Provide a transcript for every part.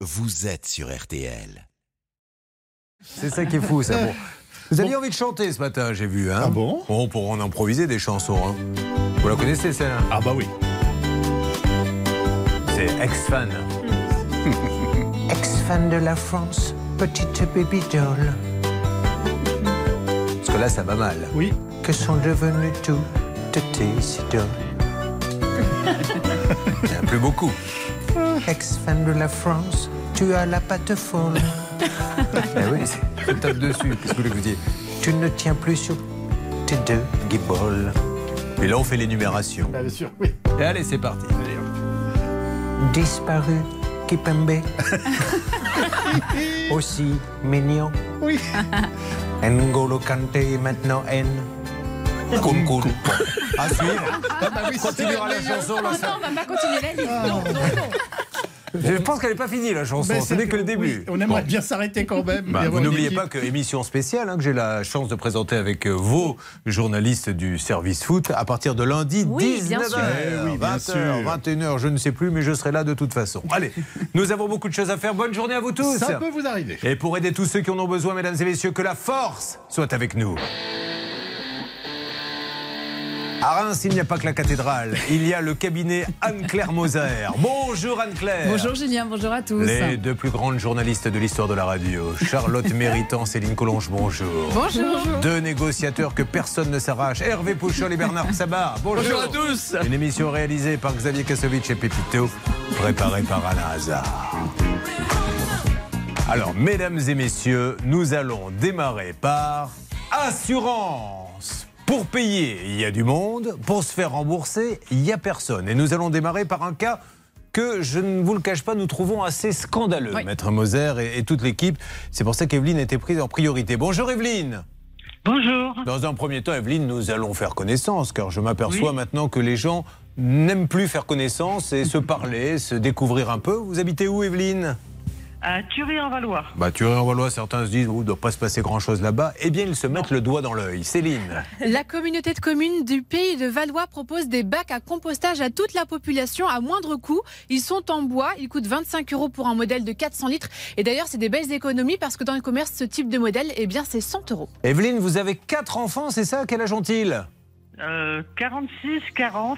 vous êtes sur RTL. C'est ça qui est fou, ça. Bon. Vous aviez envie de chanter ce matin, j'ai vu. Hein. Ah bon? On pourra en improviser des chansons. Hein. Vous la connaissez, celle-là? Ah bah oui. C'est ex-fan. Ex-fan de la France, petite baby doll. Parce que là, ça va mal. Oui. Que sont devenus tous de tes idoles? Il n'y en a plus beaucoup. Ex-fan de la France, tu as la patte folle. Eh oui, je tape dessus. Qu'est-ce que vous voulez que je vous dise? Tu ne tiens plus sur tes deux guibolles. Et là, on fait l'énumération. Bien sûr, oui. Et allez, c'est parti. Disparu, Kipembe. Aussi mignon. Oui. N'Golo Kanté, maintenant N. Koum. À suivre. Ah bah oui, Continuera la chanson. Là, ça... On va pas continuer la liste. Non. Je pense qu'elle n'est pas finie, la chanson. Ce n'est que le début. Oui, on aimerait bien s'arrêter quand même. Vous n'oubliez pas que émission spéciale, que j'ai la chance de présenter avec vos journalistes du service foot à partir de lundi, Oui, 19h, bien sûr. 20h, 21h, je ne sais plus, mais je serai là de toute façon. Allez, nous avons beaucoup de choses à faire. Bonne journée à vous tous. Ça peut vous arriver. Et pour aider tous ceux qui en ont besoin, mesdames et messieurs, que la force soit avec nous. À Reims, il n'y a pas que la cathédrale, il y a le cabinet Anne-Claire Moser. Bonjour Anne-Claire. Bonjour Julien, bonjour à tous. Les deux plus grandes journalistes de l'histoire de la radio, Charlotte Méritant, Céline Collonges, bonjour. Bonjour. Deux négociateurs que personne ne s'arrache, Hervé Pouchol et Bernard Sabat. Bonjour à tous. Une émission réalisée par Xavier Kassovitch et Pépito, préparée par Alain Hazard. Alors, mesdames et messieurs, nous allons démarrer par assurance. Pour payer, il y a du monde. Pour se faire rembourser, il n'y a personne. Et nous allons démarrer par un cas que, je ne vous le cache pas, nous trouvons assez scandaleux, oui. Maître Moser et toute l'équipe. C'est pour ça qu'Evelyne a été prise en priorité. Bonjour Evelyne. Bonjour. Dans un premier temps, Evelyne, nous allons faire connaissance, car je m'aperçois maintenant que les gens n'aiment plus faire connaissance et se parler, se découvrir un peu. Vous habitez où, Evelyne ? À Thury-en-Valois. Thury-en-Valois, certains se disent, il ne doit pas se passer grand-chose là-bas. Eh bien, ils se mettent le doigt dans l'œil. Céline. La communauté de communes du Pays de Valois propose des bacs à compostage à toute la population à moindre coût. Ils sont en bois, ils coûtent 25 € pour un modèle de 400 litres. Et d'ailleurs, c'est des belles économies parce que dans le commerce, ce type de modèle, c'est 100 €. Evelyne, vous avez 4 enfants, c'est ça? Quel âge ont-ils? 46, 40,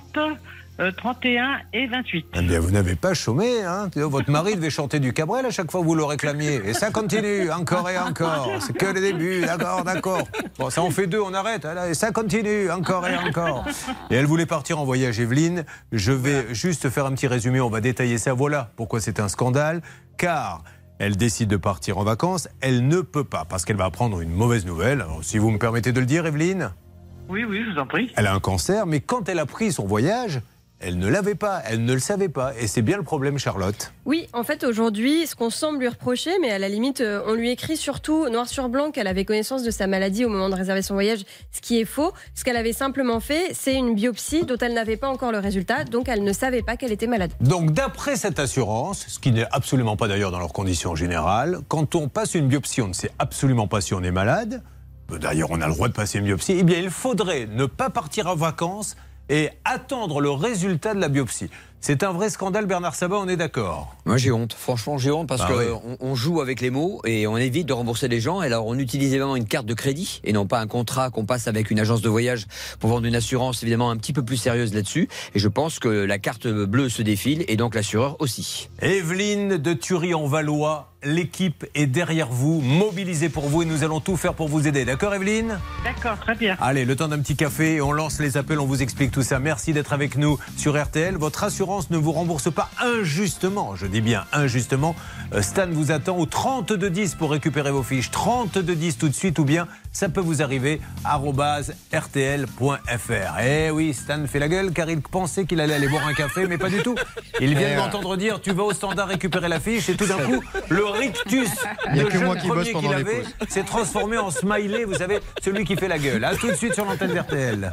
31 et 28. Eh bien, vous n'avez pas chômé, hein? Votre mari devait chanter du Cabrel à chaque fois que vous le réclamiez. Et ça continue, encore et encore. C'est que le début, d'accord. Bon, ça en fait 2, on arrête. Et ça continue, encore et encore. Et elle voulait partir en voyage, Evelyne. Je vais juste faire un petit résumé, on va détailler ça. Voilà pourquoi c'est un scandale. Car elle décide de partir en vacances, elle ne peut pas, parce qu'elle va apprendre une mauvaise nouvelle. Alors, si vous me permettez de le dire, Evelyne. Oui, je vous en prie. Elle a un cancer, mais quand elle a pris son voyage, elle ne l'avait pas, elle ne le savait pas. Et c'est bien le problème, Charlotte. Oui, en fait, aujourd'hui, ce qu'on semble lui reprocher, mais à la limite, on lui écrit surtout noir sur blanc qu'elle avait connaissance de sa maladie au moment de réserver son voyage, ce qui est faux. Ce qu'elle avait simplement fait, c'est une biopsie dont elle n'avait pas encore le résultat, donc elle ne savait pas qu'elle était malade. Donc, d'après cette assurance, ce qui n'est absolument pas d'ailleurs dans leurs conditions générales, quand on passe une biopsie, on ne sait absolument pas si on est malade. D'ailleurs, on a le droit de passer une biopsie. Eh bien, il faudrait ne pas partir en vacances et attendre le résultat de la biopsie. C'est un vrai scandale, Bernard Sabat, on est d'accord? Moi j'ai honte, franchement j'ai honte parce qu'on joue avec les mots et on évite de rembourser les gens. Alors on utilise évidemment une carte de crédit et non pas un contrat qu'on passe avec une agence de voyage pour vendre une assurance évidemment un petit peu plus sérieuse là-dessus. Et je pense que la carte bleue se défile et donc l'assureur aussi. Evelyne de Thury-en-Valois, l'équipe est derrière vous, mobilisée pour vous et nous allons tout faire pour vous aider. D'accord Evelyne? D'accord, très bien. Allez, le temps d'un petit café et on lance les appels, on vous explique tout ça. Merci d'être avec nous sur RTL. Votre assurance ne vous rembourse pas injustement, je dis bien injustement. Stan vous attend au 3210 pour récupérer vos fiches. 3210 tout de suite ou bien ça peut vous arriver @rtl.fr. Eh oui, Stan fait la gueule car il pensait qu'il allait aller boire un café, mais pas du tout. Il vient de m'entendre dire tu vas au standard récupérer la fiche et tout d'un coup, le rictus de jeune premier qu'il avait s'est transformé en smiley, vous savez, celui qui fait la gueule. A tout de suite sur l'antenne d'RTL.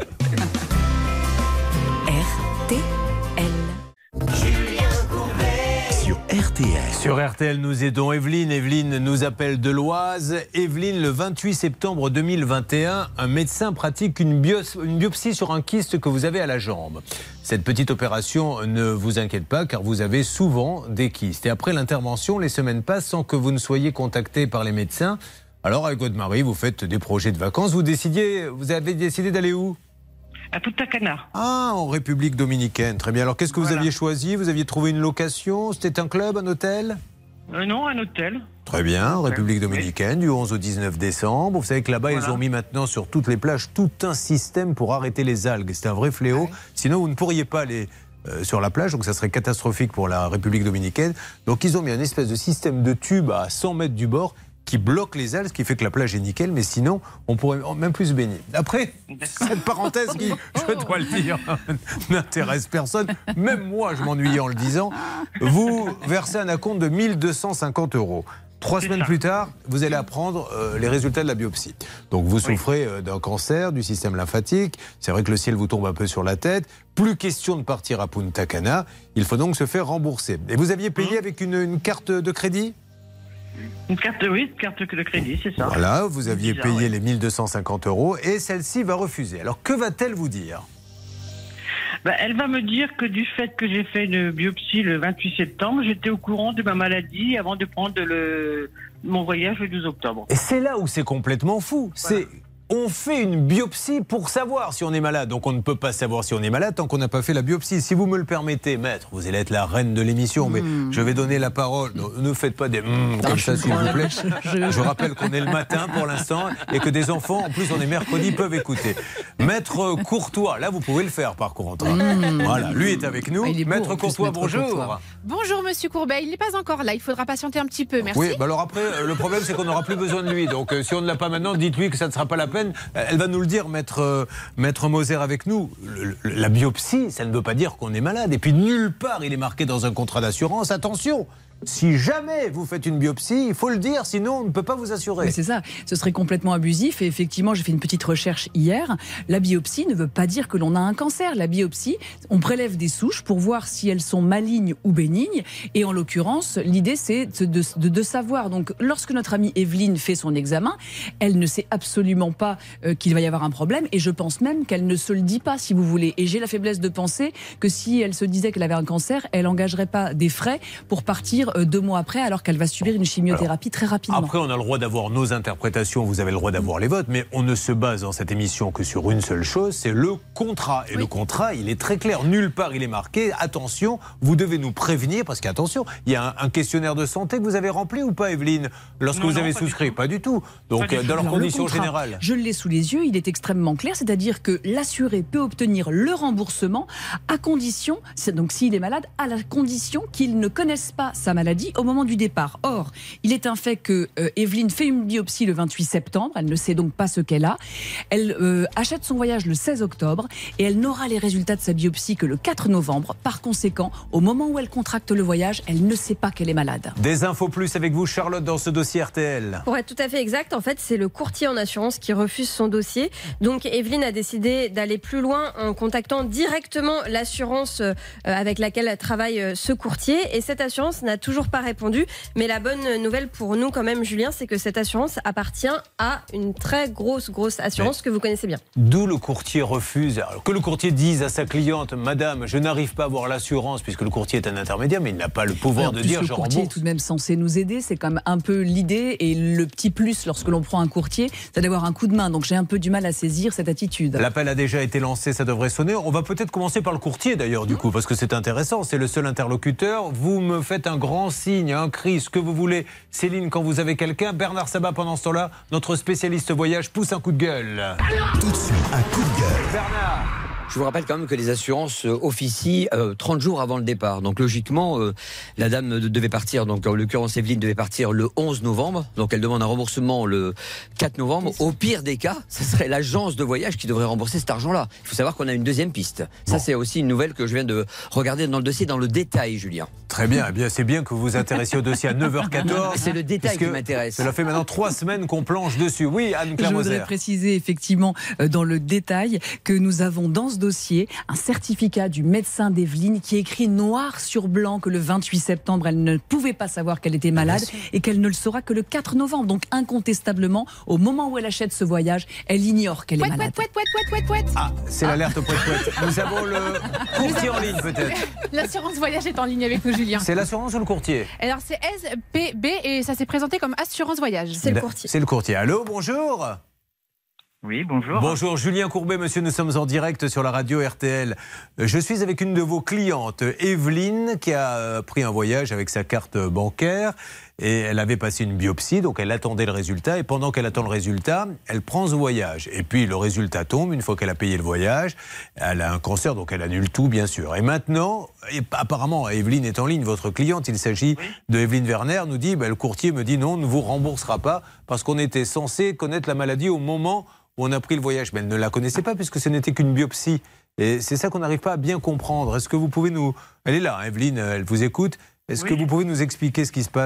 Sur RTL. RTL. Sur RTL, nous aidons Evelyne. Evelyne nous appelle de l'Oise. Evelyne, le 28 septembre 2021, un médecin pratique une biopsie sur un kyste que vous avez à la jambe. Cette petite opération ne vous inquiète pas car vous avez souvent des kystes. Et après l'intervention, les semaines passent sans que vous ne soyez contacté par les médecins. Alors avec votre mari, vous faites des projets de vacances. Vous avez décidé d'aller où ? À Punta Cana. Ah, en République dominicaine. Très bien. Alors qu'est-ce que vous aviez choisi ? Vous aviez trouvé une location ? C'était un club, un hôtel ? Non, un hôtel. Très bien, République dominicaine, du 11 au 19 décembre. Vous savez que là-bas, ils ont mis maintenant sur toutes les plages tout un système pour arrêter les algues. C'est un vrai fléau. Ouais. Sinon, vous ne pourriez pas aller sur la plage, donc ça serait catastrophique pour la République dominicaine. Donc ils ont mis un espèce de système de tube à 100 mètres du bord qui bloque les algues, ce qui fait que la plage est nickel, mais sinon, on pourrait même plus se baigner. Après, cette parenthèse qui, je dois le dire, n'intéresse personne, même moi, je m'ennuyais en le disant, vous versez un acompte de 1 250 €. 3 semaines plus tard, vous allez apprendre les résultats de la biopsie. Donc vous souffrez d'un cancer du système lymphatique. C'est vrai que le ciel vous tombe un peu sur la tête. Plus question de partir à Punta Cana. Il faut donc se faire rembourser. Et vous aviez payé avec une carte de crédit ? Une carte de crédit, c'est ça. Voilà, vous aviez payé les 1 250 € et celle-ci va refuser. Alors que va-t-elle vous dire ? Elle va me dire que du fait que j'ai fait une biopsie le 28 septembre, j'étais au courant de ma maladie avant de prendre mon voyage le 12 octobre. Et c'est là où c'est complètement fou. Voilà. On fait une biopsie pour savoir si on est malade. Donc on ne peut pas savoir si on est malade tant qu'on n'a pas fait la biopsie. Si vous me le permettez, maître, vous allez être la reine de l'émission, mais je vais donner la parole. Ne faites pas des comme ça, s'il vous plaît. Je rappelle qu'on est le matin pour l'instant et que des enfants, en plus on est mercredi, peuvent écouter. Maître Courtois, là vous pouvez le faire par contre. Voilà, lui est avec nous. Maître Courtois, bonjour. Bonjour Monsieur Courbet, il n'est pas encore là. Il faudra patienter un petit peu, merci. Oui, alors après, le problème c'est qu'on n'aura plus besoin de lui. Donc si on ne l'a pas maintenant, dites-lui que ça ne sera pas la peine. Elle va nous le dire, maître Moser avec nous. La biopsie, ça ne veut pas dire qu'on est malade. Et puis nulle part il est marqué dans un contrat d'assurance. Attention, si jamais vous faites une biopsie, il faut le dire, sinon on ne peut pas vous assurer. Mais c'est ça, ce serait complètement abusif. Et effectivement, j'ai fait une petite recherche hier. La biopsie ne veut pas dire que l'on a un cancer. La biopsie, on prélève des souches pour voir si elles sont malignes ou bénignes. Et en l'occurrence, l'idée, c'est de savoir. Donc, lorsque notre amie Evelyne fait son examen, elle ne sait absolument pas qu'il va y avoir un problème. Et je pense même qu'elle ne se le dit pas, si vous voulez. Et j'ai la faiblesse de penser que si elle se disait qu'elle avait un cancer, elle n'engagerait pas des frais pour partir 2 mois après, alors qu'elle va subir une chimiothérapie très rapidement. Après, on a le droit d'avoir nos interprétations, vous avez le droit d'avoir les vôtres, mais on ne se base dans cette émission que sur une seule chose, c'est le contrat. Et le contrat, il est très clair. Nulle part, il est marqué. Attention, vous devez nous prévenir, parce qu'attention, il y a un questionnaire de santé que vous avez rempli ou pas, Evelyne, lorsque vous avez souscrit? Pas du tout. Donc, dans leurs conditions générales. Je l'ai sous les yeux, il est extrêmement clair, c'est-à-dire que l'assuré peut obtenir le remboursement à condition, donc s'il est malade, à la condition qu'il ne connaisse pas sa maladie au moment du départ. Or, il est un fait que Evelyne fait une biopsie le 28 septembre, elle ne sait donc pas ce qu'elle a. Elle achète son voyage le 16 octobre et elle n'aura les résultats de sa biopsie que le 4 novembre. Par conséquent, au moment où elle contracte le voyage, elle ne sait pas qu'elle est malade. Des infos plus avec vous, Charlotte, dans ce dossier RTL. Pour être tout à fait exact, en fait, c'est le courtier en assurance qui refuse son dossier. Donc, Evelyne a décidé d'aller plus loin en contactant directement l'assurance avec laquelle travaille ce courtier. Et cette assurance n'a toujours pas répondu. Mais la bonne nouvelle pour nous, quand même, Julien, c'est que cette assurance appartient à une très grosse assurance que vous connaissez bien. D'où le courtier refuse. Alors, que le courtier dise à sa cliente, madame, je n'arrive pas à avoir l'assurance, puisque le courtier est un intermédiaire, mais il n'a pas le pouvoir de dire je rembourse. Le courtier est tout de même censé nous aider, c'est quand même un peu l'idée. Et le petit plus lorsque l'on prend un courtier, c'est d'avoir un coup de main. Donc j'ai un peu du mal à saisir cette attitude. L'appel a déjà été lancé, ça devrait sonner. On va peut-être commencer par le courtier d'ailleurs, du coup, parce que c'est intéressant. C'est le seul interlocuteur. Vous me faites un grand signe, un cri, ce que vous voulez. Céline, quand vous avez quelqu'un, Bernard Sabat, pendant ce temps-là, notre spécialiste voyage, pousse un coup de gueule. Tout de suite, un coup de gueule. Bernard. Je vous rappelle quand même que les assurances officient 30 jours avant le départ. Donc logiquement, la dame devait partir, donc en l'occurrence Evelyne devait partir le 11 novembre. Donc elle demande un remboursement le 4 novembre. Au pire des cas, ce serait l'agence de voyage qui devrait rembourser cet argent-là. Il faut savoir qu'on a une deuxième piste. Ça, c'est aussi une nouvelle que je viens de regarder dans le dossier, dans le détail, Julien. Très bien, eh bien c'est bien que vous vous intéressiez au dossier à 9h14. C'est le détail qui m'intéresse. Ça fait maintenant 3 semaines qu'on planche dessus. Oui, Anne-Claire Moser. Je voudrais préciser effectivement dans le détail que nous avons dans ce dossier un certificat du médecin d'Evelyne qui écrit noir sur blanc que le 28 septembre, elle ne pouvait pas savoir qu'elle était malade et qu'elle ne le saura que le 4 novembre. Donc incontestablement, au moment où elle achète ce voyage, elle ignore qu'elle est malade. Ah, c'est l'alerte poète. Nous avons le courtier en ligne peut-être. L'assurance voyage est en ligne avec nous, Julien. C'est l'assurance ou le courtier? Alors c'est SPB et ça s'est présenté comme assurance voyage. C'est le courtier. C'est le courtier. Allô, bonjour. Oui, bonjour. Bonjour, Julien Courbet, monsieur, nous sommes en direct sur la radio RTL. Je suis avec une de vos clientes, Evelyne, qui a pris un voyage avec sa carte bancaire et elle avait passé une biopsie, donc elle attendait le résultat et pendant qu'elle attend le résultat, elle prend ce voyage. Et puis le résultat tombe, une fois qu'elle a payé le voyage, elle a un cancer, donc elle annule tout, bien sûr. Et maintenant, apparemment, Evelyne est en ligne, votre cliente, il s'agit de Evelyne Werner, nous dit, le courtier me dit non, on ne vous remboursera pas parce qu'on était censé connaître la maladie au moment où on a pris le voyage. Mais elle ne la connaissait pas puisque ce n'était qu'une biopsie. Et c'est ça qu'on n'arrive pas à bien comprendre. Est-ce que vous pouvez nous... Elle est là, hein, Evelyne, elle vous écoute. Est-ce que vous pouvez nous expliquer ce qui se passe ?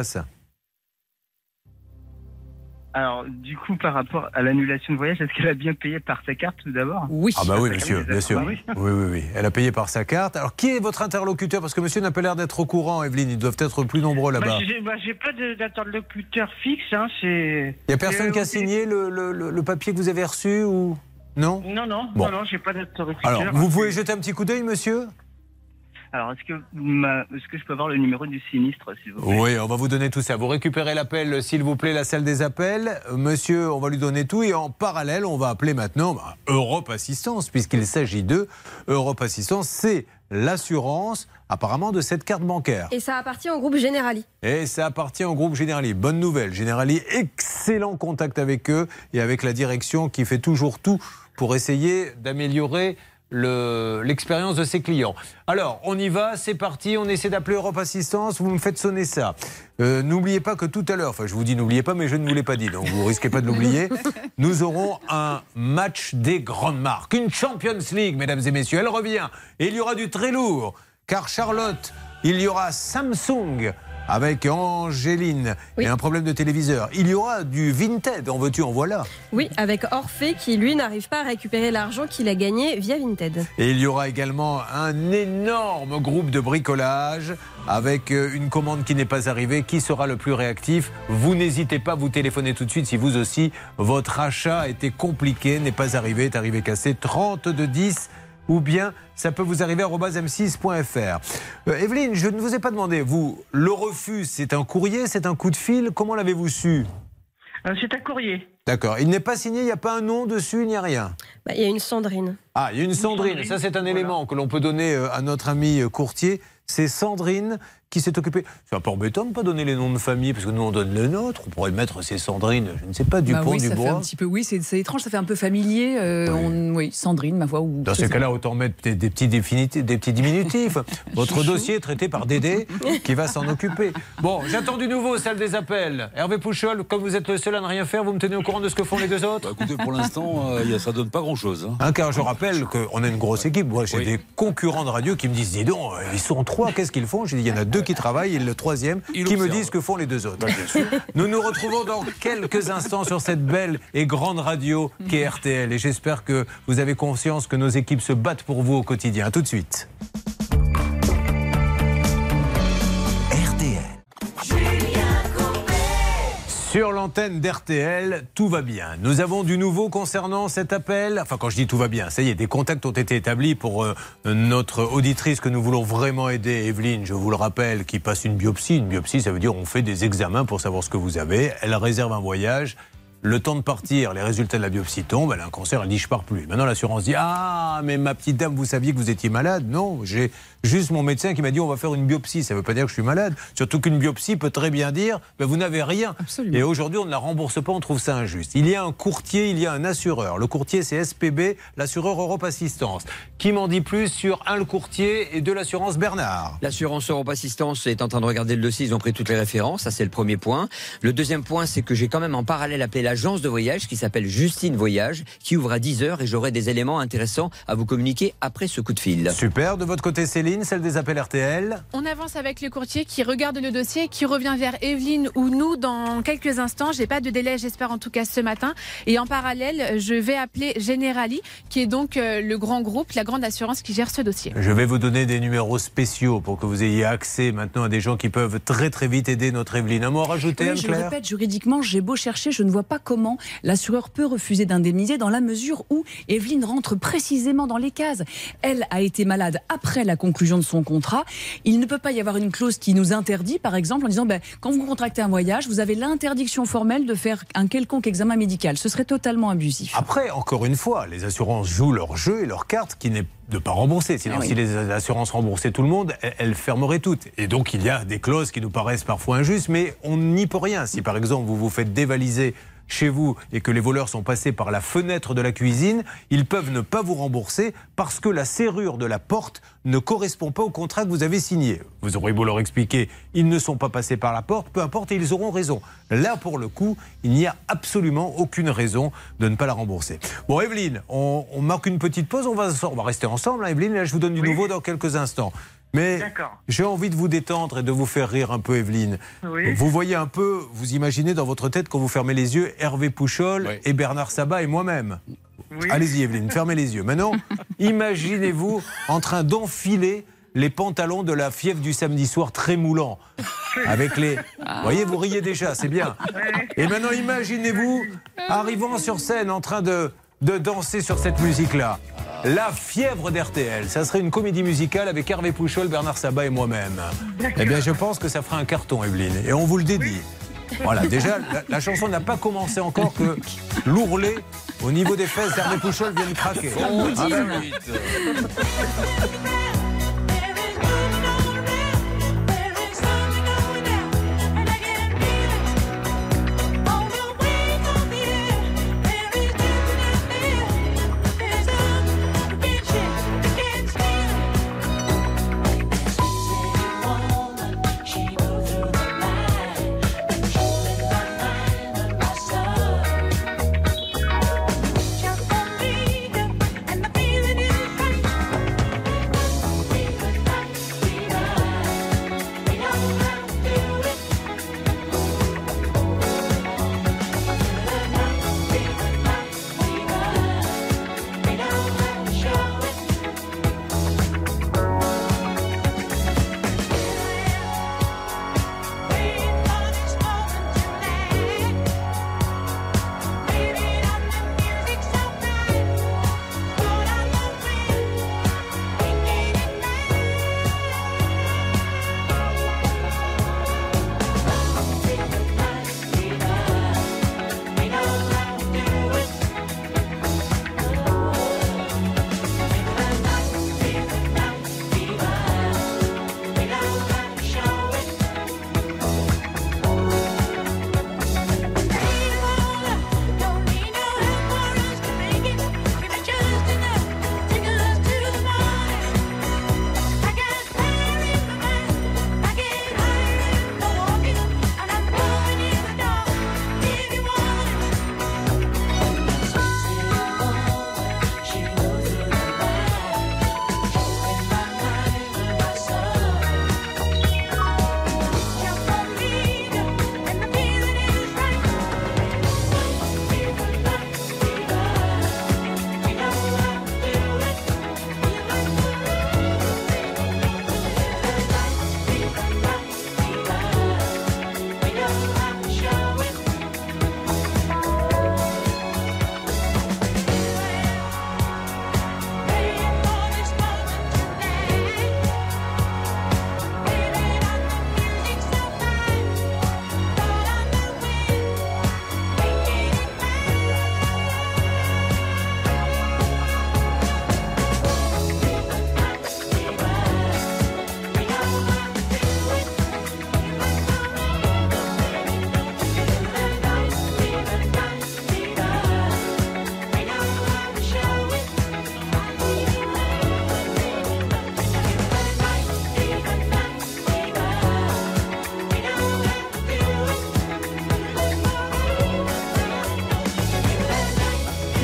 Alors, du coup, par rapport à l'annulation de voyage, est-ce qu'elle a bien payé par sa carte tout d'abord? Oui. Ah bah oui, monsieur, bien sûr. Oui. Elle a payé par sa carte. Alors, qui est votre interlocuteur? Parce que monsieur n'a pas l'air d'être au courant, Evelyne. Ils doivent être plus nombreux là-bas. J'ai pas d'interlocuteur fixe. Hein, il n'y a personne qui a signé le papier que vous avez reçu ou... Non, non, j'ai pas d'interlocuteur. Alors, vous pouvez jeter un petit coup d'œil, monsieur? Alors, est-ce que je peux avoir le numéro du sinistre, s'il vous plaît? Oui, on va vous donner tout ça. Vous récupérez l'appel, s'il vous plaît, la salle des appels. Monsieur, on va lui donner tout. Et en parallèle, on va appeler maintenant Europe Assistance, puisqu'il s'agit d'eux. Europe Assistance, c'est l'assurance, apparemment, de cette carte bancaire. Et ça appartient au groupe Generali. Bonne nouvelle. Generali, excellent contact avec eux et avec la direction qui fait toujours tout pour essayer d'améliorer l'expérience de ses clients. Alors, on y va, c'est parti, on essaie d'appeler Europe Assistance, vous me faites sonner ça. N'oubliez pas que tout à l'heure, enfin je vous dis n'oubliez pas, mais je ne vous l'ai pas dit, donc vous risquez pas de l'oublier, nous aurons un match des grandes marques, une Champions League, mesdames et messieurs, elle revient, et il y aura du très lourd, car Charlotte, il y aura Samsung, avec Angéline et un problème de téléviseur. Il y aura du Vinted, en veux-tu, en voilà. Oui, avec Orphée qui, lui, n'arrive pas à récupérer l'argent qu'il a gagné via Vinted. Et il y aura également un énorme groupe de bricolage avec une commande qui n'est pas arrivée. Qui sera le plus réactif? Vous n'hésitez pas, vous téléphonez tout de suite si vous aussi, votre achat a été compliqué, n'est pas arrivé, est arrivé cassé. 3210 ou bien ça peut vous arriver à m6.fr. Evelyne, je ne vous ai pas demandé, vous, le refus, c'est un courrier, c'est un coup de fil, comment l'avez-vous su? C'est un courrier. D'accord, il n'est pas signé, il n'y a pas un nom dessus, il n'y a rien? Il y a une Sandrine. Ah, il y a une Sandrine, ça c'est un élément que l'on peut donner à notre ami courtier. C'est Sandrine qui s'est occupée. C'est un peu embêtant de ne pas donner les noms de famille, parce que nous on donne le nôtre. On pourrait mettre c'est Sandrine, je ne sais pas, Dupont, oui, Dubois. Ça fait un petit peu, oui, c'est étrange, ça fait un peu familier. Sandrine, ma foi. Dans ces cas-là, autant mettre des petits diminutifs. Votre dossier est traité par Dédé, qui va s'en occuper. Bon, j'attends du nouveau, salle des appels. Hervé Pouchol, comme vous êtes le seul à ne rien faire, vous me tenez au courant de ce que font les deux autres? Écoutez, pour l'instant, ça donne pas grand-chose. Car je rappelle qu'on a une grosse équipe. Moi, j'ai des concurrents de radio qui me disent, dis donc, ils sont 3, qu'est-ce qu'ils font? J'ai dit, il y en a 2 qui travaillent et le 3e qui me disent ce que font les 2 autres. Nous nous retrouvons dans quelques instants sur cette belle et grande radio qu'est RTL. Et j'espère que vous avez conscience que nos équipes se battent pour vous au quotidien. A tout de suite. Sur l'antenne d'RTL, tout va bien. Nous avons du nouveau concernant cet appel. Enfin, quand je dis tout va bien, ça y est, des contacts ont été établis pour notre auditrice que nous voulons vraiment aider, Evelyne, je vous le rappelle, qui passe une biopsie. Une biopsie, ça veut dire on fait des examens pour savoir ce que vous avez. Elle réserve un voyage. Le temps de partir, les résultats de la biopsie tombent, elle a un cancer, elle dit je pars plus. Maintenant l'assurance dit ah mais ma petite dame, vous saviez que vous étiez malade? Non, j'ai juste mon médecin qui m'a dit on va faire une biopsie. Ça ne veut pas dire que je suis malade. Surtout qu'une biopsie peut très bien dire vous n'avez rien. Absolument. Et aujourd'hui on ne la rembourse pas, on trouve ça injuste. Il y a un courtier, il y a un assureur. Le courtier c'est SPB, l'assureur Europe Assistance. Qui m'en dit plus sur le courtier et 2 l'assurance Bernard? L'assurance Europe Assistance est en train de regarder le dossier, ils ont pris toutes les références, ça c'est le premier point. Le deuxième point c'est que j'ai quand même en parallèle appelé l'agence de voyage qui s'appelle Justine Voyage, qui ouvre à 10h et j'aurai des éléments intéressants à vous communiquer après ce coup de fil. Super. De votre côté, Céline, celle des appels RTL. On avance avec le courtier qui regarde le dossier, qui revient vers Evelyne ou nous dans quelques instants. J'ai pas de délai, j'espère en tout cas ce matin. Et en parallèle, je vais appeler Generali, qui est donc le grand groupe, la grande assurance qui gère ce dossier. Je vais vous donner des numéros spéciaux pour que vous ayez accès maintenant à des gens qui peuvent très très vite aider notre Evelyne. Un mot à rajouter, Oui, Anne-Claire ? je le répète, juridiquement, j'ai beau chercher, je ne vois pas comment l'assureur peut refuser d'indemniser dans la mesure où Evelyne rentre précisément dans les cases. Elle a été malade après la conclusion de son contrat. Il ne peut pas y avoir une clause qui nous interdit, par exemple, en disant quand vous contractez un voyage, vous avez l'interdiction formelle de faire un quelconque examen médical. Ce serait totalement abusif. Après, encore une fois, les assurances jouent leur jeu et leur carte qui n'est de ne pas rembourser. Sinon, si les assurances remboursaient tout le monde, elles fermeraient toutes. Et donc, il y a des clauses qui nous paraissent parfois injustes, mais on n'y peut rien. Si, par exemple, vous vous faites dévaliser chez vous et que les voleurs sont passés par la fenêtre de la cuisine, ils peuvent ne pas vous rembourser parce que la serrure de la porte ne correspond pas au contrat que vous avez signé. Vous aurez beau leur expliquer, ils ne sont pas passés par la porte, peu importe, et ils auront raison. Là, pour le coup, il n'y a absolument aucune raison de ne pas la rembourser. Bon, Evelyne, on marque une petite pause, on va rester ensemble, hein, Evelyne, là, je vous donne du nouveau dans quelques instants. Mais j'ai envie de vous détendre et de vous faire rire un peu, Evelyne. Oui. Vous voyez un peu, vous imaginez dans votre tête, quand vous fermez les yeux, Hervé Pouchol et Bernard Sabat et moi-même. Oui. Allez-y, Evelyne, fermez les yeux. Maintenant, imaginez-vous en train d'enfiler les pantalons de la fièvre du samedi soir très moulants. Avec les... Vous voyez, vous riez déjà, c'est bien. Et maintenant, imaginez-vous arrivant sur scène en train de danser sur cette musique-là. La fièvre d'RTL, ça serait une comédie musicale avec Hervé Pouchol, Bernard Sabat et moi-même. Eh bien, je pense que ça fera un carton, Evelyne. Et on vous le dédie. Voilà, déjà, la chanson n'a pas commencé encore que l'ourlet au niveau des fesses d'Hervé Pouchol vient de craquer. Ah ben oui.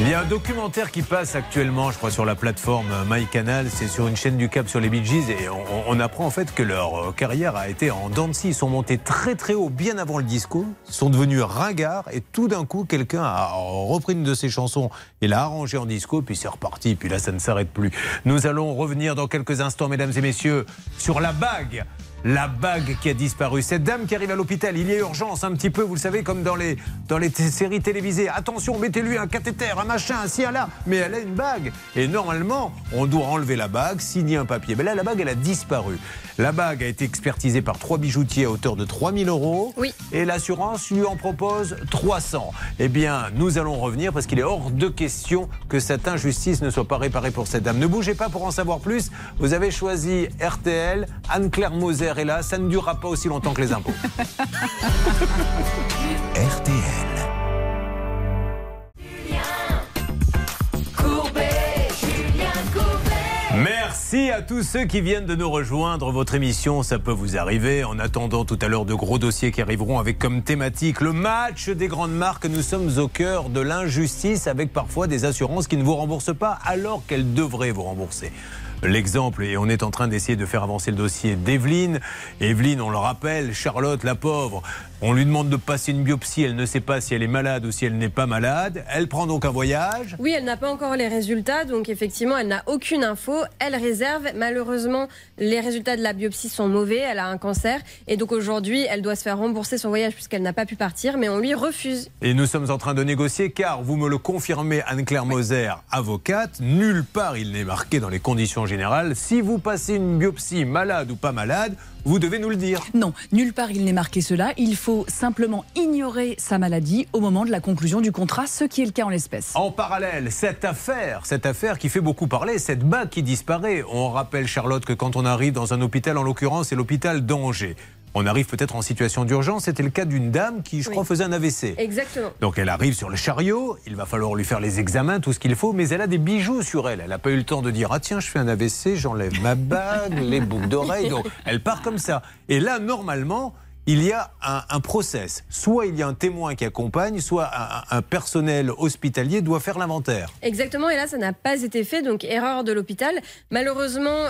Il y a un documentaire qui passe actuellement, je crois, sur la plateforme MyCanal. C'est sur une chaîne du Cap sur les Bee Gees. Et on apprend en fait que leur carrière a été en dents de scie. Ils sont montés très très haut, bien avant le disco. Ils sont devenus ringards. Et tout d'un coup, quelqu'un a repris une de ses chansons et l'a arrangée en disco. Puis c'est reparti. Puis là, ça ne s'arrête plus. Nous allons revenir dans quelques instants, mesdames et messieurs, sur la bague. La bague qui a disparu. Cette dame qui arrive à l'hôpital, il y a urgence un petit peu, vous le savez, comme dans les séries télévisées. Attention, mettez-lui un cathéter, un machin, un ci, un là. Mais elle a une bague. Et normalement, on doit enlever la bague, signer un papier. Mais là, la bague, elle a disparu. La bague a été expertisée par 3 bijoutiers à hauteur de 3 000 €. Oui. Et l'assurance lui en propose 300. Eh bien, nous allons revenir parce qu'il est hors de question que cette injustice ne soit pas réparée pour cette dame. Ne bougez pas pour en savoir plus. Vous avez choisi RTL. Anne-Claire Moser est là. Ça ne durera pas aussi longtemps que les impôts. RTL. Merci à tous ceux qui viennent de nous rejoindre. Votre émission, ça peut vous arriver. En attendant tout à l'heure de gros dossiers qui arriveront avec comme thématique le match des grandes marques. Nous sommes au cœur de l'injustice avec parfois des assurances qui ne vous remboursent pas alors qu'elles devraient vous rembourser. L'exemple, et on est en train d'essayer de faire avancer le dossier d'Evelyne. Evelyne, on le rappelle, Charlotte, la pauvre, on lui demande de passer une biopsie, elle ne sait pas si elle est malade ou si elle n'est pas malade. Elle prend donc un voyage. Oui, elle n'a pas encore les résultats, donc effectivement, elle n'a aucune info. Elle réserve. Malheureusement, les résultats de la biopsie sont mauvais. Elle a un cancer. Et donc aujourd'hui, elle doit se faire rembourser son voyage puisqu'elle n'a pas pu partir, mais on lui refuse. Et nous sommes en train de négocier car, vous me le confirmez, Anne-Claire Moser, avocate, nulle part il n'est marqué dans les conditions générales. Si vous passez une biopsie malade ou pas malade, vous devez nous le dire. Non, nulle part il n'est marqué cela. Il faut simplement ignorer sa maladie au moment de la conclusion du contrat, ce qui est le cas en l'espèce. En parallèle, cette affaire qui fait beaucoup parler, cette bague qui disparaît. On rappelle, Charlotte, que quand on arrive dans un hôpital, en l'occurrence, c'est l'hôpital d'Angers. On arrive peut-être en situation d'urgence. C'était le cas d'une dame qui, je crois, faisait un AVC. Exactement. Donc elle arrive sur le chariot, il va falloir lui faire les examens, tout ce qu'il faut, mais elle a des bijoux sur elle. Elle n'a pas eu le temps de dire « Ah tiens, je fais un AVC, j'enlève ma bague, les boucles d'oreilles. » Donc elle part comme ça. Et là, normalement, il y a un process. Soit il y a un témoin qui accompagne, soit un personnel hospitalier doit faire l'inventaire. Exactement, et là, ça n'a pas été fait, donc erreur de l'hôpital. Malheureusement,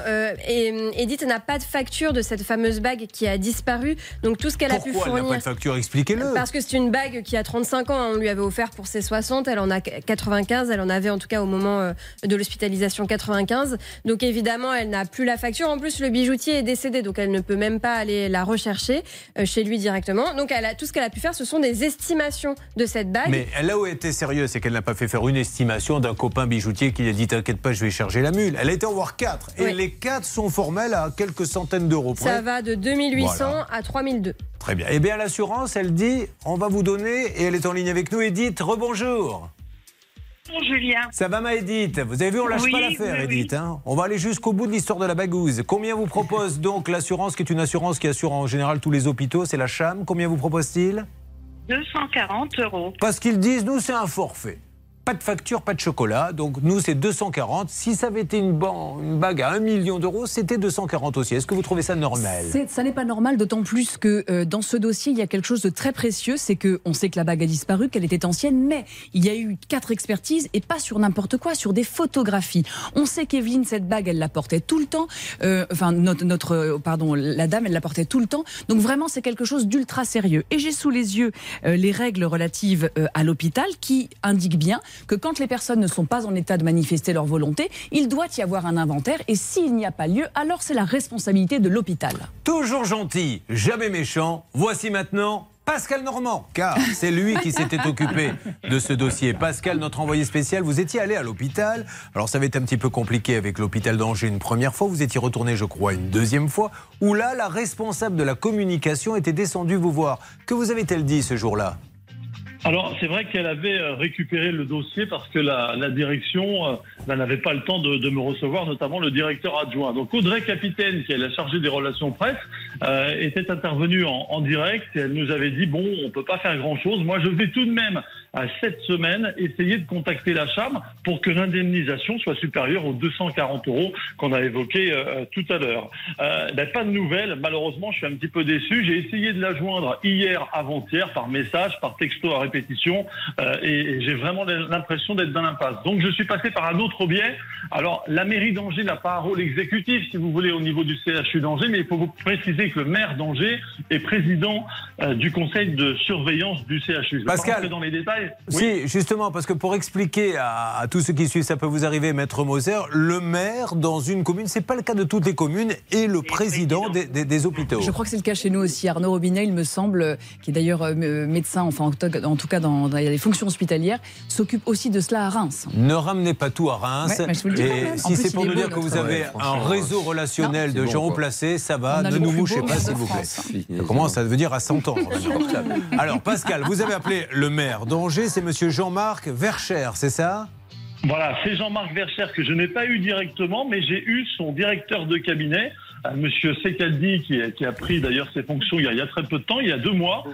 Edith n'a pas de facture de cette fameuse bague qui a disparu. Donc tout ce qu'elle a pu fournir... Pourquoi elle n'a pas de facture? Expliquez-le. Parce que c'est une bague qui a 35 ans, on lui avait offert pour ses 60, elle en a 95, elle en avait en tout cas au moment de l'hospitalisation 95. Donc évidemment, elle n'a plus la facture. En plus, le bijoutier est décédé, donc elle ne peut même pas aller la rechercher chez lui directement. Donc tout ce qu'elle a pu faire, ce sont des estimations de cette bague. Mais là où elle était sérieuse, c'est qu'elle n'a pas fait faire une estimation d'un copain bijoutier qui lui a dit « T'inquiète pas, je vais charger la mule ». Elle a été en voir 4. Et les 4 sont formels à quelques centaines d'euros près. Ça va de 2800 à 3002. Très bien. Eh bien, l'assurance, elle dit « On va vous donner », et elle est en ligne avec nous. Edith, rebonjour. Bonjour Julien. Ça va ma Edith? Vous avez vu, on lâche pas l'affaire, Edith. Hein, on va aller jusqu'au bout de l'histoire de la bagouze. Combien vous propose donc l'assurance, qui est une assurance qui assure en général tous les hôpitaux? C'est la CHAM. Combien vous propose-t-il? 240 €. Parce qu'ils disent, nous, c'est un forfait. Pas de facture, pas de chocolat. Donc, nous, c'est 240. Si ça avait été une bague à 1 million d'euros, c'était 240 aussi. Est-ce que vous trouvez ça normal? Ça n'est pas normal, d'autant plus que dans ce dossier, il y a quelque chose de très précieux. C'est qu'on sait que la bague a disparu, qu'elle était ancienne, mais il y a eu 4 expertises et pas sur n'importe quoi, sur des photographies. On sait qu'Evelyne, cette bague, elle la portait tout le temps. La dame, elle la portait tout le temps. Donc vraiment, c'est quelque chose d'ultra sérieux. Et j'ai sous les yeux les règles relatives à l'hôpital qui indiquent bien que quand les personnes ne sont pas en état de manifester leur volonté, il doit y avoir un inventaire et s'il n'y a pas lieu, alors c'est la responsabilité de l'hôpital. Toujours gentil, jamais méchant. Voici maintenant Pascal Normand, car c'est lui qui s'était occupé de ce dossier. Pascal, notre envoyé spécial, vous étiez allé à l'hôpital. Alors ça avait été un petit peu compliqué avec l'hôpital d'Angers une première fois. Vous étiez retourné, je crois, une deuxième fois, où là, la responsable de la communication était descendue vous voir. Que vous avait-elle dit ce jour-là ? Alors, c'est vrai qu'elle avait récupéré le dossier parce que la direction n'avait pas le temps de me recevoir, notamment le directeur adjoint. Donc, Audrey Capitaine, qui est la chargée des relations presse, était intervenue en direct et elle nous avait dit « Bon, on peut pas faire grand-chose. Moi, je vais tout de même, à cette semaine, essayer de contacter la CHAM pour que l'indemnisation soit supérieure aux 240 € qu'on a évoqué tout à l'heure. » Pas de nouvelles. Malheureusement, je suis un petit peu déçu. J'ai essayé de la joindre hier, avant-hier, par message, par texto à répétition. répétition et j'ai vraiment l'impression d'être dans l'impasse. Donc je suis passé par un autre biais. Alors la mairie d'Angers n'a pas un rôle exécutif, si vous voulez, au niveau du CHU d'Angers, mais il faut vous préciser que le maire d'Angers est président du conseil de surveillance du CHU. Je Pascal, vais pas rentrer dans les détails. Si, justement, parce que pour expliquer à tous ceux qui suivent, ça peut vous arriver, Maître Moser, le maire dans une commune, c'est pas le cas de toutes les communes, est le président des hôpitaux. Je crois que c'est le cas chez nous aussi. Arnaud Robinet, il me semble, qui est d'ailleurs médecin, enfin en tout cas dans les fonctions hospitalières, s'occupe aussi de cela à Reims. Ne ramenez pas tout à Reims. Ouais, je vous le dis quand même. Et si c'est pour nous dire que vous avez un réseau relationnel de gens haut placés, ça va, ne nous mouchez pas, s'il vous plaît. Ça commence à devenir à 100 ans. Alors, Pascal, vous avez appelé le maire d'Angers, c'est monsieur Jean-Marc Vercher, c'est ça ? Voilà, c'est Jean-Marc Vercher que je n'ai pas eu directement, mais j'ai eu son directeur de cabinet, Monsieur Secaldi, qui a pris d'ailleurs ses fonctions il y a très peu de temps, il y a 2 mois,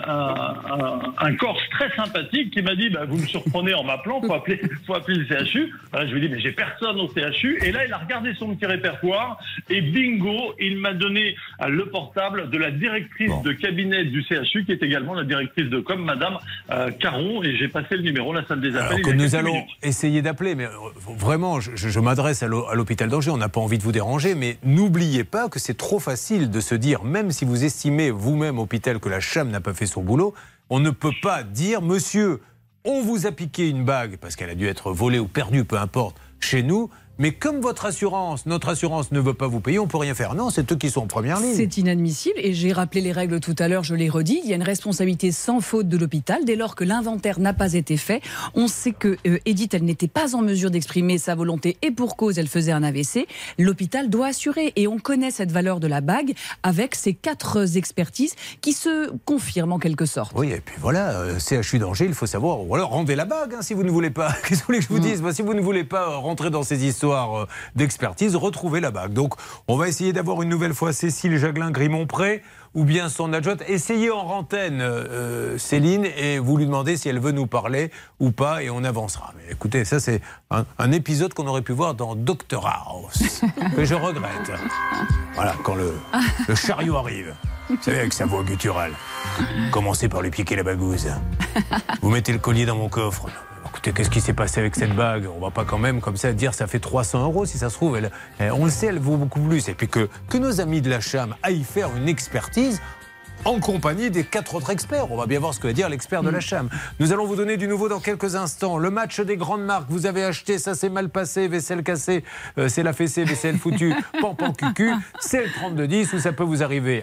un Corse très sympathique qui m'a dit vous me surprenez en m'appelant, faut appeler le CHU. Alors, je lui ai dit mais j'ai personne au CHU, et là il a regardé son petit répertoire et bingo, il m'a donné le portable de la directrice de cabinet du CHU qui est également la directrice de com, Madame Caron, et j'ai passé le numéro, la salle des appels. Alors que nous allons essayer d'appeler, mais vraiment je m'adresse à l'hôpital d'Angers, on n'a pas envie de vous déranger, mais n'oubliez pas que c'est trop facile de se dire, même si vous estimez vous-même, hôpital, que la CHAM n'a pas fait son boulot, on ne peut pas dire, monsieur, on vous a piqué une bague, parce qu'elle a dû être volée ou perdue, peu importe, chez nous, mais comme notre assurance ne veut pas vous payer, on ne peut rien faire. Non, c'est eux qui sont en première ligne. C'est inadmissible, et j'ai rappelé les règles tout à l'heure, je l'ai redit, il y a une responsabilité sans faute de l'hôpital. Dès lors que l'inventaire n'a pas été fait, on sait que Edith, elle n'était pas en mesure d'exprimer sa volonté, et pour cause, elle faisait un AVC. L'hôpital doit assurer, et on connaît cette valeur de la bague avec ces 4 expertises qui se confirment en quelque sorte. Oui, et puis voilà, CHU d'Angers, il faut savoir, ou alors rendez la bague si vous ne voulez pas. Qu'est-ce que vous voulez que je vous dise ? Si vous ne voulez pas rentrer dans ces histoires d'expertise, retrouvez la bague. Donc, on va essayer d'avoir une nouvelle fois Cécile Jaglin-Grimont-Pré ou bien son adjointe. Essayez en antenne, Céline, et vous lui demandez si elle veut nous parler ou pas, et on avancera. Mais écoutez, ça c'est un épisode qu'on aurait pu voir dans Dr House, que je regrette. Voilà, quand le chariot arrive. Vous savez, avec sa voix gutturale. Commencez par lui piquer la bagouze. Vous mettez le collier dans mon coffre. Écoutez, qu'est-ce qui s'est passé avec cette bague ? On va pas quand même comme ça dire ça fait 300 €, si ça se trouve. On le sait, elle vaut beaucoup plus. Et puis que nos amis de la CHAM aillent faire une expertise en compagnie des 4 autres experts. On va bien voir ce que va dire l'expert de la CHAM. Nous allons vous donner du nouveau dans quelques instants. Le match des grandes marques, vous avez acheté, ça s'est mal passé, vaisselle cassée, c'est la fessée, vaisselle foutue, pan cucu, c'est le 3210 où ça peut vous arriver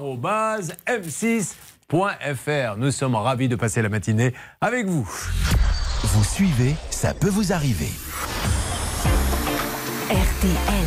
@m6.fr. Nous sommes ravis de passer la matinée avec vous. Vous suivez, ça peut vous arriver. RTL.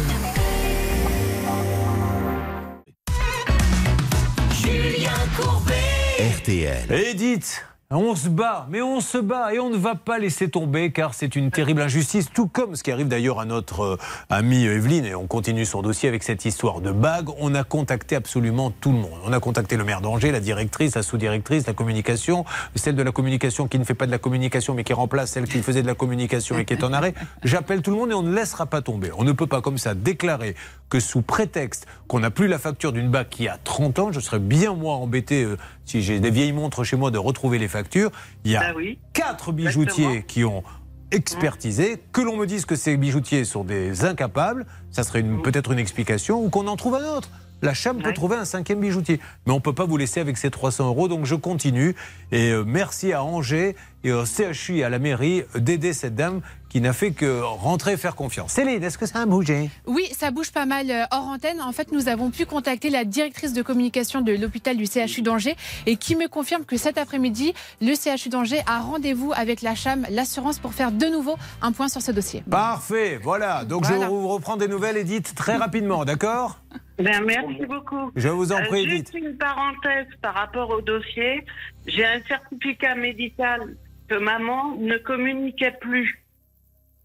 Julien Courbet. RTL. Edith, on se bat, mais on se bat et on ne va pas laisser tomber car c'est une terrible injustice, tout comme ce qui arrive d'ailleurs à notre amie Evelyne, et on continue son dossier avec cette histoire de bague. On a contacté absolument tout le monde. On a contacté le maire d'Angers, la directrice, la sous-directrice, la communication, celle de la communication qui ne fait pas de la communication mais qui remplace celle qui faisait de la communication et qui est en arrêt. J'appelle tout le monde et on ne laissera pas tomber. On ne peut pas comme ça déclarer que sous prétexte qu'on n'a plus la facture d'une bague qui a 30 ans, je serais bien moins embêté si j'ai des vieilles montres chez moi de retrouver les factures. Il y a 4 bijoutiers qui ont expertisé. Que l'on me dise que ces bijoutiers sont des incapables, ça serait peut-être une explication, ou qu'on en trouve un autre. La CHAM peut trouver un 5e bijoutier. Mais on ne peut pas vous laisser avec ces 300 €, donc je continue. Et merci à Angers et au CHU et à la mairie d'aider cette dame qui n'a fait que rentrer et faire confiance. Céline, est-ce que ça a bougé ? Oui, ça bouge pas mal hors antenne. En fait, nous avons pu contacter la directrice de communication de l'hôpital du CHU d'Angers et qui me confirme que cet après-midi, le CHU d'Angers a rendez-vous avec la CHAM, l'assurance, pour faire de nouveau un point sur ce dossier. Parfait, voilà. Donc je vous reprends des nouvelles, Edith, très rapidement, d'accord ? Merci beaucoup. Je vous en prie, Edith. Juste une parenthèse par rapport au dossier. J'ai un certificat médical que maman ne communiquait plus.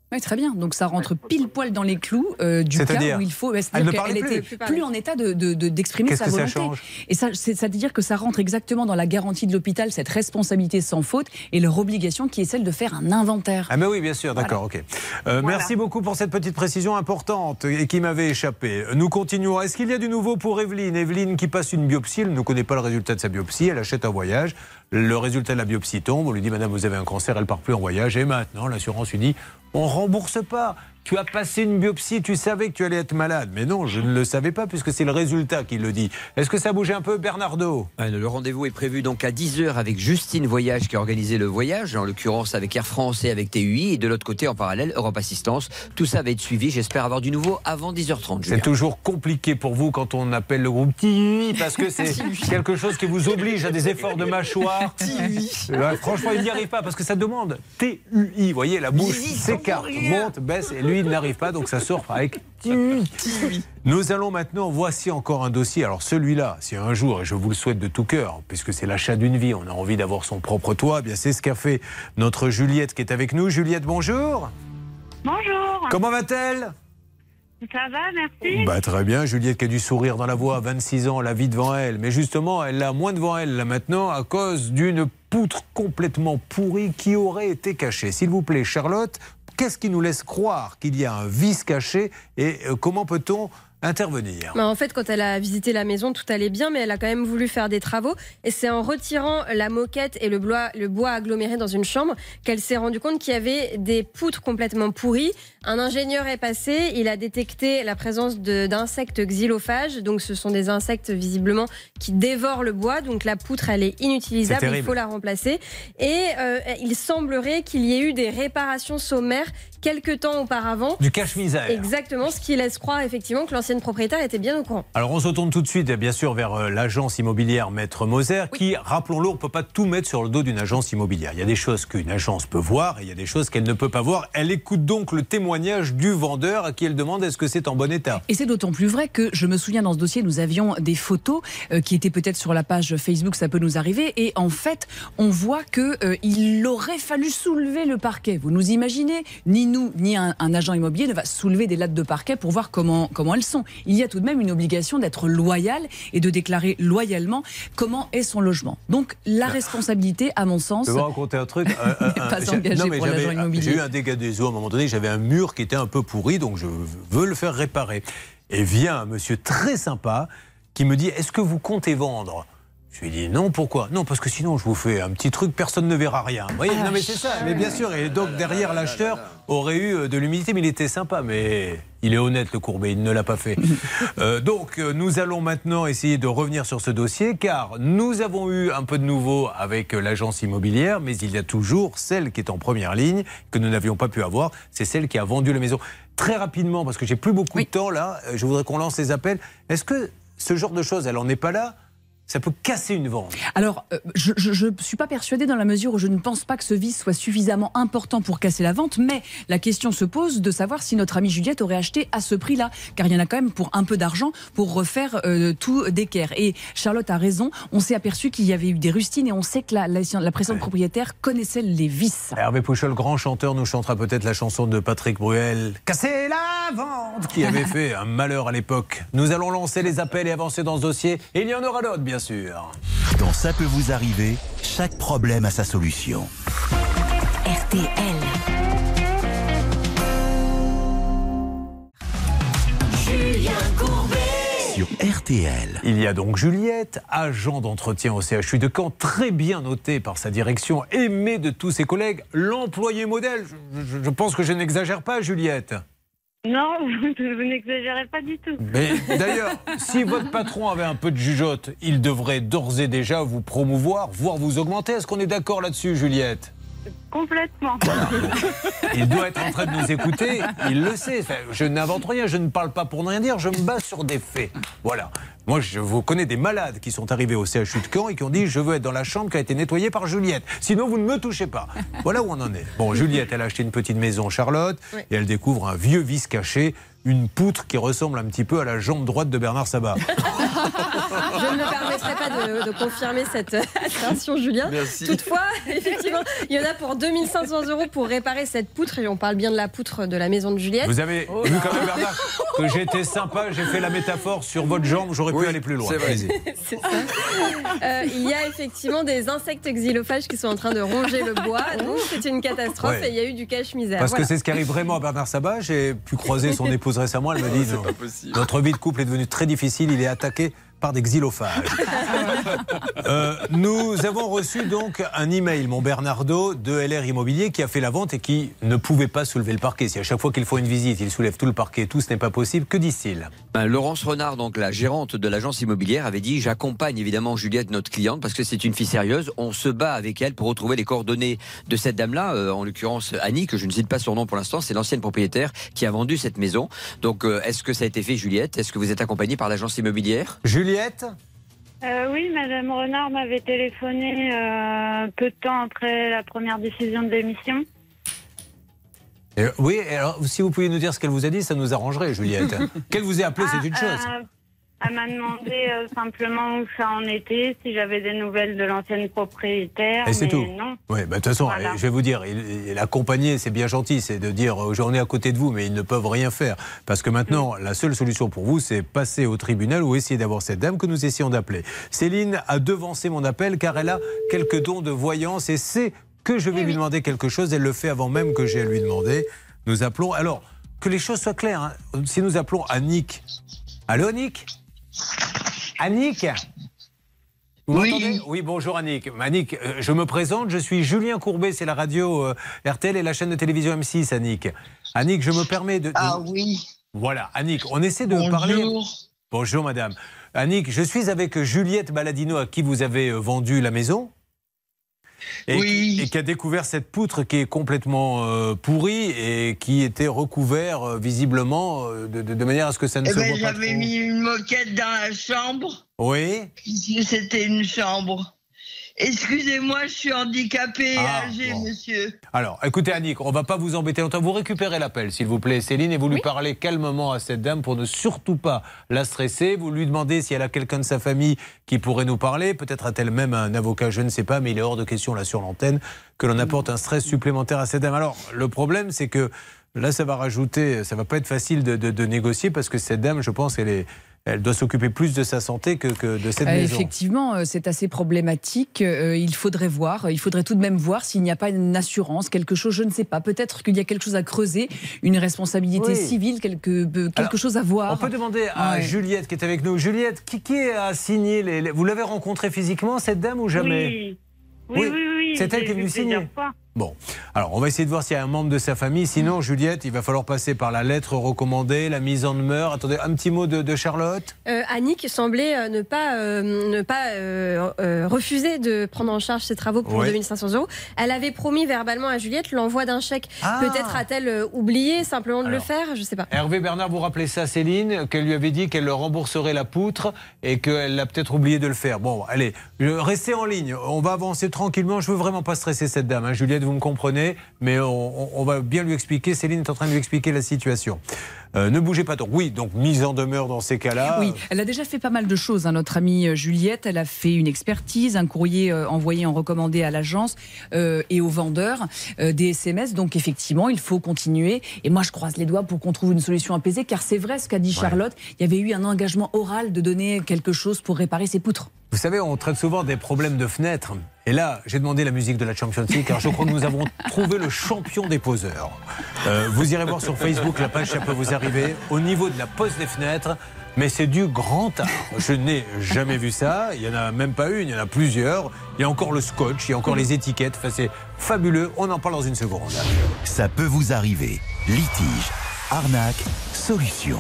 Oui, très bien. Donc ça rentre pile poil dans les clous du cas où il faut. Elle ne parlait était plus en état d'exprimer sa volonté. Ça change ? Et ça veut dire que ça rentre exactement dans la garantie de l'hôpital, cette responsabilité sans faute et leur obligation qui est celle de faire un inventaire. Ah mais oui, bien sûr, d'accord, ok. Merci beaucoup pour cette petite précision importante et qui m'avait échappé. Nous continuons. Est-ce qu'il y a du nouveau pour Evelyne ? Evelyne qui passe une biopsie, elle ne connaît pas le résultat de sa biopsie, elle achète un voyage. Le résultat de la biopsie tombe, on lui dit madame vous avez un cancer, elle part plus en voyage et maintenant l'assurance lui dit on rembourse pas. Tu as passé une biopsie, tu savais que tu allais être malade. Mais non, je ne le savais pas puisque c'est le résultat qui le dit. Est-ce que ça bouge un peu, Bernardo ? Le rendez-vous est prévu donc à 10h avec Justine Voyage qui a organisé le voyage, en l'occurrence avec Air France et avec TUI. Et de l'autre côté, en parallèle, Europe Assistance. Tout ça va être suivi. J'espère avoir du nouveau avant 10h30. C'est toujours compliqué pour vous quand on appelle le groupe TUI parce que c'est quelque chose qui vous oblige à des efforts de mâchoire. Franchement, il n'y arrive pas parce que ça demande TUI. Vous voyez, la bouche s'écarte, monte, baisse et lui, il n'arrive pas. Donc ça sort avec TUI. Nous allons maintenant, voici encore un dossier. Alors celui-là, si un jour, et je vous le souhaite de tout cœur, puisque c'est l'achat d'une vie, on a envie d'avoir son propre toit, eh bien c'est ce qu'a fait notre Juliette qui est avec nous. Juliette, bonjour. Bonjour. Comment va-t-elle ? Ça va, merci. Très bien, Juliette qui a du sourire dans la voix, 26 ans, la vie devant elle. Mais justement, elle l'a moins devant elle là maintenant à cause d'une poutre complètement pourrie qui aurait été cachée. S'il vous plaît, Charlotte, qu'est-ce qui nous laisse croire qu'il y a un vice caché et comment peut-on intervenir ? En fait, quand elle a visité la maison, tout allait bien, mais elle a quand même voulu faire des travaux. Et c'est en retirant la moquette et le bois aggloméré dans une chambre qu'elle s'est rendue compte qu'il y avait des poutres complètement pourries. Un ingénieur est passé, il a détecté la présence d'insectes xylophages. Donc ce sont des insectes visiblement qui dévorent le bois. Donc la poutre, elle est inutilisable, il faut la remplacer. Et il semblerait qu'il y ait eu des réparations sommaires quelques temps auparavant. Du cache-misère. Exactement, ce qui laisse croire effectivement que l'ancienne propriétaire était bien au courant. Alors on se tourne tout de suite bien sûr vers l'agence immobilière Maître Moser qui, rappelons-le, on ne peut pas tout mettre sur le dos d'une agence immobilière. Il y a des choses qu'une agence peut voir et il y a des choses qu'elle ne peut pas voir. Elle écoute donc le témoignage du vendeur à qui elle demande est-ce que c'est en bon état. Et c'est d'autant plus vrai que je me souviens dans ce dossier, nous avions des photos qui étaient peut-être sur la page Facebook, ça peut nous arriver, et en fait on voit qu'il aurait fallu soulever le parquet. Vous nous imaginez, ni nous ni un agent immobilier ne va soulever des lattes de parquet pour voir comment elles sont. Il y a tout de même une obligation d'être loyal et de déclarer loyalement comment est son logement. Donc la responsabilité, à mon sens... Je vais vous raconter un truc. Pas s'engager pour l'agent immobilier. J'ai eu un dégât des eaux à un moment donné, j'avais un mur qui était un peu pourri, donc je veux le faire réparer. Et vient un monsieur très sympa qui me dit, est-ce que vous comptez vendre ? Je lui dis non, pourquoi ? Non, parce que sinon je vous fais un petit truc, personne ne verra rien. Vous voyez, non mais c'est ça, mais bien sûr. Et donc derrière l'acheteur aurait eu de l'humilité, mais il était sympa, mais il est honnête le Courbet, il ne l'a pas fait. Donc nous allons maintenant essayer de revenir sur ce dossier, car nous avons eu un peu de nouveau avec l'agence immobilière, mais il y a toujours celle qui est en première ligne, que nous n'avions pas pu avoir, c'est celle qui a vendu la maison. Très rapidement, parce que j'ai plus beaucoup de temps là, je voudrais qu'on lance les appels. Est-ce que ce genre de choses, elle n'en est pas là ? Ça peut casser une vente. Alors, je ne suis pas persuadée dans la mesure où je ne pense pas que ce vice soit suffisamment important pour casser la vente, mais la question se pose de savoir si notre amie Juliette aurait acheté à ce prix-là, car il y en a quand même pour un peu d'argent pour refaire tout d'équerre. Et Charlotte a raison, on s'est aperçu qu'il y avait eu des rustines et on sait que la précédente propriétaire connaissait les vices. Hervé Pouchol, grand chanteur, nous chantera peut-être la chanson de Patrick Bruel, « Casser la vente !» qui avait fait un malheur à l'époque. Nous allons lancer les appels et avancer dans ce dossier, et il y en aura d'autres, bien sûr. Dans Ça peut vous arriver, chaque problème a sa solution. RTL. Julien Courbet. Sur RTL. Il y a donc Juliette, agent d'entretien au CHU de Caen, très bien noté par sa direction, aimé de tous ses collègues, l'employé modèle. Je pense que je n'exagère pas, Juliette. Non, vous n'exagérez pas du tout. Mais d'ailleurs, si votre patron avait un peu de jugeote, il devrait d'ores et déjà vous promouvoir, voire vous augmenter. Est-ce qu'on est d'accord là-dessus, Juliette ? Complètement. Voilà. Il doit être en train de nous écouter, il le sait. Enfin, je n'invente rien, je ne parle pas pour ne rien dire, je me base sur des faits. Voilà. Moi, je vous connais des malades qui sont arrivés au CHU de Caen et qui ont dit « Je veux être dans la chambre qui a été nettoyée par Juliette. Sinon, vous ne me touchez pas. » Voilà où on en est. Bon, Juliette, elle a acheté une petite maison, Charlotte, et elle découvre un vieux vice caché, une poutre qui ressemble un petit peu à la jambe droite de Bernard Sabat. Je ne me permettrai pas de confirmer cette assertion, Julien. Merci. Toutefois, effectivement, il y en a pour 2 2500 € pour réparer cette poutre. Et on parle bien de la poutre de la maison de Juliette. Vous avez vu quand même, Bernard, que j'étais sympa, j'ai fait la métaphore sur votre jambe, j'aurais pu aller plus loin. C'est vrai. C'est ça. Il y a effectivement des insectes xylophages qui sont en train de ronger le bois. Donc c'est une catastrophe et il y a eu du cache-misère. Parce que c'est ce qui arrive vraiment à Bernard Sabat. J'ai pu croiser son épouse récemment, elle me dit non, notre vie de couple est devenue très difficile, il est attaqué par des xylophages. Nous avons reçu donc un email, mon Bernardo, de LR Immobilier qui a fait la vente et qui ne pouvait pas soulever le parquet. Si à chaque fois qu'il faut une visite, il soulève tout le parquet, tout, ce n'est pas possible. Que disent-ils ? Laurence Renard, donc la gérante de l'agence immobilière, avait dit: j'accompagne évidemment Juliette, notre cliente, parce que c'est une fille sérieuse. On se bat avec elle pour retrouver les coordonnées de cette dame-là, en l'occurrence Annie, que je ne cite pas son nom pour l'instant, c'est l'ancienne propriétaire qui a vendu cette maison. Donc est-ce que ça a été fait, Juliette ? Est-ce que vous êtes accompagnée par l'agence immobilière ? Juliette ? Oui, Madame Renard m'avait téléphoné peu de temps après la première décision de l'émission. Oui, alors si vous pouviez nous dire ce qu'elle vous a dit, ça nous arrangerait, Juliette. Qu'elle vous ait appelé, c'est une chose. Elle m'a demandé simplement où ça en était, si j'avais des nouvelles de l'ancienne propriétaire. Et c'est tout. Non. Oui, de toute façon, Voilà. je vais vous dire, l'accompagner, c'est bien gentil, c'est de dire j'en ai à côté de vous, mais ils ne peuvent rien faire. Parce que maintenant, la seule solution pour vous, c'est passer au tribunal ou essayer d'avoir cette dame que nous essayons d'appeler. Céline a devancé mon appel car elle a quelques dons de voyance et sait que je vais lui demander quelque chose. Elle le fait avant même que j'ai à lui demander. Nous appelons. Alors, que les choses soient claires, hein. Si nous appelons Annick. Allô, Annick ? Annick ? Vous m'entendez ? Oui, bonjour Annick. Annick, je me présente, je suis Julien Courbet, c'est la radio RTL et la chaîne de télévision M6, Annick. Annick, je me permets de... Ah oui. Voilà, Annick, on essaie de parler... Bonjour madame. Annick, je suis avec Juliette Baladino à qui vous avez vendu la maison. Et qui a découvert cette poutre qui est complètement pourrie et qui était recouvert visiblement de manière à ce que ça ne se voit pas trop. J'avais mis une moquette dans la chambre. Oui. Puisque c'était une chambre. Excusez-moi, je suis handicapée et âgée, monsieur. Alors, écoutez Annick, on ne va pas vous embêter longtemps. Vous récupérez l'appel, s'il vous plaît, Céline, et vous lui parlez calmement à cette dame pour ne surtout pas la stresser. Vous lui demandez si elle a quelqu'un de sa famille qui pourrait nous parler. Peut-être a-t-elle même un avocat, je ne sais pas, mais il est hors de question, là, sur l'antenne, que l'on apporte un stress supplémentaire à cette dame. Alors, le problème, c'est que là, ça va rajouter, ça va pas être facile de négocier parce que cette dame, je pense, elle doit s'occuper plus de sa santé que de cette maison. Effectivement, c'est assez problématique. Il faudrait tout de même voir s'il n'y a pas une assurance, quelque chose, je ne sais pas. Peut-être qu'il y a quelque chose à creuser, une responsabilité civile, quelque chose à voir. On peut demander à Juliette qui est avec nous. Juliette, qui a signé vous l'avez rencontrée physiquement, cette dame, ou jamais ? Oui. C'est elle qui est venue signer. Bon, alors on va essayer de voir s'il y a un membre de sa famille. Sinon, Juliette, il va falloir passer par la lettre recommandée, la mise en demeure. Attendez, un petit mot de Charlotte. Annick semblait ne pas refuser de prendre en charge ses travaux pour 2500 €. Elle avait promis verbalement à Juliette l'envoi d'un chèque. Peut-être a-t-elle oublié simplement de le faire, je ne sais pas. Hervé Bernard, vous rappelez ça, Céline, qu'elle lui avait dit qu'elle rembourserait la poutre et qu'elle l'a peut-être oublié de le faire. Bon, allez, restez en ligne. On va avancer tranquillement. Je ne veux vraiment pas stresser cette dame, hein. Juliette, vous me comprenez, mais on va bien lui expliquer. Céline est en train de lui expliquer la situation. Ne bougez pas trop. Oui, donc mise en demeure dans ces cas-là. Oui, elle a déjà fait pas mal de choses, hein, notre amie Juliette. Elle a fait une expertise, un courrier envoyé en recommandé à l'agence et aux vendeurs, des SMS. Donc effectivement, il faut continuer. Et moi, je croise les doigts pour qu'on trouve une solution apaisée, car c'est vrai ce qu'a dit Charlotte. Il y avait eu un engagement oral de donner quelque chose pour réparer ces poutres. Vous savez, on traite souvent des problèmes de fenêtres. Et là, j'ai demandé la musique de la Champions League, car je crois que nous avons trouvé le champion des poseurs. Vous irez voir sur Facebook, la page, ça peut vous arriver. Au niveau de la pose des fenêtres, mais c'est du grand art. Je n'ai jamais vu ça. Il n'y en a même pas une, il y en a plusieurs. Il y a encore le scotch, il y a encore les étiquettes. Enfin, c'est fabuleux. On en parle dans une seconde. Ça peut vous arriver. Litige, arnaque, solution.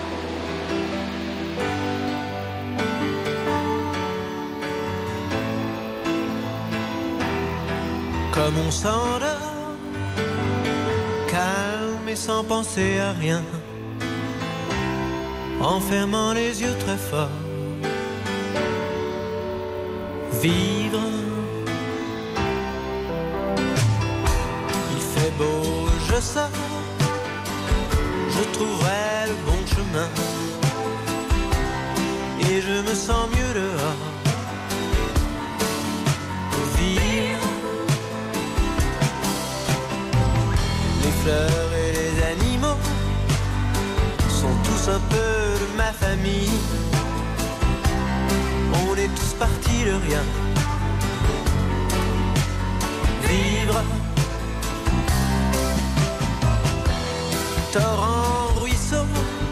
Comme on s'endort, calme et sans penser à rien, en fermant les yeux très fort. Vivre, il fait beau, je sors, je trouverai le bon chemin, et je me sens mieux dehors. Pour vivre, la famille. On est tous partis de rien. Vivre. Torrent, ruisseau.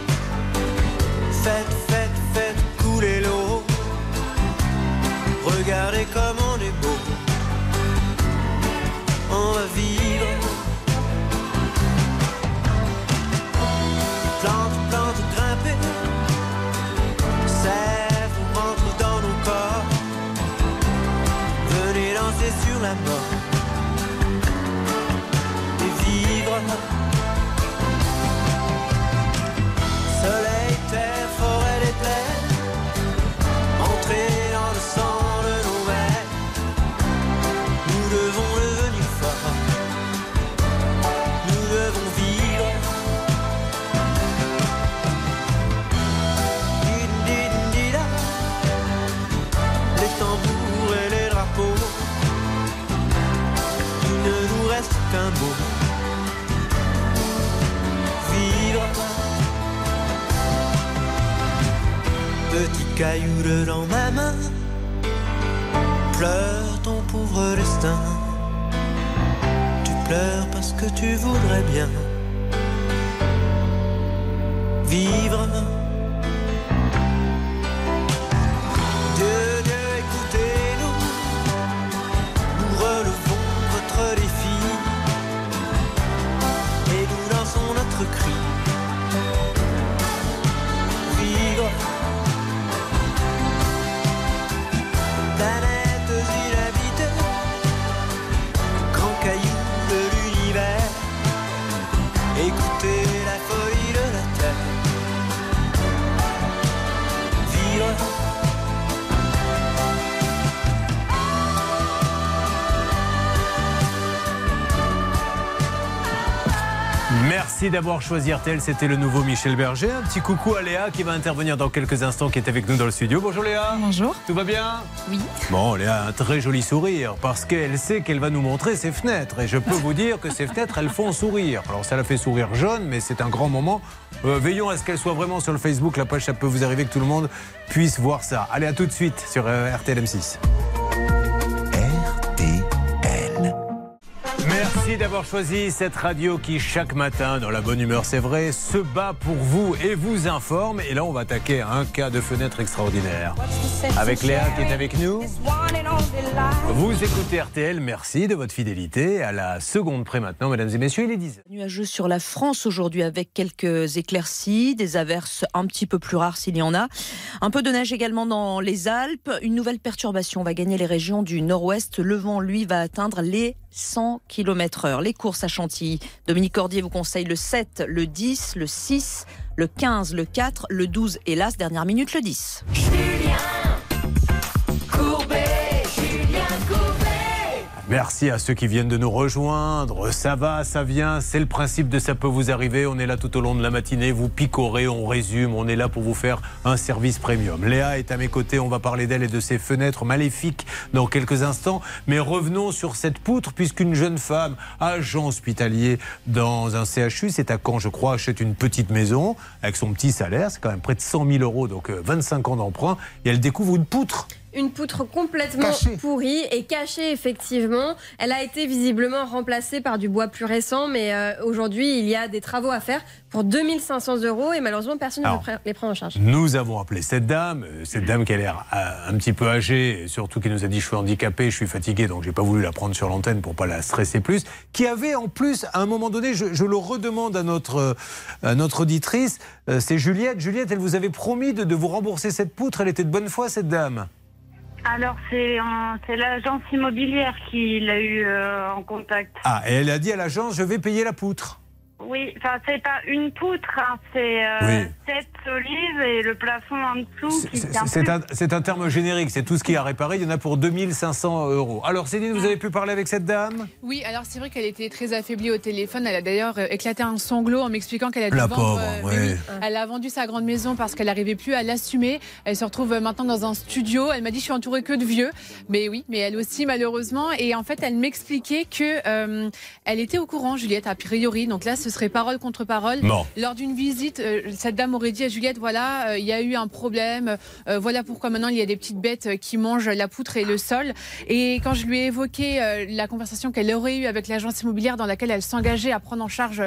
Faites couler l'eau. Regardez comme on est beau. On va vivre. Plante, grimper. Sève, rentre dans nos corps. Venez danser sur la mort. Et vivre. Soleil, terre, forêt, des plaines. Entrer dans le sang de nos mères. Nous devons devenir forts. Nous devons vivre. Din-din-dida. Les tambours et les drapeaux. Il ne nous reste qu'un mot. Vivre. Petit caillou dans ma main. Pleure ton pauvre destin. Tu pleures parce que tu voudrais bien vivre. Dieu, écoutez-nous. Nous relevons votre défi. Et nous lançons notre cri. Vivre. Planètes inhabitées, grand caillou de l'univers. Écoutez la folie de la terre. Vivre. Merci d'avoir choisi RTL, c'était le nouveau Michel Berger. Un petit coucou à Léa qui va intervenir dans quelques instants, qui est avec nous dans le studio. Bonjour Léa. Bonjour. Tout va bien? Oui. Bon, Léa a un très joli sourire parce qu'elle sait qu'elle va nous montrer ses fenêtres. Et je peux vous dire que ces fenêtres, elles font sourire. Alors ça la fait sourire jaune, mais c'est un grand moment. Veillons à ce qu'elle soit vraiment sur le Facebook. La page, ça peut vous arriver que tout le monde puisse voir ça. Allez, à tout de suite sur RTL M6. Merci d'avoir choisi cette radio qui, chaque matin, dans la bonne humeur, c'est vrai, se bat pour vous et vous informe. Et là, on va attaquer un cas de fenêtre extraordinaire. Avec Léa qui est avec nous. Vous écoutez RTL, merci de votre fidélité. À la seconde près maintenant, mesdames et messieurs, il est 10h. Nuageux sur la France aujourd'hui avec quelques éclaircies, des averses un petit peu plus rares s'il y en a. Un peu de neige également dans les Alpes. Une nouvelle perturbation va gagner les régions du nord-ouest. Le vent, lui, va atteindre les 100 km/h. Les courses à Chantilly. Dominique Cordier vous conseille le 7, le 10, le 6, le 15, le 4, le 12 et hélas, dernière minute, le 10. Merci à ceux qui viennent de nous rejoindre. Ça va, ça vient, c'est le principe de Ça peut vous arriver. On est là tout au long de la matinée, vous picorez, on résume, on est là pour vous faire un service premium. Léa est à mes côtés, on va parler d'elle et de ses fenêtres maléfiques dans quelques instants. Mais revenons sur cette poutre, puisqu'une jeune femme, agent hospitalier dans un CHU, c'est à Caen je crois, achète une petite maison avec son petit salaire, c'est quand même près de 100 000 €, donc 25 ans d'emprunt, et elle découvre une poutre. Une poutre complètement pourrie et cachée, effectivement. Elle a été visiblement remplacée par du bois plus récent, mais aujourd'hui, il y a des travaux à faire pour 2 500 € et malheureusement, personne ne veut les prendre en charge. Nous avons appelé cette dame qui a l'air un petit peu âgée, et surtout qui nous a dit « je suis handicapé, je suis fatigué », donc j'ai pas voulu la prendre sur l'antenne pour pas la stresser plus, qui avait en plus, à un moment donné, je le redemande à notre auditrice, c'est Juliette. Juliette, elle vous avait promis de vous rembourser cette poutre, elle était de bonne foi, cette dame? Alors, c'est l'agence immobilière qui l'a eu en contact. Ah, et elle a dit à l'agence, je vais payer la poutre. Oui, enfin, c'est pas une poutre, hein, c'est 7 solives et le plafond en dessous qui tient plus. C'est un terme générique, c'est tout ce qui est à réparer, il y en a pour 2 500 €. Alors Céline, vous avez pu parler avec cette dame? Oui, alors c'est vrai qu'elle était très affaiblie au téléphone, elle a d'ailleurs éclaté un sanglot en m'expliquant qu'elle a dû la vendre, pauvre, elle a vendu sa grande maison parce qu'elle n'arrivait plus à l'assumer. Elle se retrouve maintenant dans un studio, elle m'a dit je suis entourée que de vieux, mais oui, mais elle aussi malheureusement, et en fait elle m'expliquait que elle était au courant, Juliette, a priori, donc là ce serait parole contre parole. Non. Lors d'une visite, cette dame aurait dit à Juliette, voilà, il y a eu un problème, voilà pourquoi maintenant il y a des petites bêtes qui mangent la poutre et le sol. Et quand je lui ai évoqué la conversation qu'elle aurait eue avec l'agence immobilière dans laquelle elle s'engageait à prendre en charge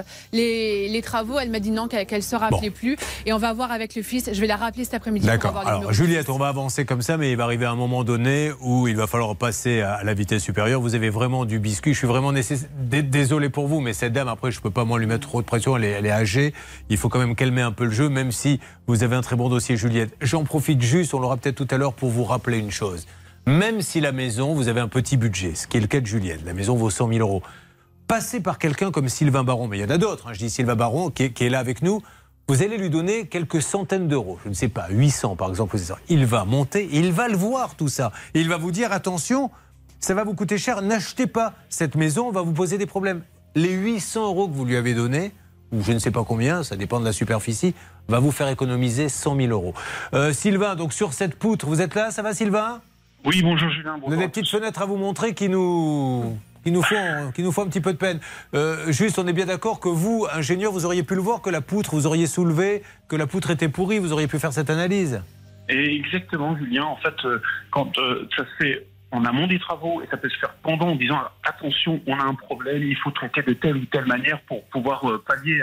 les travaux, elle m'a dit non, qu'elle ne se rappelait plus. Et on va voir avec le fils, je vais la rappeler cet après-midi. D'accord. Alors Juliette, on va avancer comme ça, mais il va arriver un moment donné où il va falloir passer à la vitesse supérieure. Vous avez vraiment du biscuit. Je suis vraiment désolé pour vous, mais cette dame, après, je ne peux pas moi lui mettre trop de pression. Elle est âgée. Il faut quand même calmer un peu le jeu, même si vous avez un très bon dossier, Juliette. J'en profite juste, on l'aura peut-être tout à l'heure, pour vous rappeler une chose. Même si la maison, vous avez un petit budget, ce qui est le cas de Juliette, la maison vaut 100 000 €. Passez par quelqu'un comme Sylvain Baron, mais il y en a d'autres. Je dis Sylvain Baron qui est là avec nous. Vous allez lui donner quelques centaines d'euros, je ne sais pas, 800 par exemple. Il va monter, il va le voir tout ça. Il va vous dire attention, ça va vous coûter cher, n'achetez pas cette maison, on va vous poser des problèmes. Les 800 € que vous lui avez donnés, ou je ne sais pas combien, ça dépend de la superficie, va vous faire économiser 100 000 €. Sylvain, donc sur cette poutre, vous êtes là, ça va Sylvain ? Oui, bonjour Julien. Bonjour. On a des petites fenêtres à vous montrer qui nous font un petit peu de peine. Juste, on est bien d'accord que vous, ingénieur, vous auriez pu le voir, que la poutre, vous auriez soulevé, que la poutre était pourrie, vous auriez pu faire cette analyse. Et exactement, Julien. En fait, quand ça se fait en amont des travaux, et ça peut se faire pendant, en disant attention, on a un problème, il faut traiter de telle ou telle manière pour pouvoir pallier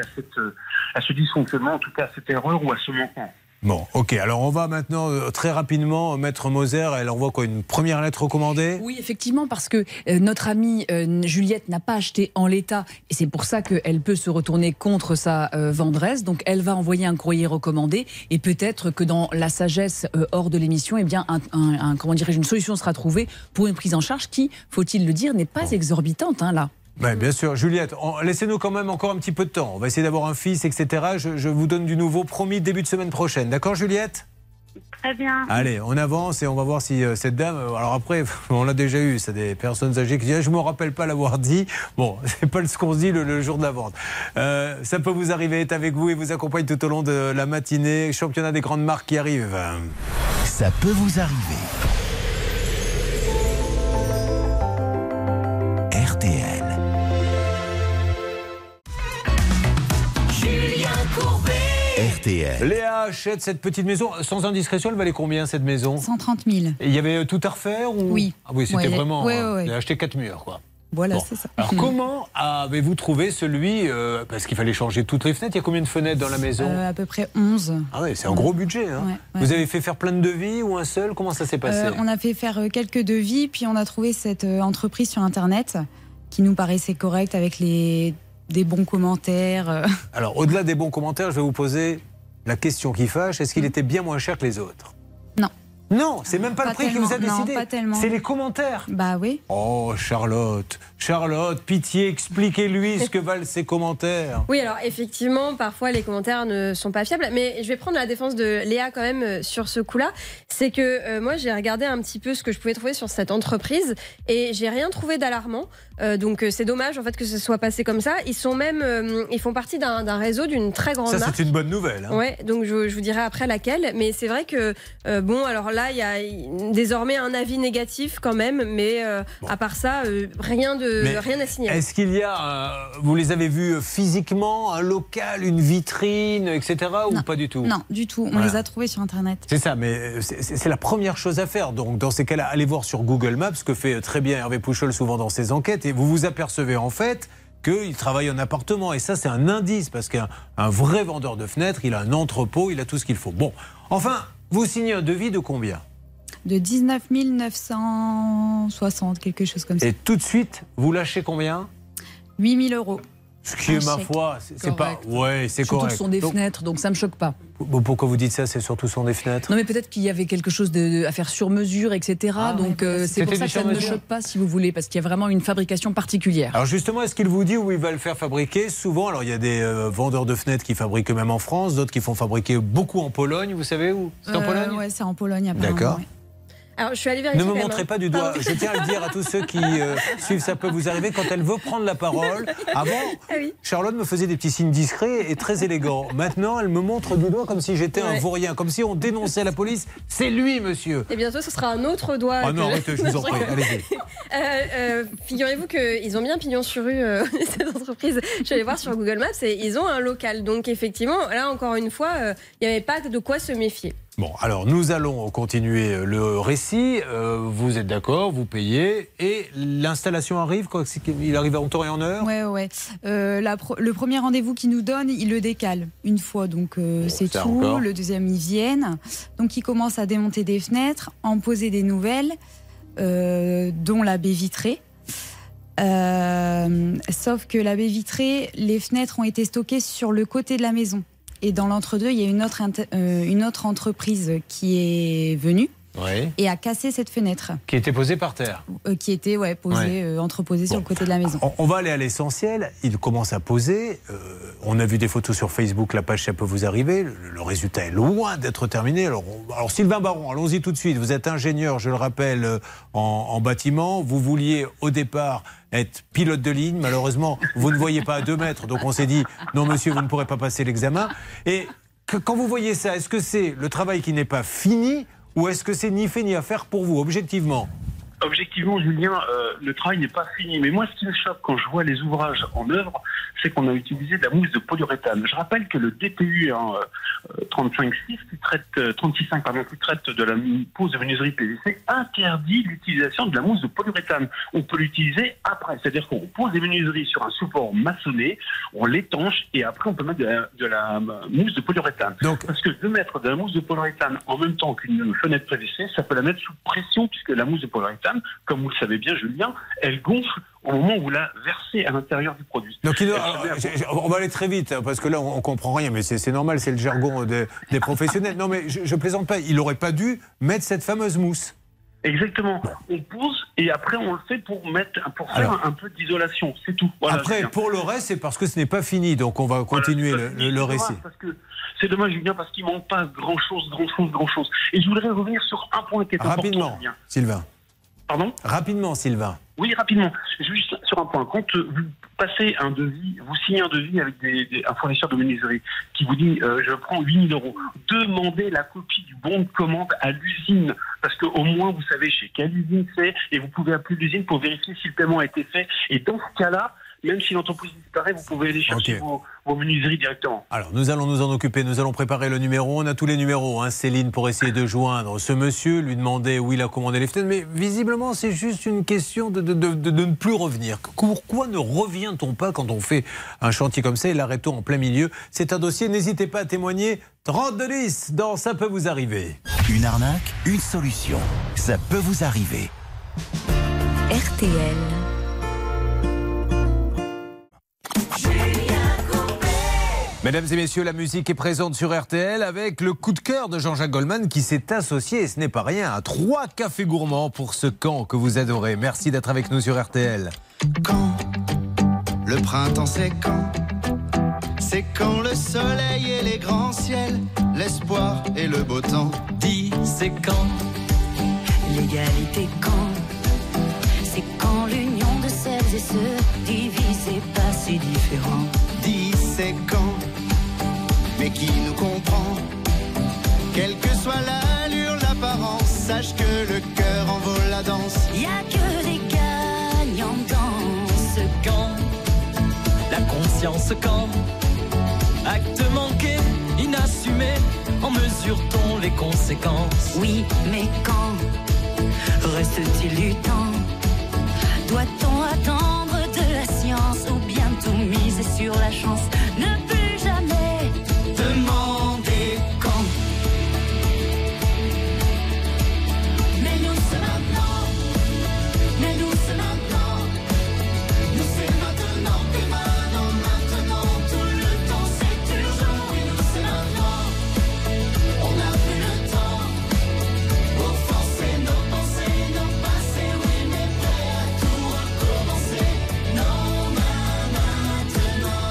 à ce dysfonctionnement, en tout cas à cette erreur ou à ce manquement. Bon, ok. Alors on va maintenant très rapidement, Maître Moser, elle envoie quoi, une première lettre recommandée ? Oui, effectivement, parce que notre amie Juliette n'a pas acheté en l'état, et c'est pour ça qu'elle peut se retourner contre sa vendresse. Donc elle va envoyer un courrier recommandé, et peut-être que dans la sagesse hors de l'émission, eh bien comment dirais-je, une solution sera trouvée pour une prise en charge qui, faut-il le dire, n'est pas exorbitante là. Oui, bien sûr. Juliette, laissez-nous quand même encore un petit peu de temps. On va essayer d'avoir un fils, etc. Je vous donne du nouveau, promis, début de semaine prochaine. D'accord, Juliette ? Très bien. Allez, on avance et on va voir si cette dame... Alors après, on l'a déjà eu, c'est des personnes âgées qui disent « Je ne me rappelle pas l'avoir dit ». Bon, c'est pas ce qu'on se dit le jour de la vente. Ça peut vous arriver, est avec vous et vous accompagne tout au long de la matinée. Championnat des grandes marques qui arrive. Ça peut vous arriver. RTL. Julien Courbet. RTL. Léa achète cette petite maison. Sans indiscrétion, elle valait combien cette maison ? 130 000. Et il y avait tout à refaire ou... Oui. Ah oui, c'était vraiment... Ouais. Elle a acheté 4 murs, quoi. Voilà, bon. c'est ça. Alors comment avez-vous trouvé celui... parce qu'il fallait changer toutes les fenêtres. Il y a combien de fenêtres dans la maison ? À peu près 11. Ah oui, c'est un gros budget. Hein. Ouais. Vous avez fait faire plein de devis ou un seul ? Comment ça s'est passé ? On a fait faire quelques devis, puis on a trouvé cette entreprise sur Internet qui nous paraissait correcte avec des bons commentaires. Alors, au-delà des bons commentaires, je vais vous poser la question qui fâche. Est-ce qu'il était bien moins cher que les autres ? Non. Non, c'est même pas le prix qui vous a décidé. Non, pas tellement. C'est les commentaires. Bah oui. Oh, Charlotte, pitié, expliquez-lui ce que valent ces commentaires. Oui, alors effectivement, parfois les commentaires ne sont pas fiables, mais je vais prendre la défense de Léa quand même sur ce coup-là. C'est que moi, j'ai regardé un petit peu ce que je pouvais trouver sur cette entreprise et j'ai rien trouvé d'alarmant. Donc c'est dommage en fait que ce soit passé comme ça. Ils sont même, ils font partie d'un réseau d'une très grande marque. Ça, c'est une bonne nouvelle. Hein. Ouais, donc je vous dirai après laquelle. Mais c'est vrai que bon, alors là, il y a désormais un avis négatif quand même, mais à part ça, rien à signaler. Est-ce qu'il y a, vous les avez vus physiquement, un local, une vitrine, etc. ou pas du tout ? Non, du tout. On les a trouvés sur Internet. C'est ça, mais c'est la première chose à faire. Donc dans ces cas-là, allez voir sur Google Maps, ce que fait très bien Hervé Pouchol souvent dans ses enquêtes, et vous vous apercevez en fait qu'il travaille en appartement. Et ça, c'est un indice, parce qu'un vrai vendeur de fenêtres, il a un entrepôt, il a tout ce qu'il faut. Bon, enfin, vous signez un devis de combien ? De 19 960, quelque chose comme ça. Et tout de suite, vous lâchez combien ? 8 000 €. Ce qui est, ma foi, c'est pas... Ouais, c'est correct. Surtout ce sont des fenêtres, donc ça ne me choque pas. Pourquoi vous dites ça ? C'est surtout ce sont des fenêtres ? Non, mais peut-être qu'il y avait quelque chose à faire sur mesure, etc. Donc c'est pour ça que ça ne me choque pas, si vous voulez, parce qu'il y a vraiment une fabrication particulière. Alors justement, est-ce qu'il vous dit où il va le faire fabriquer ? Souvent, alors il y a des vendeurs de fenêtres qui fabriquent même en France, d'autres qui font fabriquer beaucoup en Pologne. Vous savez où ? C'est en Pologne ? Ouais, c'est en Pologne. D'accord. Ouais. Alors, je suis allée vérifier. Ne me quand même, montrez hein. pas du doigt. Pardon. Je tiens à le dire à tous ceux qui suivent Ça peut vous arriver. Quand elle veut prendre la parole, avant, Charlotte me faisait des petits signes discrets et très élégants. Maintenant, elle me montre du doigt comme si j'étais un vaurien, comme si on dénonçait la police. C'est lui, monsieur. Et bientôt, ce sera un autre doigt. Ah non, arrêtez, je vous en prie. Allez-y. Figurez-vous qu'ils ont bien pignon sur rue, cette entreprise. Je suis allée voir sur Google Maps et ils ont un local. Donc, effectivement, là, encore une fois, il n'y avait pas de quoi se méfier. Bon, alors nous allons continuer le récit. Vous êtes d'accord, vous payez et l'installation arrive, quoi, il arrive en temps et en heure. Ouais. Le premier rendez-vous qu'il nous donne, il le décale une fois, donc c'est tout. Encore. Le deuxième, ils viennent. Donc ils commencent à démonter des fenêtres, en poser des nouvelles, dont la baie vitrée. Sauf que la baie vitrée, les fenêtres ont été stockées sur le côté de la maison. Et dans l'entre-deux, il y a une autre entreprise qui est venue et a cassé cette fenêtre. Qui était posée par terre. Qui était entreposée sur le côté de la maison. On va aller à l'essentiel. Il commence à poser. On a vu des photos sur Facebook, la page Ça peut vous arriver. Le résultat est loin d'être terminé. Alors Sylvain Baron, allons-y tout de suite. Vous êtes ingénieur, je le rappelle, en bâtiment. Vous vouliez au départ être pilote de ligne. Malheureusement, vous ne voyez pas à 2 mètres. Donc on s'est dit, non monsieur, vous ne pourrez pas passer l'examen. Et quand vous voyez ça, est-ce que c'est le travail qui n'est pas fini ou est-ce que c'est ni fait ni à faire pour vous, objectivement ? Objectivement, Julien, le travail n'est pas fini. Mais moi, ce qui me choque quand je vois les ouvrages en œuvre, c'est qu'on a utilisé de la mousse de polyuréthane. Je rappelle que le DPU 35.6 qui traite de la pose de menuiserie PVC interdit l'utilisation de la mousse de polyuréthane. On peut l'utiliser après, c'est-à-dire qu'on pose des menuiseries sur un support maçonné, on l'étanche et après on peut mettre de la mousse de polyuréthane. Parce que de mettre de la mousse de polyuréthane en même temps qu'une fenêtre PVC, ça peut la mettre sous pression puisque la mousse de polyuréthane, comme vous le savez bien, Julien, elle gonfle au moment où vous la versez à l'intérieur du produit. Donc, on va aller très vite, parce que là, on ne comprend rien, mais c'est normal, c'est le jargon des professionnels. Non, mais je plaisante pas, il n'aurait pas dû mettre cette fameuse mousse. Exactement. On pose et après, on le fait pour faire un peu d'isolation, c'est tout. Voilà, après, pour le reste, c'est parce que ce n'est pas fini, donc on va continuer le récit. C'est dommage, Julien, parce qu'il ne manque pas grand-chose. Et je voudrais revenir sur un point qui est important. Rapidement, Sylvain. Pardon ? Rapidement, Sylvain. Oui, rapidement. Juste sur un point. Quand vous passez un devis, vous signez un devis avec un fournisseur de menuiserie qui vous dit je prends 8 000 €. Demandez la copie du bon de commande à l'usine. Parce qu'au moins, vous savez chez quelle usine c'est et vous pouvez appeler l'usine pour vérifier si le paiement a été fait. Et dans ce cas-là, même si l'entreprise disparaît, vous pouvez aller chercher vos menuiseries directement. Alors, nous allons nous en occuper. Nous allons préparer le numéro. On a tous les numéros, Céline, pour essayer de joindre ce monsieur, lui demander où il a commandé les fenêtres. Mais visiblement, c'est juste une question de ne plus revenir. Pourquoi ne revient-on pas quand on fait un chantier comme ça et l'arrêtons en plein milieu ? C'est un dossier. N'hésitez pas à témoigner. 32-10 dans Ça peut vous arriver. Une arnaque, une solution. Ça peut vous arriver. RTL. Mesdames et messieurs, la musique est présente sur RTL avec le coup de cœur de Jean-Jacques Goldman qui s'est associé, et ce n'est pas rien, à 3 cafés gourmands pour ce camp que vous adorez. Merci d'être avec nous sur RTL. Quand le printemps, c'est quand? C'est quand le soleil et les grands ciels, l'espoir et le beau temps. Dis, c'est quand? L'égalité quand? C'est quand l'union de celles et ceux divisés, pas si différents. Dis, c'est quand? Mais qui nous comprend? Quelle que soit l'allure, l'apparence, sache que le cœur en vaut la danse. Y a que des gagnants dans ce camp. La conscience quand? Acte manqué, inassumé, en mesure-t-on les conséquences? Oui, mais quand reste-t-il du temps? Doit-on attendre de la science ou bien tout miser sur la chance? Ne plus jamais demander quand. Mais nous c'est maintenant. Mais nous c'est maintenant. Nous c'est maintenant que maintenant. Tout le temps c'est urgent. Oui, nous c'est maintenant. On n'a plus le temps pour forcer nos pensées, nos passés. Oui, mais prêt à tout recommencer. Non, maintenant.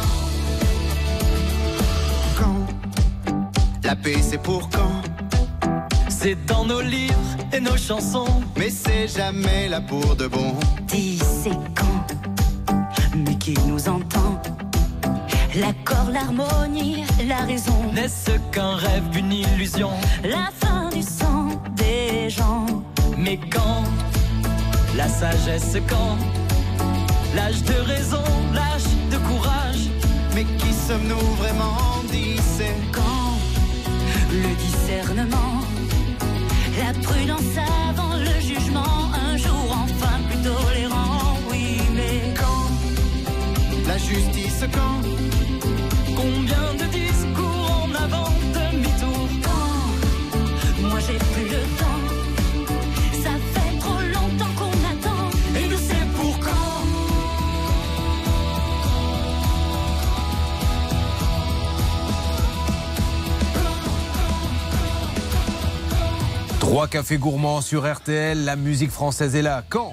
Quand la paix c'est pour quand? C'est dans nos livres et nos chansons. Mais c'est jamais là pour de bon. Dis c'est quand, mais qui nous entend? L'accord, l'harmonie, la raison. N'est-ce qu'un rêve, une illusion? La fin du sang des gens. Mais quand? La sagesse quand? L'âge de raison, l'âge de courage. Mais qui sommes-nous vraiment? Dis c'est quand? Le discernement, la prudence avant le jugement. Un jour enfin plus tolérant. Oui, mais quand? La justice quand? Combien de discours en avant, demi-tour? Quand? Moi j'ai plus le temps. Ça fait trop longtemps qu'on attend. Et nous c'est pour quand? 3 cafés gourmands sur RTL, la musique française est là. Quand?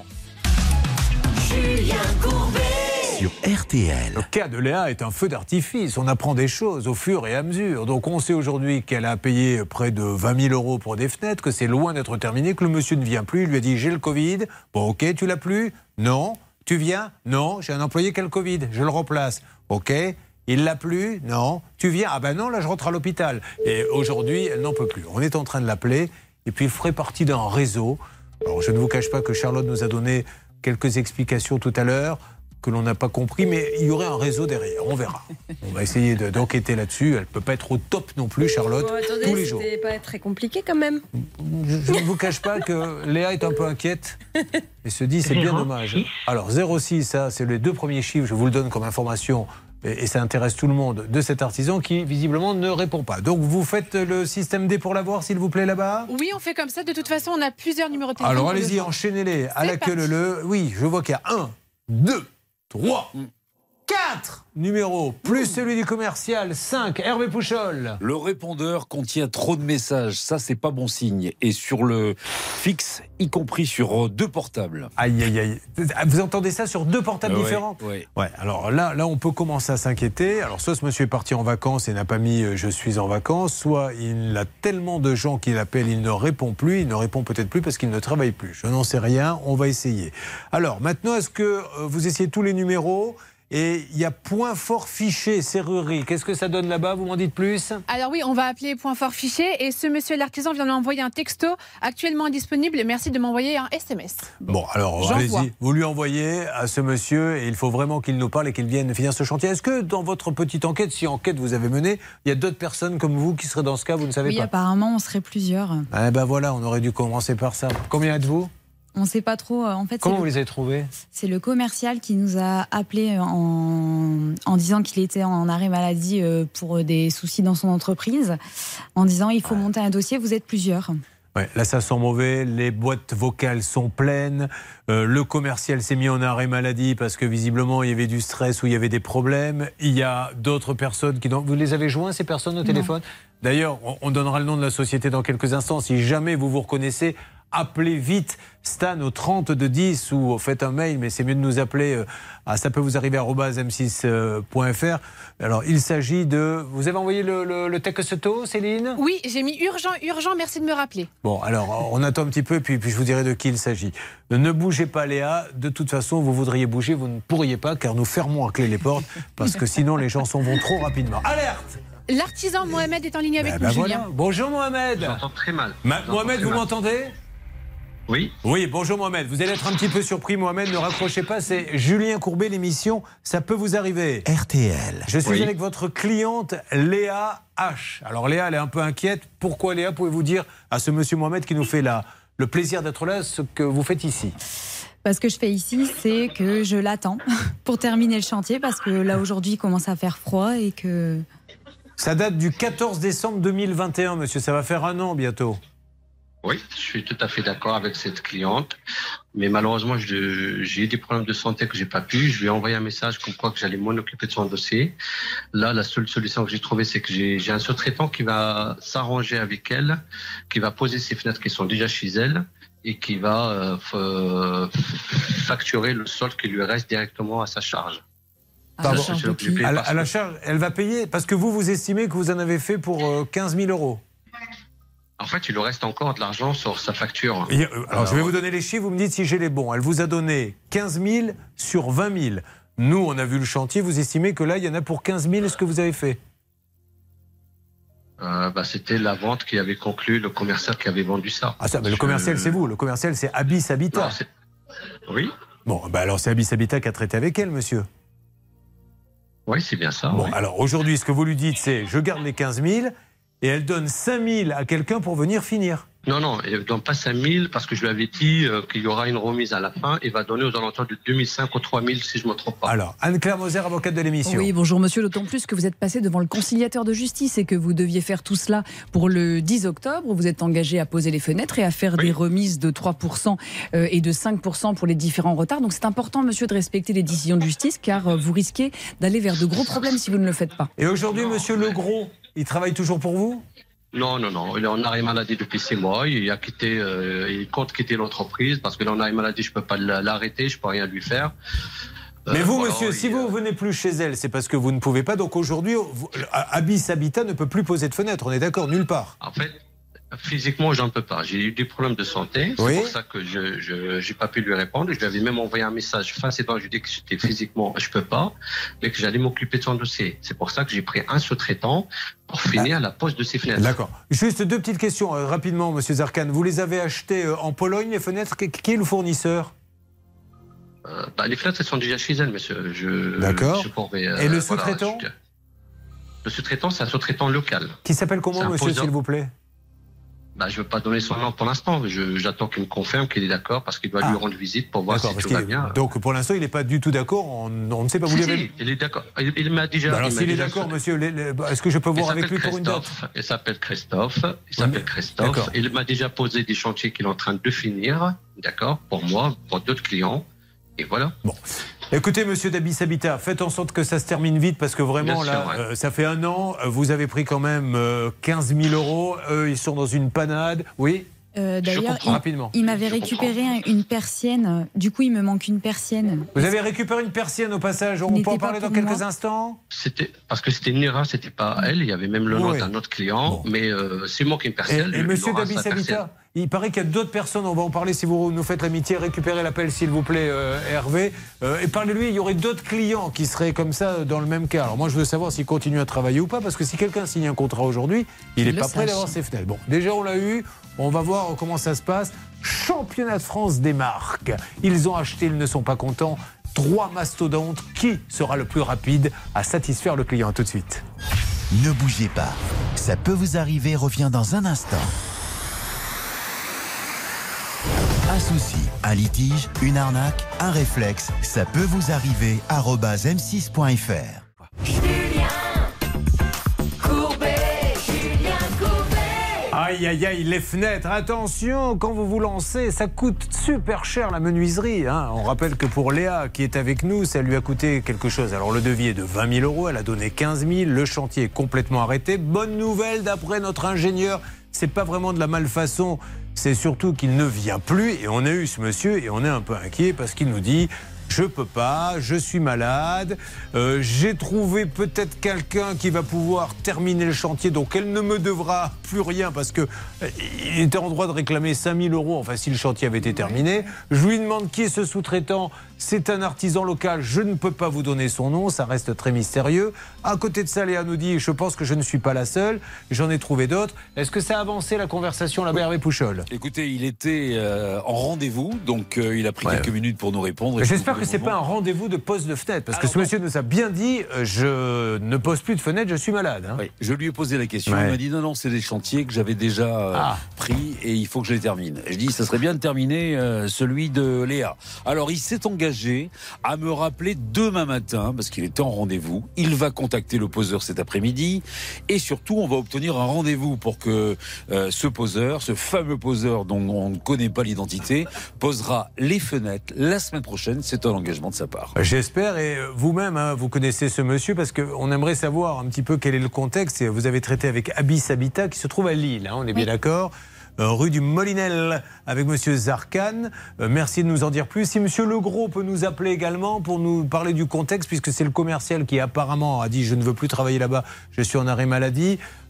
Julien Courbet. Sur RTL. Le cas de Léa est un feu d'artifice. On apprend des choses au fur et à mesure. Donc on sait aujourd'hui qu'elle a payé près de 20 000 euros pour des fenêtres, que c'est loin d'être terminé, que le monsieur ne vient plus. Il lui a dit j'ai le Covid. Bon ok, tu l'as plus? Non. Tu viens? Non. J'ai un employé qui a le Covid. Je le remplace. Ok. Il l'a plus? Non. Tu viens? Ah ben non, là je rentre à l'hôpital. Et aujourd'hui, elle n'en peut plus. On est en train de l'appeler. Et puis il ferait partie d'un réseau. Alors je ne vous cache pas que Charlotte nous a donné quelques explications tout à l'heure que l'on n'a pas compris, mais il y aurait un réseau derrière, on verra. On va essayer d'enquêter là-dessus. Elle ne peut pas être au top non plus, Charlotte, Attendez, tous les jours. c'était pas très compliqué quand même. Je ne vous cache pas que Léa est un peu inquiète et se dit c'est bien dommage. Alors 06, ça c'est les 2 premiers chiffres, je vous le donne comme information, et ça intéresse tout le monde, de cet artisan qui visiblement ne répond pas. Donc vous faites le système D pour l'avoir, s'il vous plaît, là-bas? Oui, on fait comme ça. De toute façon, on a plusieurs numéros de téléphone. Alors allez-y, enchaînez-les à la queue leu. Oui, je vois qu'il y a 1, 2, 3, 4 numéros, plus celui du commercial, 5. Hervé Pouchol. Le répondeur contient trop de messages, ça c'est pas bon signe. Et sur le fixe, y compris sur 2 portables. Aïe, aïe, aïe. Vous entendez ça sur 2 portables différents? Oui. Ouais, alors là, on peut commencer à s'inquiéter. Alors soit ce monsieur est parti en vacances et n'a pas mis je suis en vacances, soit il a tellement de gens qui l'appellent, il ne répond plus, il ne répond peut-être plus parce qu'il ne travaille plus. Je n'en sais rien, on va essayer. Alors maintenant, est-ce que vous essayez tous les numéros? Et il y a point fort fiché, serrurerie. Qu'est-ce que ça donne là-bas? Vous m'en dites plus? Alors oui, on va appeler point fort fiché. Et ce monsieur l'artisan vient de m'envoyer un texto actuellement indisponible. Merci de m'envoyer un SMS. Bon, alors allez-y. Vous lui envoyez à ce monsieur et il faut vraiment qu'il nous parle et qu'il vienne finir ce chantier. Est-ce que dans votre petite enquête, si enquête vous avez menée, il y a d'autres personnes comme vous qui seraient dans ce cas? Vous ne savez Oui, pas? apparemment, on serait plusieurs. Eh ben voilà, on aurait dû commencer par ça. Combien êtes-vous? On ne sait pas trop. En fait, comment vous les avez trouvés? C'est le commercial qui nous a appelé en disant qu'il était en arrêt maladie pour des soucis dans son entreprise, en disant il faut monter un dossier, vous êtes plusieurs. Ouais, là, ça sent mauvais. Les boîtes vocales sont pleines. Le commercial s'est mis en arrêt maladie parce que visiblement, il y avait du stress ou il y avait des problèmes. Il y a d'autres personnes qui... Vous les avez joints, ces personnes, au téléphone? D'ailleurs, on donnera le nom de la société dans quelques instants. Si jamais vous vous reconnaissez, appelez vite Stan au 30 de 10 ou faites un mail, mais c'est mieux de nous appeler à ça peut vous arriver @m6.fr. Alors, il s'agit de... Vous avez envoyé le texto, Céline? Oui, j'ai mis urgent, merci de me rappeler. Bon, alors, on attend un petit peu, puis je vous dirai de qui il s'agit. Ne bougez pas, Léa. De toute façon, vous voudriez bouger, vous ne pourriez pas, car nous fermons à clé les portes, parce que sinon, les gens s'en vont trop rapidement. Alerte! L'artisan Mohamed est en ligne avec nous, voilà. Julien. Bonjour, Mohamed. J'entends très mal. Mohamed, vous m'entendez? Oui. Oui, bonjour Mohamed. Vous allez être un petit peu surpris, Mohamed. Ne raccrochez pas, c'est Julien Courbet, l'émission Ça peut vous arriver. RTL. Je suis avec votre cliente Léa H. Alors Léa, elle est un peu inquiète. Pourquoi Léa? Pouvez-vous dire à ce monsieur Mohamed qui nous fait le plaisir d'être là, ce que vous faites ici? Ce que je fais ici, c'est que je l'attends pour terminer le chantier, parce que là, aujourd'hui, il commence à faire froid et que... Ça date du 14 décembre 2021, monsieur. Ça va faire 1 an bientôt. Oui, je suis tout à fait d'accord avec cette cliente. Mais malheureusement, j'ai eu des problèmes de santé que j'ai pas pu. Je lui ai envoyé un message comme quoi que j'allais m'en occuper de son dossier. Là, la seule solution que j'ai trouvée, c'est que j'ai un sous-traitant qui va s'arranger avec elle, qui va poser ses fenêtres qui sont déjà chez elle et qui va facturer le solde qui lui reste directement à sa charge. À la charge, elle va payer parce que vous estimez que vous en avez fait pour 15 000 euros. En fait, il lui reste encore de l'argent sur sa facture. Alors, je vais vous donner les chiffres, vous me dites si j'ai les bons. Elle vous a donné 15 000 sur 20 000. Nous, on a vu le chantier, vous estimez que là, il y en a pour 15 000, ce que vous avez fait? C'était la vente qui avait conclu, le commercial qui avait vendu ça. Ah ça, mais le commercial, c'est vous. Le commercial, c'est Abyss Habitat. Oui. Bon, alors c'est Abyss Habitat qui a traité avec elle, monsieur. Oui, c'est bien ça. Bon, oui. alors aujourd'hui, ce que vous lui dites, c'est je garde les 15 000 et elle donne 5 000 à quelqu'un pour venir finir. Non, elle ne donne pas 5 000 parce que je lui avais dit qu'il y aura une remise à la fin et va donner aux alentours de 2005 ou 3 000 si je ne me trompe pas. Alors, Anne-Claire Moser, avocate de l'émission. Oui, bonjour monsieur, d'autant plus que vous êtes passé devant le conciliateur de justice et que vous deviez faire tout cela pour le 10 octobre. Vous êtes engagé à poser les fenêtres et à faire des remises de 3% et de 5% pour les différents retards. Donc c'est important, monsieur, de respecter les décisions de justice car vous risquez d'aller vers de gros problèmes si vous ne le faites pas. Et aujourd'hui, monsieur Legros, il travaille toujours pour vous ? Non, il est en arrêt maladie depuis 6 mois. Il compte quitter l'entreprise parce que là, en arrêt maladie, je ne peux pas l'arrêter, je ne peux rien lui faire. Mais vous, monsieur, si vous ne venez plus chez elle, c'est parce que vous ne pouvez pas. Donc aujourd'hui, Abyss Habitat ne peut plus poser de fenêtre. On est d'accord, nulle part. En fait, physiquement, j'en peux pas. J'ai eu des problèmes de santé. C'est pour ça que je n'ai pas pu lui répondre. Je lui avais même envoyé un message fin septembre. Je lui ai dit que j'étais physiquement, je peux pas, mais que j'allais m'occuper de son dossier. C'est pour ça que j'ai pris un sous-traitant pour finir la pose de ces fenêtres. D'accord. Juste deux petites questions rapidement, monsieur Zarkan. Vous les avez achetées en Pologne, les fenêtres? Qui est le fournisseur? Les fenêtres, elles sont déjà chez elle, monsieur. D'accord. Et le sous-traitant? Le sous-traitant, c'est un sous-traitant local. Qui s'appelle comment, monsieur, s'il vous plaît? Je ne veux pas donner son nom pour l'instant. J'attends qu'il me confirme qu'il est d'accord parce qu'il doit lui rendre visite pour voir si tout va bien. Donc pour l'instant, il n'est pas du tout d'accord. On ne sait pas. Si, il est d'accord. Il m'a déjà. Alors s'il est d'accord, monsieur, est-ce que je peux voir avec lui pour une date? Il s'appelle Christophe. Il m'a déjà posé des chantiers qu'il est en train de finir. D'accord. Pour moi, pour d'autres clients. Et voilà. Bon. Écoutez, monsieur d'Abyss Habitat, faites en sorte que ça se termine vite parce que vraiment, ça fait 1 an, vous avez pris quand même 15 000 €. Eux, ils sont dans une panade. Oui. D'ailleurs, rapidement. Il m'avait récupéré une persienne. Du coup, il me manque une persienne. Vous avez récupéré une persienne au passage. On peut en parler dans quelques instants. C'était parce que c'était une erreur, c'était pas elle. Il y avait même le nom d'un autre client, mais c'est moi qui me persienne. Et monsieur d'Abyss Habitat, il paraît qu'il y a d'autres personnes. On va en parler si vous nous faites l'amitié. Récupérez l'appel, s'il vous plaît, Hervé. Et parlez-lui. Il y aurait d'autres clients qui seraient comme ça dans le même cas. Alors moi, je veux savoir s'il continue à travailler ou pas, parce que si quelqu'un signe un contrat aujourd'hui, il n'est pas prêt d'avoir ses fenêtres. Bon, déjà on l'a eu. On va voir comment ça se passe. Championnat de France des marques. Ils ont acheté, ils ne sont pas contents. 3 mastodontes. Qui sera le plus rapide à satisfaire le client? Tout de suite. Ne bougez pas. Ça peut vous arriver. Revient dans un instant. Un souci, un litige, une arnaque, un réflexe. Ça peut vous arriver. @m6.fr. Aïe, aïe, aïe, les fenêtres. Attention, quand vous vous lancez, ça coûte super cher la menuiserie. On rappelle que pour Léa, qui est avec nous, ça lui a coûté quelque chose. Alors le devis est de 20 000 €, elle a donné 15 000. Le chantier est complètement arrêté. Bonne nouvelle, d'après notre ingénieur, c'est pas vraiment de la malfaçon. C'est surtout qu'il ne vient plus. Et on a eu ce monsieur et on est un peu inquiet parce qu'il nous dit... Je peux pas, je suis malade, j'ai trouvé peut-être quelqu'un qui va pouvoir terminer le chantier, donc elle ne me devra plus rien parce qu'il était en droit de réclamer 5 000 €, enfin si le chantier avait été terminé. Je lui demande qui est ce sous-traitant, c'est un artisan local, je ne peux pas vous donner son nom, ça reste très mystérieux. À côté de ça, Léa nous dit, je pense que je ne suis pas la seule, j'en ai trouvé d'autres. Est-ce que ça a avancé la conversation, là-bas, Hervé Pouchol? Écoutez, il était en rendez-vous, donc il a pris quelques minutes pour nous répondre. J'espère que ce n'est pas un rendez-vous de pose de fenêtre, parce que ce monsieur nous a bien dit, je ne pose plus de fenêtre, je suis malade. Oui, je lui ai posé la question, il m'a dit non, c'est des chantiers que j'avais déjà pris et il faut que je les termine. Je dis, ça serait bien de terminer celui de Léa. Alors il s'est engagé à me rappeler demain matin, parce qu'il était en rendez-vous, il va contacter le poseur cet après-midi et surtout on va obtenir un rendez-vous pour que ce poseur, ce fameux poseur dont on ne connaît pas l'identité, posera les fenêtres la semaine prochaine. C'est un engagement de sa part. J'espère, et vous-même, vous connaissez ce monsieur, parce qu'on aimerait savoir un petit peu quel est le contexte. Et vous avez traité avec Abyss Habitat qui se trouve à Lille, on est bien d'accord, rue du Molinel, avec monsieur Zarkan. Merci de nous en dire plus. Si monsieur Legros peut nous appeler également pour nous parler du contexte, puisque c'est le commercial qui apparemment a dit je ne veux plus travailler là-bas, je suis en arrêt maladie.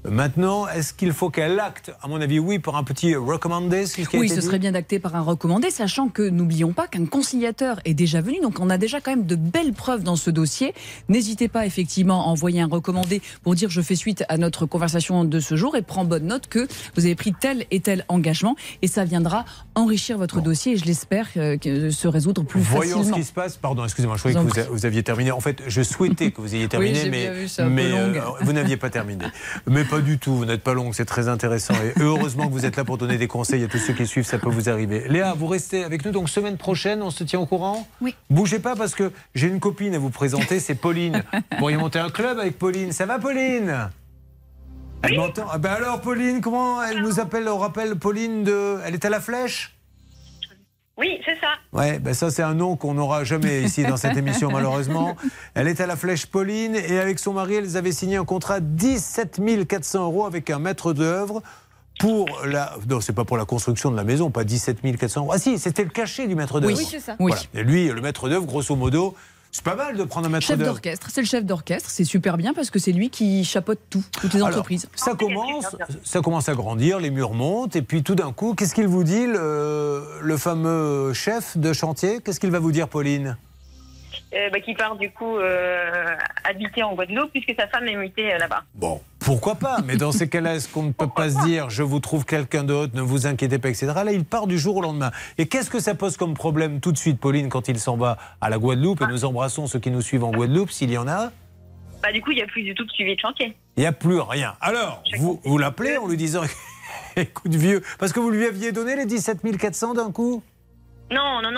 Maintenant, est-ce qu'il faut qu'elle acte? À mon avis, oui, pour un petit recommandé. Oui, ce serait bien d'acter par un recommandé, sachant que n'oublions pas qu'un conciliateur est déjà venu, donc on a déjà quand même de belles preuves dans ce dossier. N'hésitez pas effectivement à envoyer un recommandé pour dire je fais suite à notre conversation de ce jour et prends bonne note que vous avez pris tel et tel engagement et ça viendra enrichir votre dossier et je l'espère se résoudre plus facilement. Voyons ce qui se passe. Pardon, excusez-moi, je croyais que vous aviez terminé. En fait, je souhaitais que vous ayez terminé, oui, mais vous n'aviez pas terminé. Mais pas du tout, vous n'êtes pas longue, c'est très intéressant. Et heureusement que vous êtes là pour donner des conseils à tous ceux qui suivent, ça peut vous arriver. Léa, vous restez avec nous, donc semaine prochaine, on se tient au courant? Oui. Bougez pas parce que j'ai une copine à vous présenter, c'est Pauline. Vous pourriez monter un club avec Pauline. Ça va, Pauline? Elle m'entend? Ah ben alors, Pauline, comment elle nous appelle? On rappelle Pauline de... Elle est à la Flèche? Oui, c'est ça. Ouais, ben ça c'est un nom qu'on n'aura jamais ici dans cette émission malheureusement. Elle est à la Flèche, Pauline, et avec son mari, elles avaient signé un contrat 17 400 € avec un maître d'œuvre pour la... Non, c'est pas pour la construction de la maison, pas 17 400 €. Ah si, c'était le cachet du maître d'œuvre. Oui, c'est ça. Voilà. Et lui, le maître d'œuvre, grosso modo, c'est pas mal de prendre un maître Chef d'œuvre. d'orchestre, c'est le chef d'orchestre, c'est super bien parce que c'est lui qui chapeaute toutes les entreprises. Alors, ça commence à grandir, les murs montent, et puis tout d'un coup, qu'est-ce qu'il vous dit, le fameux chef de chantier? Qu'est-ce qu'il va vous dire, Pauline? Qui part du coup habiter en Guadeloupe puisque sa femme est mutée là-bas. Bon, pourquoi pas? Mais dans ces cas-là, est-ce qu'on ne peut pas se dire je vous trouve quelqu'un d'autre, ne vous inquiétez pas, etc. Là, il part du jour au lendemain. Et qu'est-ce que ça pose comme problème tout de suite, Pauline, quand il s'en va à la Guadeloupe? Et nous embrassons ceux qui nous suivent en Guadeloupe, s'il y en a. Du coup, il n'y a plus du tout de suivi de chantier. Il n'y a plus rien. Alors, vous l'appelez en lui disant écoute vieux, parce que vous lui aviez donné les 17 400 d'un coup? Non,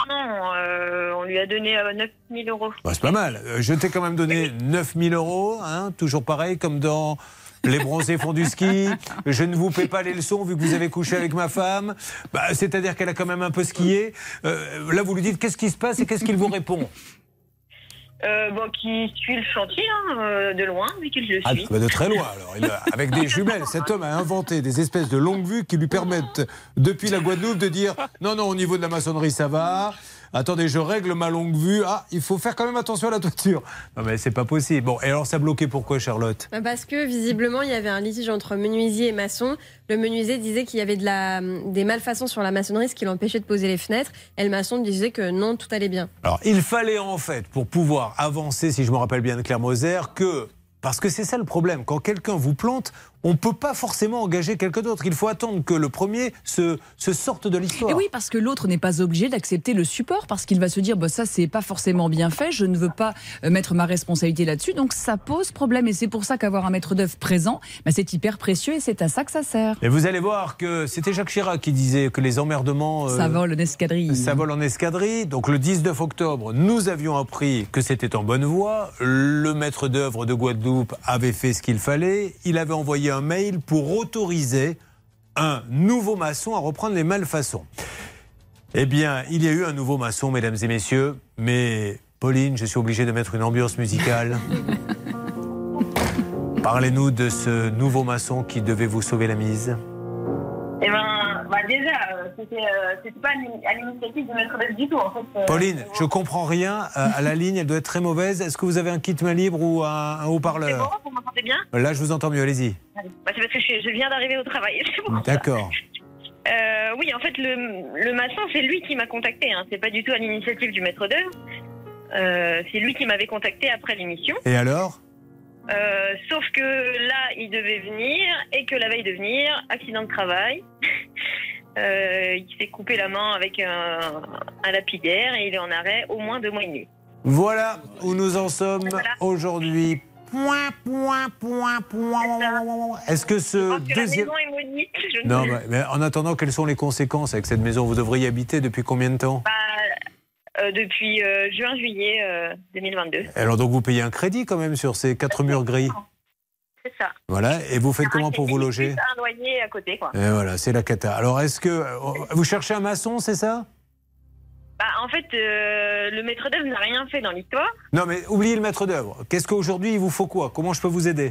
on lui a donné 9 000 €. C'est pas mal. Je t'ai quand même donné 9 000 €, hein, toujours pareil, comme dans Les Bronzés font du ski. Je ne vous paie pas les leçons vu que vous avez couché avec ma femme. C'est-à-dire qu'elle a quand même un peu skié. Là, vous lui dites qu'est-ce qui se passe et qu'est-ce qu'il vous répond? Qui suit le chantier de loin, vu qu'il le suit. De très loin, alors. Avec des jumelles, cet homme a inventé des espèces de longues vues qui lui permettent, depuis la Guadeloupe, de dire non, au niveau de la maçonnerie, ça va. Attendez, je règle ma longue vue. Ah, il faut faire quand même attention à la toiture. Non, mais c'est pas possible. Bon, et alors, ça bloquait pourquoi, Charlotte? Parce que, visiblement, il y avait un litige entre menuisier et maçon. Le menuisier disait qu'il y avait des malfaçons sur la maçonnerie, ce qui l'empêchait de poser les fenêtres. Et le maçon disait que non, tout allait bien. Alors, il fallait en fait, pour pouvoir avancer, si je me rappelle bien de Claire Moser, que... Parce que c'est ça le problème. Quand quelqu'un vous plante, on ne peut pas forcément engager quelqu'un d'autre. Il faut attendre que le premier se sorte de l'histoire. Et oui, parce que l'autre n'est pas obligé d'accepter le support, parce qu'il va se dire ça, c'est pas forcément bien fait, je ne veux pas mettre ma responsabilité là-dessus. Donc ça pose problème. Et c'est pour ça qu'avoir un maître d'œuvre présent, c'est hyper précieux et c'est à ça que ça sert. Et vous allez voir que c'était Jacques Chirac qui disait que les emmerdements. Ça vole en escadrille. Ça vole en escadrille. Donc le 19 octobre, nous avions appris que c'était en bonne voie. Le maître d'œuvre de Guadeloupe avait fait ce qu'il fallait. Il avait envoyé un mail pour autoriser un nouveau maçon à reprendre les malfaçons. Eh bien, il y a eu un nouveau maçon, mesdames et messieurs. Mais Pauline, je suis obligé de mettre une ambiance musicale. Parlez-nous de ce nouveau maçon qui devait vous sauver la mise. Déjà, c'était pas à l'initiative du maître d'œuvre du tout. En fait, Pauline, je comprends rien à la ligne, elle doit être très mauvaise. Est-ce que vous avez un kit main libre ou un haut-parleur? C'est bon, vous m'entendez bien? Là, je vous entends mieux, allez-y. C'est parce que je viens d'arriver au travail. D'accord. Oui, en fait, le maçon, c'est lui qui m'a contacté. C'est pas du tout à l'initiative du maître d'œuvre. C'est lui qui m'avait contacté après l'émission. Et alors? Sauf que là, il devait venir et que la veille de venir, accident de travail. Il s'est coupé la main avec un lapidaire et il est en arrêt au moins 2 mois et demi. Voilà où nous en sommes aujourd'hui. Est-ce que ce deuxième... La maison est maudite. Non, mais en attendant, quelles sont les conséquences avec cette maison? Vous devriez y habiter depuis combien de temps? Depuis juin-juillet 2022. Alors donc vous payez un crédit quand même sur ces 4 murs gris? C'est ça. Voilà, et vous faites comment pour vous loger? Un loyer à côté, quoi. Et voilà, c'est la cata. Alors est-ce que... vous cherchez un maçon, c'est ça? En fait, le maître d'œuvre n'a rien fait dans l'histoire. Non mais oubliez le maître d'œuvre. Qu'est-ce qu'aujourd'hui il vous faut quoi? Comment je peux vous aider?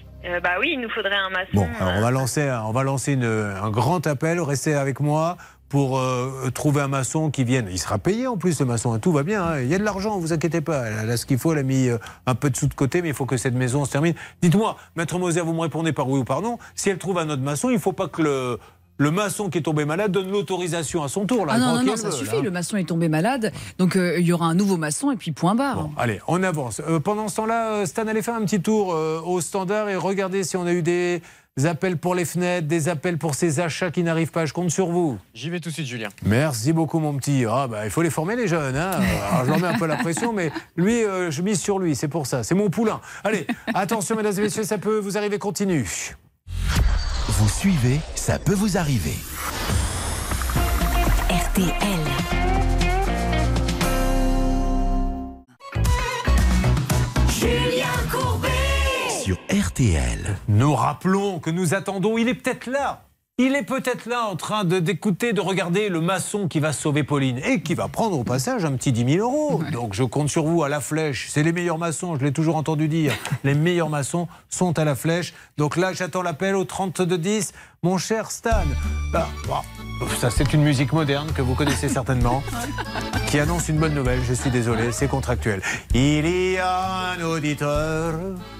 Oui, il nous faudrait un maçon. Bon, alors on va lancer un grand appel, restez avec moi, pour trouver un maçon qui vienne. Il sera payé en plus, le maçon, tout va bien. Hein. Il y a de l'argent, vous inquiétez pas. Elle a ce qu'il faut, elle a mis un peu de sous de côté, mais il faut que cette maison se termine. Dites-moi, Maître Moser, vous me répondez par oui ou par non. Si elle trouve un autre maçon, il ne faut pas que le maçon qui est tombé malade donne l'autorisation à son tour. Là, non, ça suffit, le maçon est tombé malade, donc il y aura un nouveau maçon et puis point barre. Bon, allez, on avance. Pendant ce temps-là, Stan, allez faire un petit tour au standard et regardez si on a eu des appels pour les fenêtres, des appels pour ces achats qui n'arrivent pas. Je compte sur vous. J'y vais tout de suite, Julien. Merci beaucoup, mon petit. Il faut les former, les jeunes. Hein. Alors, je leur mets un peu la pression, mais lui, je mise sur lui, c'est pour ça. C'est mon poulain. Allez, attention, mesdames et messieurs, ça peut vous arriver, continue. Vous suivez, ça peut vous arriver. RTL. Julien Courbet. Sur RTL. Nous rappelons que nous attendons, il est peut-être là. Il est peut-être là en train d'écouter, de regarder le maçon qui va sauver Pauline et qui va prendre au passage un petit 10 000 €. Ouais. Donc je compte sur vous à la flèche. C'est les meilleurs maçons, je l'ai toujours entendu dire. Les meilleurs maçons sont à la flèche. Donc là, j'attends l'appel au 3210. Mon cher Stan. Ça, c'est une musique moderne que vous connaissez certainement, qui annonce une bonne nouvelle. Je suis désolé, c'est contractuel. Il y a un auditeur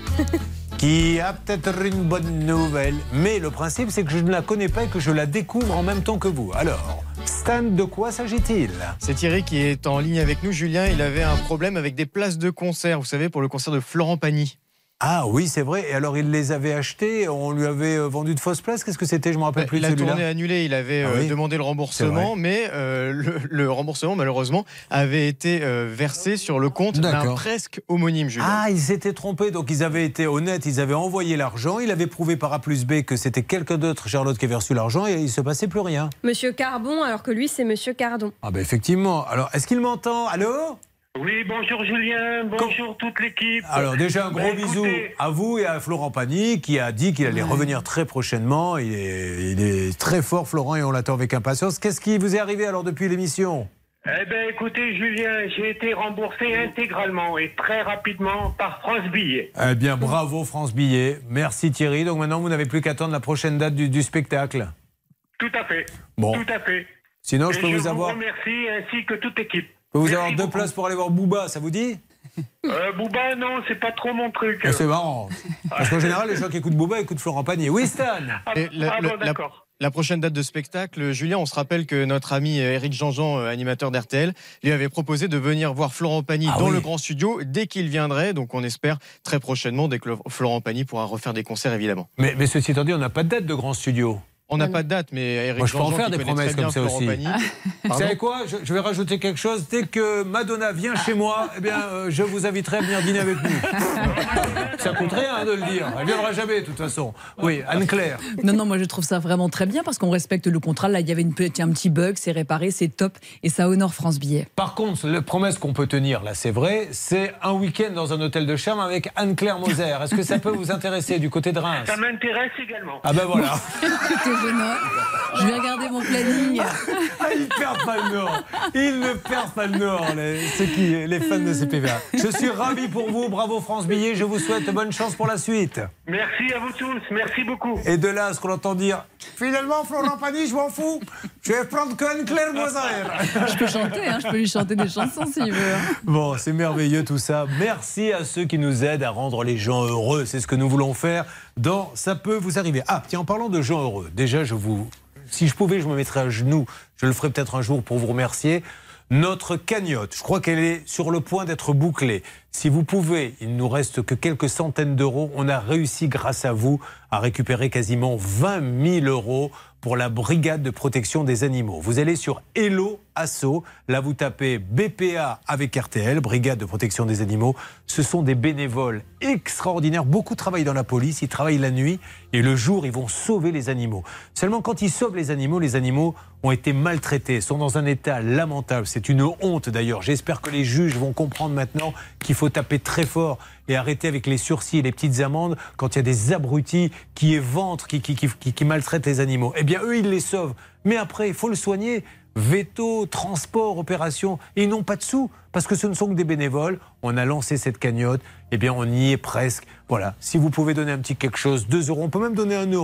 qui a peut-être une bonne nouvelle. Mais le principe, c'est que je ne la connais pas et que je la découvre en même temps que vous. Alors, Stan, de quoi s'agit-il ? C'est Thierry qui est en ligne avec nous. Julien, il avait un problème avec des places de concert, vous savez, pour le concert de Florent Pagny. Ah oui, c'est vrai. Et alors, il les avait achetées, on lui avait vendu de fausses places. Qu'est-ce que c'était ? Je ne me rappelle plus de celui-là. La tournée annulée, il avait demandé le remboursement, mais le remboursement, malheureusement, avait été versé sur le compte d'un presque homonyme, Julien. Ah, ils s'étaient trompés, donc ils avaient été honnêtes, ils avaient envoyé l'argent, il avait prouvé par A plus B que c'était quelqu'un d'autre, Charlotte, qui avait reçu l'argent, et il ne se passait plus rien. Monsieur Carbon, alors que lui, c'est Monsieur Cardon. Ah ben effectivement. Alors, est-ce qu'il m'entend ? Allô ? Oui, bonjour Julien, bonjour toute l'équipe. Alors déjà un gros bisou à vous et à Florent Pagny qui a dit qu'il allait revenir très prochainement. Il est très fort, Florent, et on l'attend avec impatience. Qu'est-ce qui vous est arrivé alors depuis l'émission ? Eh bien écoutez Julien, j'ai été remboursé intégralement et très rapidement par France Billet. Eh bien bravo France Billet, merci Thierry. Donc maintenant vous n'avez plus qu'à attendre la prochaine date du spectacle. Tout à fait, bon. Tout à fait. Sinon je peux vous avoir... Je vous remercie ainsi que toute l'équipe. Je peux vous avoir 2 places pour aller voir Booba, ça vous dit ? Booba, non, c'est pas trop mon truc. C'est marrant. Parce qu'en général, les gens qui écoutent Booba écoutent Florent Pagny. Oui, Stan. D'accord. La prochaine date de spectacle, Julien, on se rappelle que notre ami Éric Jean-Jean, animateur d'RTL, lui avait proposé de venir voir Florent Pagny dans le grand studio dès qu'il viendrait. Donc on espère très prochainement, dès que Florent Pagny pourra refaire des concerts, évidemment. Mais ceci étant dit, on n'a pas de date de grand studio. On n'a pas de date, mais Éric Moi, je peux en Jean-Jean, faire des promesses comme ça aussi. Vous savez quoi ? Je vais rajouter quelque chose. Dès que Madonna vient chez moi, eh bien, je vous inviterai à venir dîner avec nous. Ça coûte rien de le dire. Elle ne viendra jamais, de toute façon. Oui, Anne-Claire. Non, moi je trouve ça vraiment très bien parce qu'on respecte le contrat. Là, il y avait un petit bug, c'est réparé, c'est top et ça honore France Billet. Par contre, la promesse qu'on peut tenir, là, c'est vrai, c'est un week-end dans un hôtel de charme avec Anne-Claire Moser. Est-ce que ça peut vous intéresser du côté de Reims ? Ça m'intéresse également. Ah ben voilà. Je vais regarder mon planning. Ils perdent pas le Nord. Ils ne perdent pas le Nord, les fans de CPVA. Je suis ravi pour vous. Bravo France Billet. Je vous souhaite bonne chance pour la suite. Merci à vous tous. Merci beaucoup. Et de là, ce qu'on entend dire, finalement, Florent Pagny, je m'en fous. Je vais prendre que Anne-Claire Moser. Je peux chanter, je peux lui chanter des chansons s'il veut. Bon, c'est merveilleux tout ça. Merci à ceux qui nous aident à rendre les gens heureux. C'est ce que nous voulons faire dans Ça peut vous arriver. Ah, tiens, en parlant de gens heureux, déjà, si je pouvais, je me mettrais à genoux. Je le ferai peut-être un jour pour vous remercier. Notre cagnotte, je crois qu'elle est sur le point d'être bouclée. Si vous pouvez, il ne nous reste que quelques centaines d'euros. On a réussi, grâce à vous, à récupérer quasiment 20 000 euros pour la brigade de protection des animaux. Vous allez sur Hello Asso, là vous tapez BPA avec RTL, brigade de protection des animaux. Ce sont des bénévoles extraordinaires. Beaucoup travaillent dans la police, ils travaillent la nuit et le jour, ils vont sauver les animaux. Seulement quand ils sauvent les animaux ont été maltraités, sont dans un état lamentable. C'est une honte d'ailleurs. J'espère que les juges vont comprendre maintenant qu'il faut taper très fort et arrêter avec les sursis et les petites amendes quand il y a des abrutis qui éventrent, qui maltraitent les animaux. Eh bien, eux, ils les sauvent. Mais après, il faut le soigner. Veto, transport, opération. Et ils n'ont pas de sous parce que ce ne sont que des bénévoles. On a lancé cette cagnotte. Eh bien, on y est presque. Voilà. Si vous pouvez donner un petit quelque chose, 2 euros, on peut même donner 1 euro.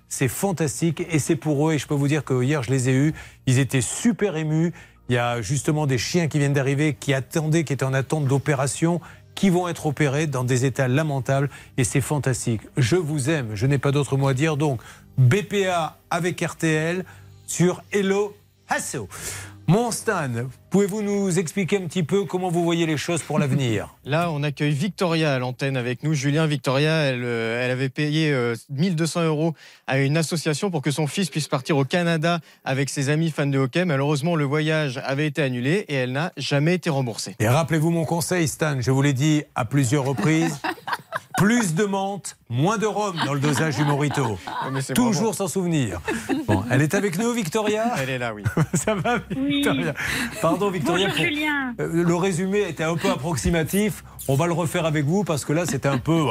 c'est fantastique et c'est pour eux. Et je peux vous dire que hier, je les ai eus. Ils étaient super émus. Il y a justement des chiens qui viennent d'arriver, qui étaient en attente d'opération, qui vont être opérés dans des états lamentables. Et c'est fantastique. Je vous aime. Je n'ai pas d'autre mot à dire. Donc, BPA avec RTL sur Hello Hasso. Mon Stan, pouvez-vous nous expliquer un petit peu comment vous voyez les choses pour l'avenir ? Là, on accueille Victoria à l'antenne avec nous. Julien, Victoria, elle avait payé 1 200 € à une association pour que son fils puisse partir au Canada avec ses amis fans de hockey. Malheureusement, le voyage avait été annulé et elle n'a jamais été remboursée. Et rappelez-vous mon conseil, Stan, je vous l'ai dit à plusieurs reprises. Plus de menthe, moins de rhum dans le dosage du Mojito. Toujours s'en souvenir. Bon, elle est avec nous, Victoria ? Elle est là, oui. Ça va, Victoria ? Pardon, Victoria. Bonjour, Julien. Le résumé était un peu approximatif. On va le refaire avec vous parce que là, c'était un peu...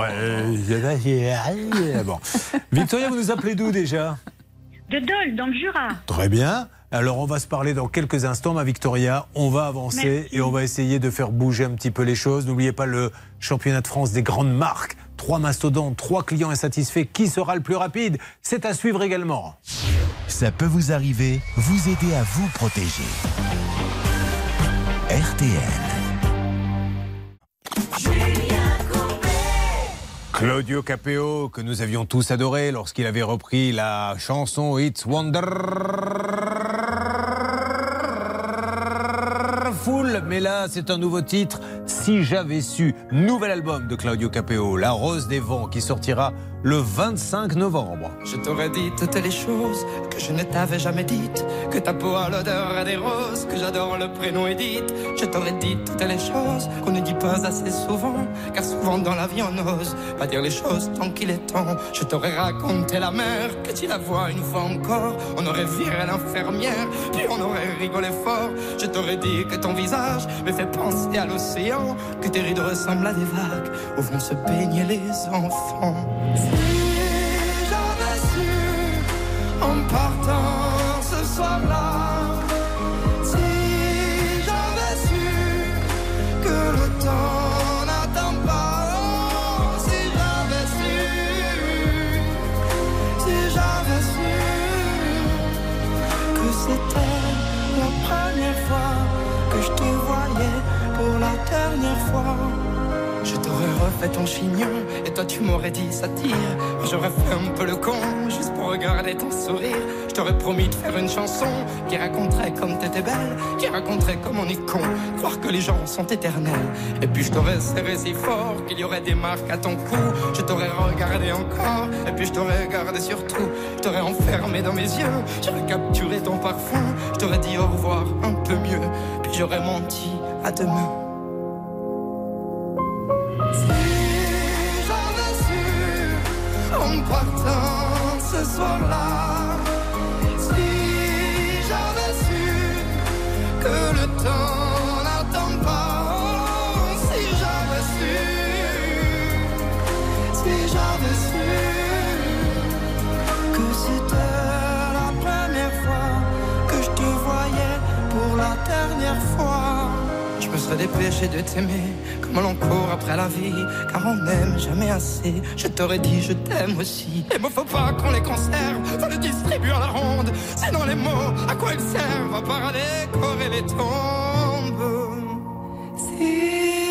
Bon. Victoria, vous nous appelez d'où déjà ? De Dole, dans le Jura. Très bien. Alors, on va se parler dans quelques instants, ma Victoria. On va avancer. Merci. Et on va essayer de faire bouger un petit peu les choses. N'oubliez pas le championnat de France des grandes marques. 3 mastodontes, 3 clients insatisfaits. Qui sera le plus rapide ? C'est à suivre également. Ça peut vous arriver, vous aider à vous protéger. RTL. Claudio Capéo, que nous avions tous adoré lorsqu'il avait repris la chanson It's Wonderful. Mais là, c'est un nouveau titre. Si j'avais su, nouvel album de Claudio Capéo, La Rose des Vents, qui sortira le 25 novembre. Je t'aurais dit toutes les choses que je ne t'avais jamais dites, que ta peau a l'odeur des roses, que j'adore le prénom Edith. Je t'aurais dit toutes les choses qu'on ne dit pas assez souvent, car souvent dans la vie on n'ose pas dire les choses tant qu'il est temps. Je t'aurais raconté la mer, que tu la vois une fois encore, on aurait viré l'infirmière, puis on aurait rigolé fort. Je t'aurais dit que ton visage me fait penser à l'océan, que tes rides ressemblent à des vagues où vont se baigner les enfants. Si j'avais su en partant ce soir-là, si j'avais su que le temps n'attend pas, si j'avais su que c'était la première fois que je te voyais pour la dernière fois. Je t'aurais refait ton chignon et toi tu m'aurais dit ça tire. J'aurais fait un peu le con juste pour regarder ton sourire. Je t'aurais promis de faire une chanson qui raconterait comme t'étais belle, qui raconterait comme on est con, croire que les gens sont éternels. Et puis je t'aurais serré si fort qu'il y aurait des marques à ton cou. Je t'aurais regardé encore et puis je t'aurais gardé surtout. Je t'aurais enfermé dans mes yeux, j'aurais capturé ton parfum. Je t'aurais dit au revoir un peu mieux, puis j'aurais menti à demain. En partant ce soir-là, si j'avais su que le temps n'attend pas, si j'avais su que c'était la première fois que je te voyais pour la dernière fois. Je me serais dépêché de t'aimer comme l'on court après la vie, car on n'aime jamais assez. Je t'aurais dit je t'aime aussi. Les mots faut pas qu'on les conserve, faut les distribuer à la ronde. Sinon les mots, à quoi ils servent? À part à décorer les tombes. Si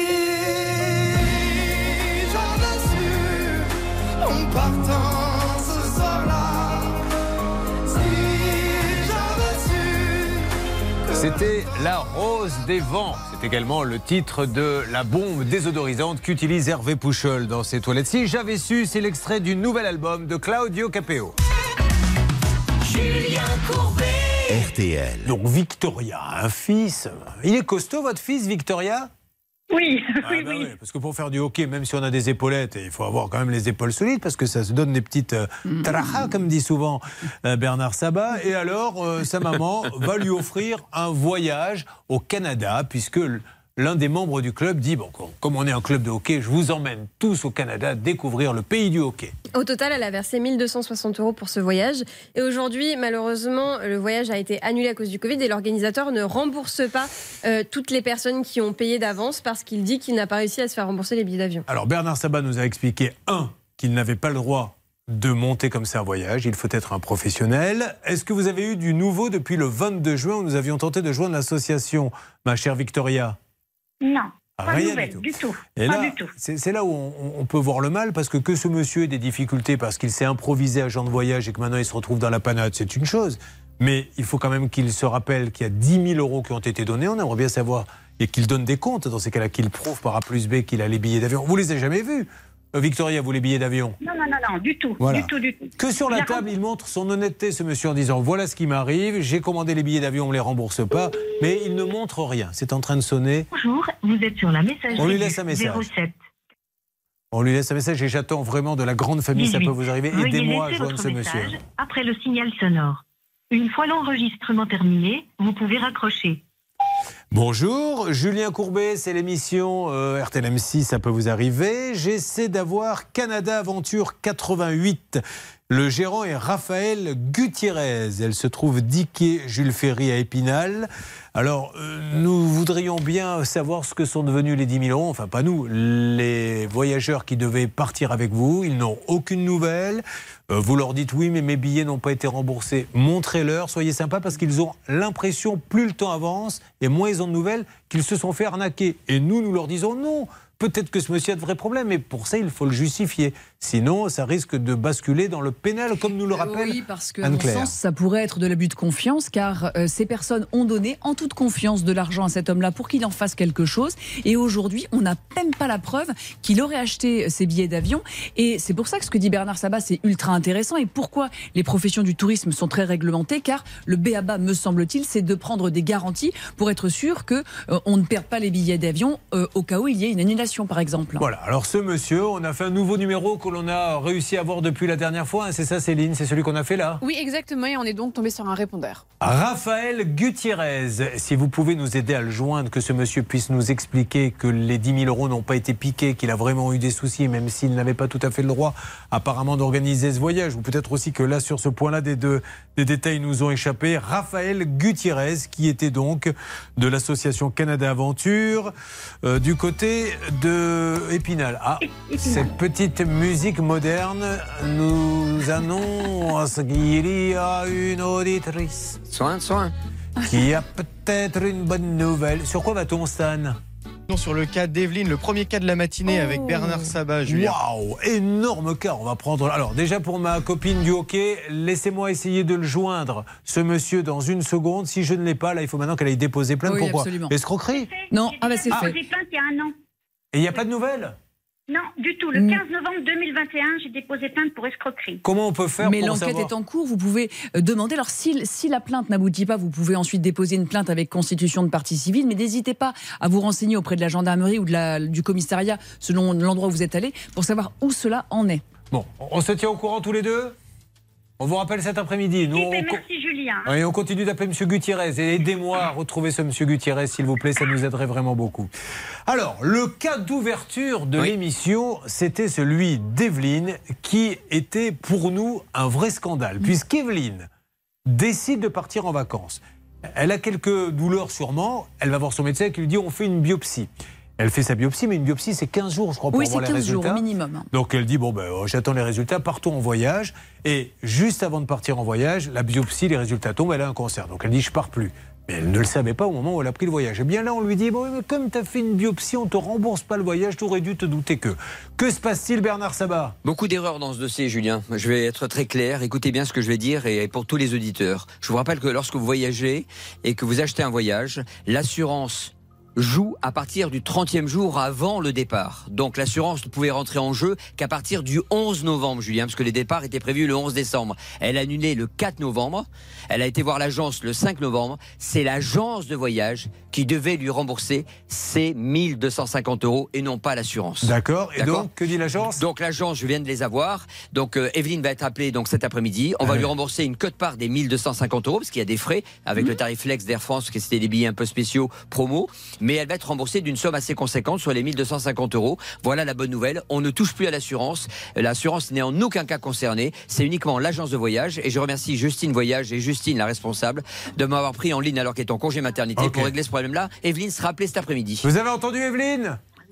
j'avais su en partant ce soir-là, si j'avais su que... C'était La Rose des Vents. C'est également le titre de la bombe désodorisante qu'utilise Hervé Pouchol dans ses toilettes. Si j'avais su, c'est l'extrait du nouvel album de Claudio Capéo. Julien Courbet. RTL. Donc Victoria, un fils. Il est costaud votre fils, Victoria ? Oui, oui. Parce que pour faire du hockey, même si on a des épaulettes, il faut avoir quand même les épaules solides parce que ça se donne des petites trajas, comme dit souvent Bernard Sabat. Et alors, sa maman va lui offrir un voyage au Canada puisque l'un des membres du club dit, bon, comme on est un club de hockey, je vous emmène tous au Canada découvrir le pays du hockey. Au total, elle a versé 1 260 € pour ce voyage. Et aujourd'hui, malheureusement, le voyage a été annulé à cause du Covid et l'organisateur ne rembourse pas toutes les personnes qui ont payé d'avance parce qu'il dit qu'il n'a pas réussi à se faire rembourser les billets d'avion. Alors Bernard Sabat nous a expliqué, qu'il n'avait pas le droit de monter comme ça un voyage, il faut être un professionnel. Est-ce que vous avez eu du nouveau depuis le 22 juin où nous avions tenté de joindre l'association, ma chère Victoria? Non, pas de Rien nouvelles du tout. Et Pas là, du tout. c'est là où on peut voir le mal, parce que ce monsieur ait des difficultés parce qu'il s'est improvisé agent de voyage et que maintenant il se retrouve dans la panade, c'est une chose. Mais il faut quand même qu'il se rappelle qu'il y a 10 000 euros qui ont été donnés. On aimerait bien savoir, et qu'il donne des comptes dans ces cas-là, qu'il prouve par A plus B qu'il a les billets d'avion. Vous les avez jamais vus, Victoria, vous, les billets d'avion? Non, du tout. Voilà. Du tout. Que sur la table, il montre son honnêteté, ce monsieur, en disant voilà ce qui m'arrive, j'ai commandé les billets d'avion, on ne les rembourse pas, mais il ne montre rien. C'est en train de sonner. Bonjour, vous êtes sur la messagerie. On lui laisse un message. 07. On lui laisse un message et j'attends vraiment de la grande famille, 18. Ça peut vous arriver. Aidez-moi à joindre ce monsieur. Après le signal sonore. Une fois l'enregistrement terminé, vous pouvez raccrocher. Bonjour, Julien Courbet, c'est l'émission RTL M6, ça peut vous arriver. J'essaie d'avoir Canada Aventure 88. Le gérant est Raphaël Gutiérrez. Elle se trouve 10 quai Jules Ferry à Épinal. Alors, nous voudrions bien savoir ce que sont devenus les 10 000 euros. Enfin, pas nous, les voyageurs qui devaient partir avec vous. Ils n'ont aucune nouvelle. Vous leur dites oui, mais mes billets n'ont pas été remboursés. Montrez-leur, soyez sympa, parce qu'ils ont l'impression, plus le temps avance et moins ils ont de nouvelles, qu'ils se sont fait arnaquer. Et nous leur disons non. Peut-être que ce monsieur a de vrais problèmes, mais pour ça, il faut le justifier. Sinon, ça risque de basculer dans le pénal, comme nous le rappelle Oui, parce que, Anne-Claire. dans mon sens, ça pourrait être de l'abus de confiance, car ces personnes ont donné en toute confiance de l'argent à cet homme-là pour qu'il en fasse quelque chose. Et aujourd'hui, on n'a même pas la preuve qu'il aurait acheté ses billets d'avion. Et c'est pour ça que ce que dit Bernard Sabat, c'est ultra intéressant. Et pourquoi les professions du tourisme sont très réglementées? Car le b.a.-ba, me semble-t-il, c'est de prendre des garanties pour être sûr qu'on ne perd pas les billets d'avion au cas où il y ait une annulation, par exemple. Voilà, alors ce monsieur, on a fait un nouveau numéro que l'on a réussi à avoir depuis la dernière fois. C'est ça, Céline? C'est celui qu'on a fait là? Oui, exactement. Et on est donc tombé sur un répondeur. Raphaël Gutiérrez, si vous pouvez nous aider à le joindre, que ce monsieur puisse nous expliquer que les 10 000 euros n'ont pas été piqués, qu'il a vraiment eu des soucis, même s'il n'avait pas tout à fait le droit apparemment d'organiser ce voyage, ou peut-être aussi que là, sur ce point-là, des détails nous ont échappé. Raphaël Gutiérrez, qui était donc de l'association Canada Aventure, du côté de Épinal. Ah, cette petite musique moderne nous annonce qu'il y a une auditrice. Soin. Qui a peut-être une bonne nouvelle. Sur quoi va-t-on, Stan? Non, sur le cas d'Evelyne, le premier cas de la matinée avec Bernard Sabat, Julien. Waouh, énorme cas. On va prendre. Alors, déjà pour ma copine du hockey, laissez-moi essayer de le joindre, ce monsieur, dans une seconde. Si je ne l'ai pas, là, il faut maintenant qu'elle aille déposer plainte. Oui, pourquoi? absolument. Escroquerie? Non, c'est fait. J'ai plainte il y a un an. Et il n'y a pas de nouvelles? Non, du tout. Le 15 novembre 2021, j'ai déposé plainte pour escroquerie. Comment on peut faire Mais pour l'enquête savoir? est en cours, vous pouvez demander. Alors si la plainte n'aboutit pas, vous pouvez ensuite déposer une plainte avec constitution de partie civile, mais n'hésitez pas à vous renseigner auprès de la gendarmerie ou du commissariat, selon l'endroit où vous êtes allé, pour savoir où cela en est. Bon, on se tient au courant tous les deux? On vous rappelle cet après-midi. Nous, merci Julien. Et on continue d'appeler M. Gutiérrez. Et aidez-moi à retrouver ce M. Gutiérrez, s'il vous plaît, ça nous aiderait vraiment beaucoup. Alors, le cas d'ouverture de l'émission, c'était celui d'Evelyne, qui était pour nous un vrai scandale. Puisqu'Evelyne décide de partir en vacances. Elle a quelques douleurs sûrement. Elle va voir son médecin qui lui dit on fait une biopsie. Elle fait sa biopsie, mais une biopsie, c'est 15 jours, je crois, pour avoir les résultats. Oui, c'est 15 jours au minimum. Donc elle dit, j'attends les résultats, partons en voyage. Et juste avant de partir en voyage, la biopsie, les résultats tombent, elle a un cancer. Donc elle dit, je pars plus. Mais elle ne le savait pas au moment où elle a pris le voyage. Et bien là, on lui dit, mais comme tu as fait une biopsie, on ne te rembourse pas le voyage, tu aurais dû te douter que. Que se passe-t-il, Bernard Sabat? Beaucoup d'erreurs dans ce dossier, Julien. Je vais être très clair. Écoutez bien ce que je vais dire et pour tous les auditeurs. Je vous rappelle que lorsque vous voyagez et que vous achetez un voyage, l'assurance joue à partir du 30e jour avant le départ. Donc l'assurance ne pouvait rentrer en jeu qu'à partir du 11 novembre, Julien, parce que les départs étaient prévus le 11 décembre. Elle a annulé le 4 novembre. Elle a été voir l'agence le 5 novembre. C'est l'agence de voyage qui devait lui rembourser ses 1250 € et non pas l'assurance. D'accord. Et donc, que dit l'agence? Donc l'agence, je viens de les avoir. Donc Evelyne va être appelée donc, cet après-midi. On va lui rembourser une quote-part des 1250 € parce qu'il y a des frais avec le tarif flex d'Air France, parce que c'était des billets un peu spéciaux promo. Mais elle va être remboursée d'une somme assez conséquente sur les 1250 €. Voilà la bonne nouvelle. On ne touche plus à l'assurance. L'assurance n'est en aucun cas concernée. C'est uniquement l'agence de voyage. Et je remercie Justine Voyage et Justine, la responsable, de m'avoir pris en ligne alors qu'elle est en congé maternité pour régler ce problème-là. Evelyne sera appelée cet après-midi. Vous avez entendu, Evelyne?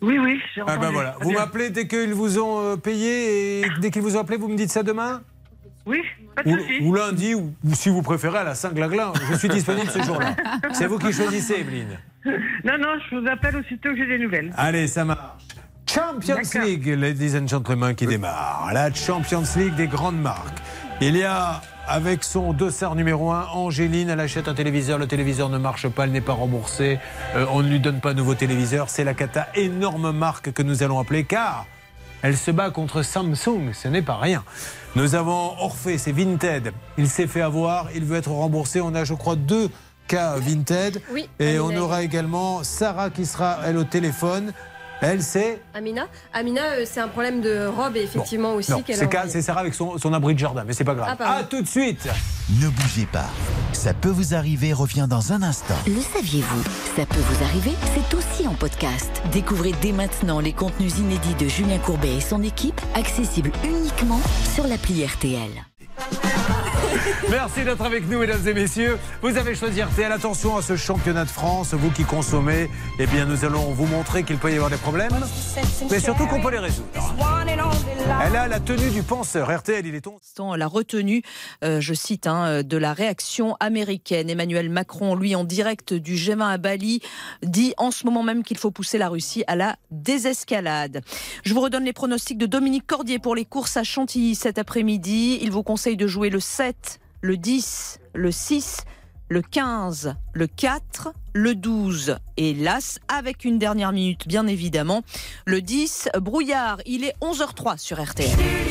Oui, j'ai Ah entendu. ben voilà. Très Vous bien. m'appelez dès qu'ils vous ont payé et dès qu'ils vous ont appelé, vous me dites ça demain ? Oui, pas de souci. Ou lundi, ou si vous préférez à la Saint-Glagla. Je suis disponible ce jour-là. C'est vous qui choisissez, Evelyne. Non, je vous appelle aussitôt que j'ai des nouvelles. Allez, ça marche. Champions League, ladies and gentlemen, qui démarre. La Champions League des grandes marques. Il y a, avec son dossard numéro 1, Angéline, elle achète un téléviseur, le téléviseur ne marche pas, elle n'est pas remboursée, on ne lui donne pas de nouveau téléviseur. C'est la cata, énorme marque que nous allons appeler, car elle se bat contre Samsung, ce n'est pas rien. Nous avons Orphée, c'est Vinted. Il s'est fait avoir, il veut être remboursé. On a, je crois, 2 cas Vinted. Oui, Et Amina. on aura également Sarah qui sera, elle, au téléphone. Elle, c'est... Amina, c'est un problème de robe, effectivement, aussi. Non, qu'elle c'est a envoyé. c'est Sarah avec son abri de jardin, mais c'est pas grave. Ah, pardon. À tout de suite. Ne bougez pas. Ça peut vous arriver, revient dans un instant. Le saviez-vous? Ça peut vous arriver, c'est aussi en podcast. Découvrez dès maintenant les contenus inédits de Julien Courbet et son équipe, accessibles uniquement sur l'appli RTL. Merci d'être avec nous, mesdames et messieurs. Vous avez choisi RTL. Attention à ce championnat de France. Vous qui consommez, eh bien, nous allons vous montrer qu'il peut y avoir des problèmes, mais surtout qu'on peut les résoudre. Elle a la tenue du penseur. RTL, il est ton... La retenue, je cite, de la réaction américaine. Emmanuel Macron, lui, en direct du G20 à Bali, dit en ce moment même qu'il faut pousser la Russie à la désescalade. Je vous redonne les pronostics de Dominique Cordier pour les courses à Chantilly cet après-midi. Il vous conseille de jouer le 7, le 10, le 6, le 15, le 4, le 12 et l'As, avec une dernière minute bien évidemment. Le 10, brouillard, il est 11h03 sur RTL.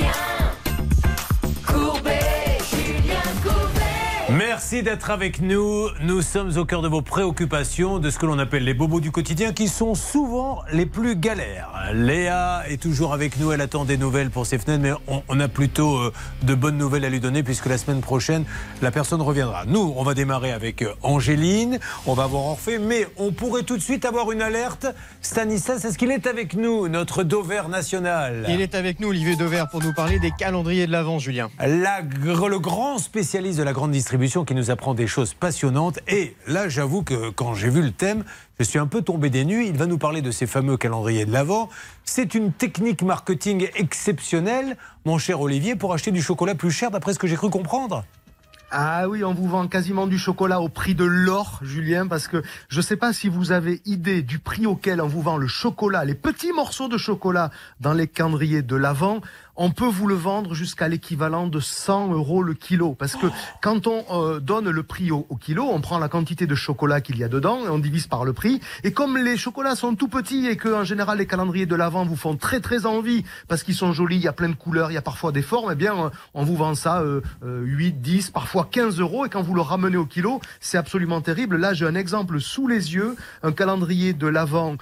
Merci d'être avec nous. Nous sommes au cœur de vos préoccupations, de ce que l'on appelle les bobos du quotidien, qui sont souvent les plus galères. Léa est toujours avec nous, elle attend des nouvelles pour ses fenêtres, mais on a plutôt de bonnes nouvelles à lui donner, puisque la semaine prochaine, la personne reviendra. Nous, on va démarrer avec Angéline, on va avoir Orphée, mais on pourrait tout de suite avoir une alerte. Stanislas, est-ce qu'il est avec nous, notre Dover national? Il est avec nous, Olivier Dover, pour nous parler des calendriers de l'Avent, Julien. Le grand spécialiste de la grande distribution qui nous apprend des choses passionnantes. Et là, j'avoue que quand j'ai vu le thème, je suis un peu tombé des nues. Il va nous parler de ces fameux calendriers de l'Avent. C'est une technique marketing exceptionnelle, mon cher Olivier, pour acheter du chocolat plus cher, d'après ce que j'ai cru comprendre. Ah oui, on vous vend quasiment du chocolat au prix de l'or, Julien, parce que je ne sais pas si vous avez idée du prix auquel on vous vend le chocolat, les petits morceaux de chocolat dans les calendriers de l'Avent. On peut vous le vendre jusqu'à l'équivalent de 100 € le kilo. Parce que quand on donne le prix au kilo, on prend la quantité de chocolat qu'il y a dedans et on divise par le prix. Et comme les chocolats sont tout petits et que en général les calendriers de l'Avent vous font très très envie parce qu'ils sont jolis, il y a plein de couleurs, il y a parfois des formes, eh bien on vous vend ça 8, 10, parfois 15 €. Et quand vous le ramenez au kilo, c'est absolument terrible. Là, j'ai un exemple sous les yeux. Un calendrier de l'Avent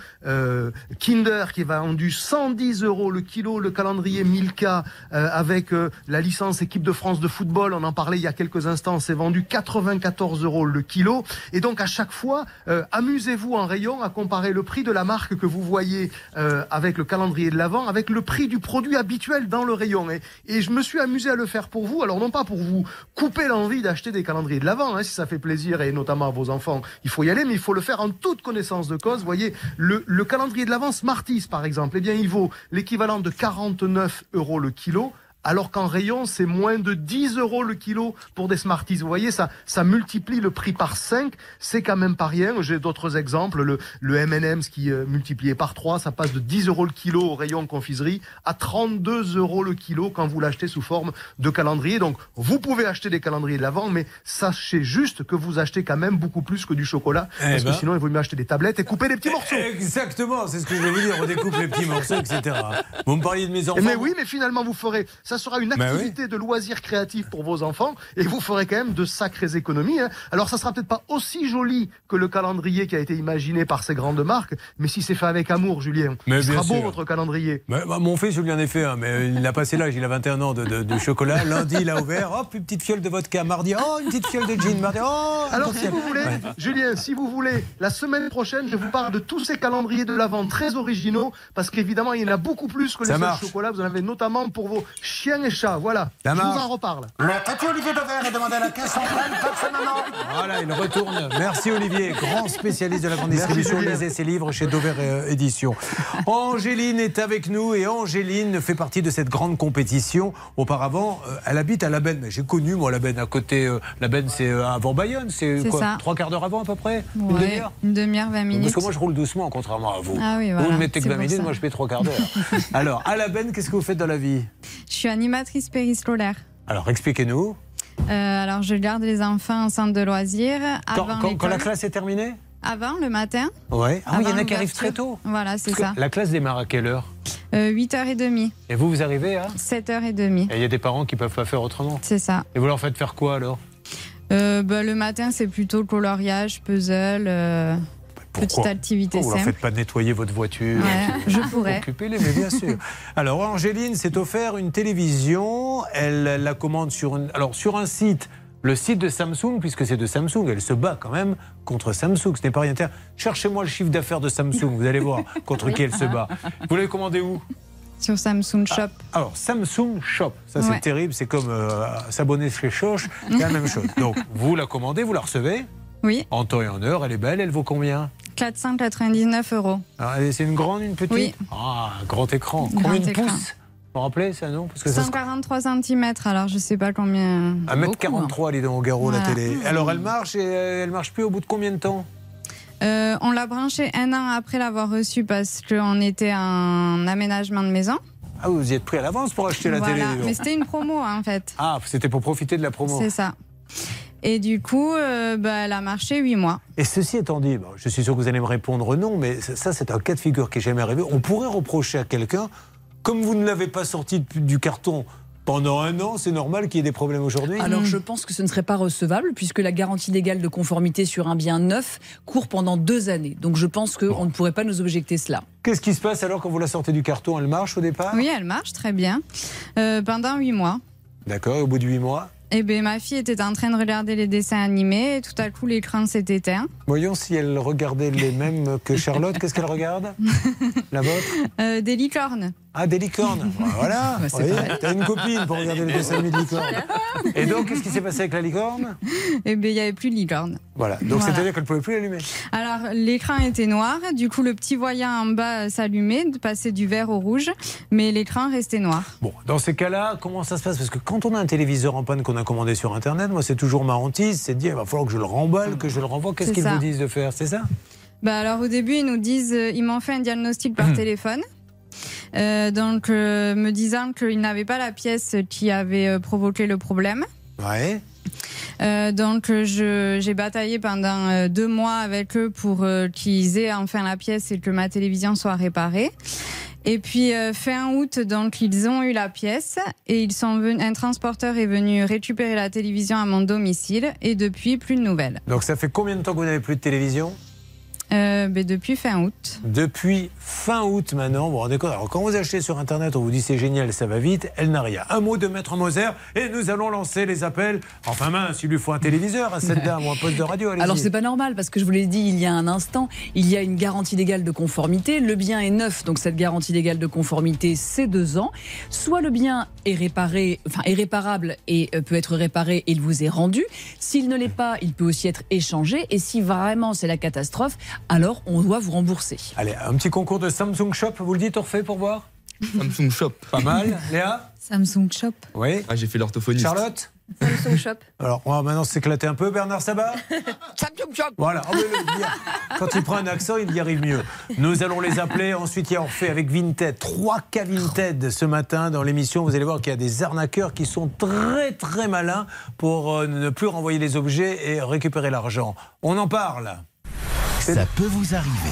Kinder qui va vendu 110 € le kilo. Le calendrier Milka avec la licence équipe de France de football, on en parlait il y a quelques instants, c'est vendu 94 € le kilo. Et donc à chaque fois, amusez-vous en rayon à comparer le prix de la marque que vous voyez avec le calendrier de l'Avent avec le prix du produit habituel dans le rayon. Et je me suis amusé à le faire pour vous. Alors non pas pour vous couper l'envie d'acheter des calendriers de l'Avent, si ça fait plaisir et notamment à vos enfants, il faut y aller, mais il faut le faire en toute connaissance de cause. Vous voyez, le calendrier de l'Avent Smarties par exemple, eh bien il vaut l'équivalent de 49 € le kilo. Alors qu'en rayon, c'est moins de 10 € le kilo pour des Smarties. Vous voyez, ça multiplie le prix par 5. C'est quand même pas rien. J'ai d'autres exemples. Le M&M's qui multiplié par 3, ça passe de 10 € le kilo au rayon confiserie à 32 € le kilo quand vous l'achetez sous forme de calendrier. Donc, vous pouvez acheter des calendriers de l'Avent, mais sachez juste que vous achetez quand même beaucoup plus que du chocolat. Parce que sinon, il vaut mieux acheter des tablettes et couper des petits morceaux. Exactement, c'est ce que je vais vous dire. On découpe les petits morceaux, etc. Vous me parliez de mes enfants. Mais oui, mais finalement, vous ferez... Ça sera une activité de loisirs créatifs pour vos enfants et vous ferez quand même de sacrées économies. Alors, ça sera peut-être pas aussi joli que le calendrier qui a été imaginé par ces grandes marques, mais si c'est fait avec amour, Julien, il sera beau votre calendrier. Mon fils, je lui en ai fait un, mais il a passé l'âge, il a 21 ans de chocolat. Lundi, il a ouvert, hop, une petite fiole de vodka. Mardi, oh, une petite fiole de gin. Mardi, oh. Alors, si vous voulez, Julien, si vous voulez, la semaine prochaine, je vous parle de tous ces calendriers de l'Avent très originaux, parce qu'évidemment, il y en a beaucoup plus que les seuls chocolats. Vous en avez notamment pour vos chiens chien et chat, voilà. Ça Je vous marche. en reparle. La Cathy Olivier Dauvert est demandé à la caisse centrale, code maman. Voilà, il retourne. Merci Olivier, grand spécialiste de la grande Merci, distribution. Julien. Lisez ses livres chez Dauvert Éditions. Angéline est avec nous et Angéline fait partie de cette grande compétition. Auparavant, elle habite à La Benne. Mais j'ai connu, moi, La Benne, à côté. La Benne, c'est avant Bayonne. C'est C'est quoi ça. 3 quarts d'heure avant, à peu près Une Ouais, demi-heure une demi-heure, 20 minutes. Parce que moi, je roule doucement, contrairement à vous. Ah oui, Vous voilà, ne mettez que c'est 20 pour minutes, ça. moi, je fais 3 quarts d'heure. Alors, à La Benne, qu'est-ce que vous faites dans la vie? Je suis animatrice périscolaire. Alors, expliquez-nous. Alors, je garde les enfants en centre de loisirs. Avant Quand la l'école. classe est terminée? Avant, le matin. Ouais. Ah oui, il y en a Avant qui arrivent l'ouverture. très tôt. Voilà, c'est Parce ça. que la classe démarre à quelle heure? 8h30. Et vous, vous arrivez à 7h30. Et il y a des parents qui peuvent pas faire autremment. C'est ça. Et vous leur faites faire quoi alors? Le matin, c'est plutôt coloriage, puzzle, petite activité Vous leur simple. faites pas nettoyer votre voiture? Ouais, je pourrais. Occupez-les, mais bien sûr. Alors, Angéline s'est offert une télévision. Elle la commande sur un site. Le site de Samsung, puisque c'est de Samsung, elle se bat quand même contre Samsung. Ce n'est pas rien. Cherchez-moi le chiffre d'affaires de Samsung, vous allez voir contre qui elle se bat. Vous l'avez commandé où? Sur Samsung Shop. Alors, Samsung Shop, ça c'est Ouais. terrible, c'est comme s'abonner chez Choche, c'est la même chose. Donc, vous la commandez, vous la recevez, Oui, en temps et en heure, elle est belle, elle vaut combien? 499 €. Alors, c'est une grande, une petite? Oui. Ah, grand écran. Grand Combien de écran. pouces? Vous vous rappelez ça, non? Parce que ça se- 143 cm, alors je sais pas combien. 1m43, elle est dans au garrot, la Voilà. télé. Alors, elle marche et elle marche plus au bout de combien de temps? On l'a branché un an après l'avoir reçu parce qu'on était en aménagement de maison. Ah, vous y êtes pris à l'avance pour acheter la Voilà. télé. dis donc. Mais c'était une promo en fait. Ah, c'était pour profiter de la promo. C'est ça. Et du coup, elle a marché 8 mois. Et ceci étant dit, bon, je suis sûr que vous allez me répondre non, mais ça, c'est un cas de figure qui n'est jamais arrivé. On pourrait reprocher à quelqu'un, comme vous ne l'avez pas sorti du carton pendant un an, c'est normal qu'il y ait des problèmes aujourd'hui? Alors je pense que ce ne serait pas recevable puisque la garantie légale de conformité sur un bien neuf court pendant 2 années. Donc je pense qu'on ne pourrait pas nous objecter cela. Qu'est-ce qui se passe alors quand vous la sortez du carton? Elle marche au départ? Oui, elle marche très bien. Pendant 8 mois. D'accord, au bout de 8 mois? Eh bien, ma fille était en train de regarder les dessins animés et tout à coup, l'écran s'est éteint. Voyons si elle regardait les mêmes que Charlotte. Qu'est-ce qu'elle regarde? La vôtre? Des licornes. Ah, des licornes. Voilà. Bah, c'est Oui, pareil. t'as une copine pour regarder les dessins animés de licornes. Et donc, qu'est-ce qui s'est passé avec la licorne? Eh bien, il n'y avait plus de licorne. Voilà. Donc, Voilà. c'est-à-dire qu'elle ne pouvait plus l'allumer. Alors, l'écran était noir. Du coup, le petit voyant en bas s'allumait, passait du vert au rouge. Mais l'écran restait noir. Bon, dans ces cas-là, comment ça se passe? Parce que quand on a un téléviseur en panne qu'on a commandé sur Internet, moi, c'est toujours ma hantise, c'est de dire, il va falloir que je le remballe, que je le renvoie. Qu'est-ce C'est qu'ils ça. vous disent de faire? C'est ça? Alors, au début, ils nous disent, ils m'ont fait un diagnostic par téléphone. Me disant qu'ils n'avaient pas la pièce qui avait provoqué le problème. Ouais. J'ai bataillé pendant 2 mois avec eux pour qu'ils aient enfin la pièce et que ma télévision soit réparée. Et puis fin août, donc ils ont eu la pièce et ils sont venus, un transporteur est venu récupérer la télévision à mon domicile et depuis plus de nouvelles. Donc, ça fait combien de temps que vous n'avez plus de télévision? Depuis fin août. Depuis fin août maintenant. Vous vous rendez compte? Alors, quand vous achetez sur Internet, on vous dit c'est génial, ça va vite. Elle n'a rien. Un mot de Maître Moser et nous allons lancer les appels. Enfin mince, il lui faut un téléviseur à cette dame ou un poste de radio. Allez-y. Alors c'est pas normal parce que je vous l'ai dit il y a un instant, il y a une garantie légale de conformité. Le bien est neuf, donc cette garantie légale de conformité c'est 2 ans. Soit le bien est réparable et peut être réparé et il vous est rendu. S'il ne l'est pas, il peut aussi être échangé. Et si vraiment c'est la catastrophe, alors on doit vous rembourser. Allez, un petit concours de Samsung Shop, vous le dites, Orphée, pour voir? Samsung Shop. Pas mal. Léa? Samsung Shop. Oui. Ah, j'ai fait l'orthophoniste. Charlotte? Samsung Shop. Alors, on va maintenant s'éclater un peu. Bernard Sabat? Samsung Shop. Voilà. Oh, mais quand il prend un accent, il y arrive mieux. Nous allons les appeler. Ensuite, il y a Orphée avec Vinted. 3 cas Vinted ce matin dans l'émission. Vous allez voir qu'il y a des arnaqueurs qui sont très, très malins pour ne plus renvoyer les objets et récupérer l'argent. On en parle. Ça peut vous arriver.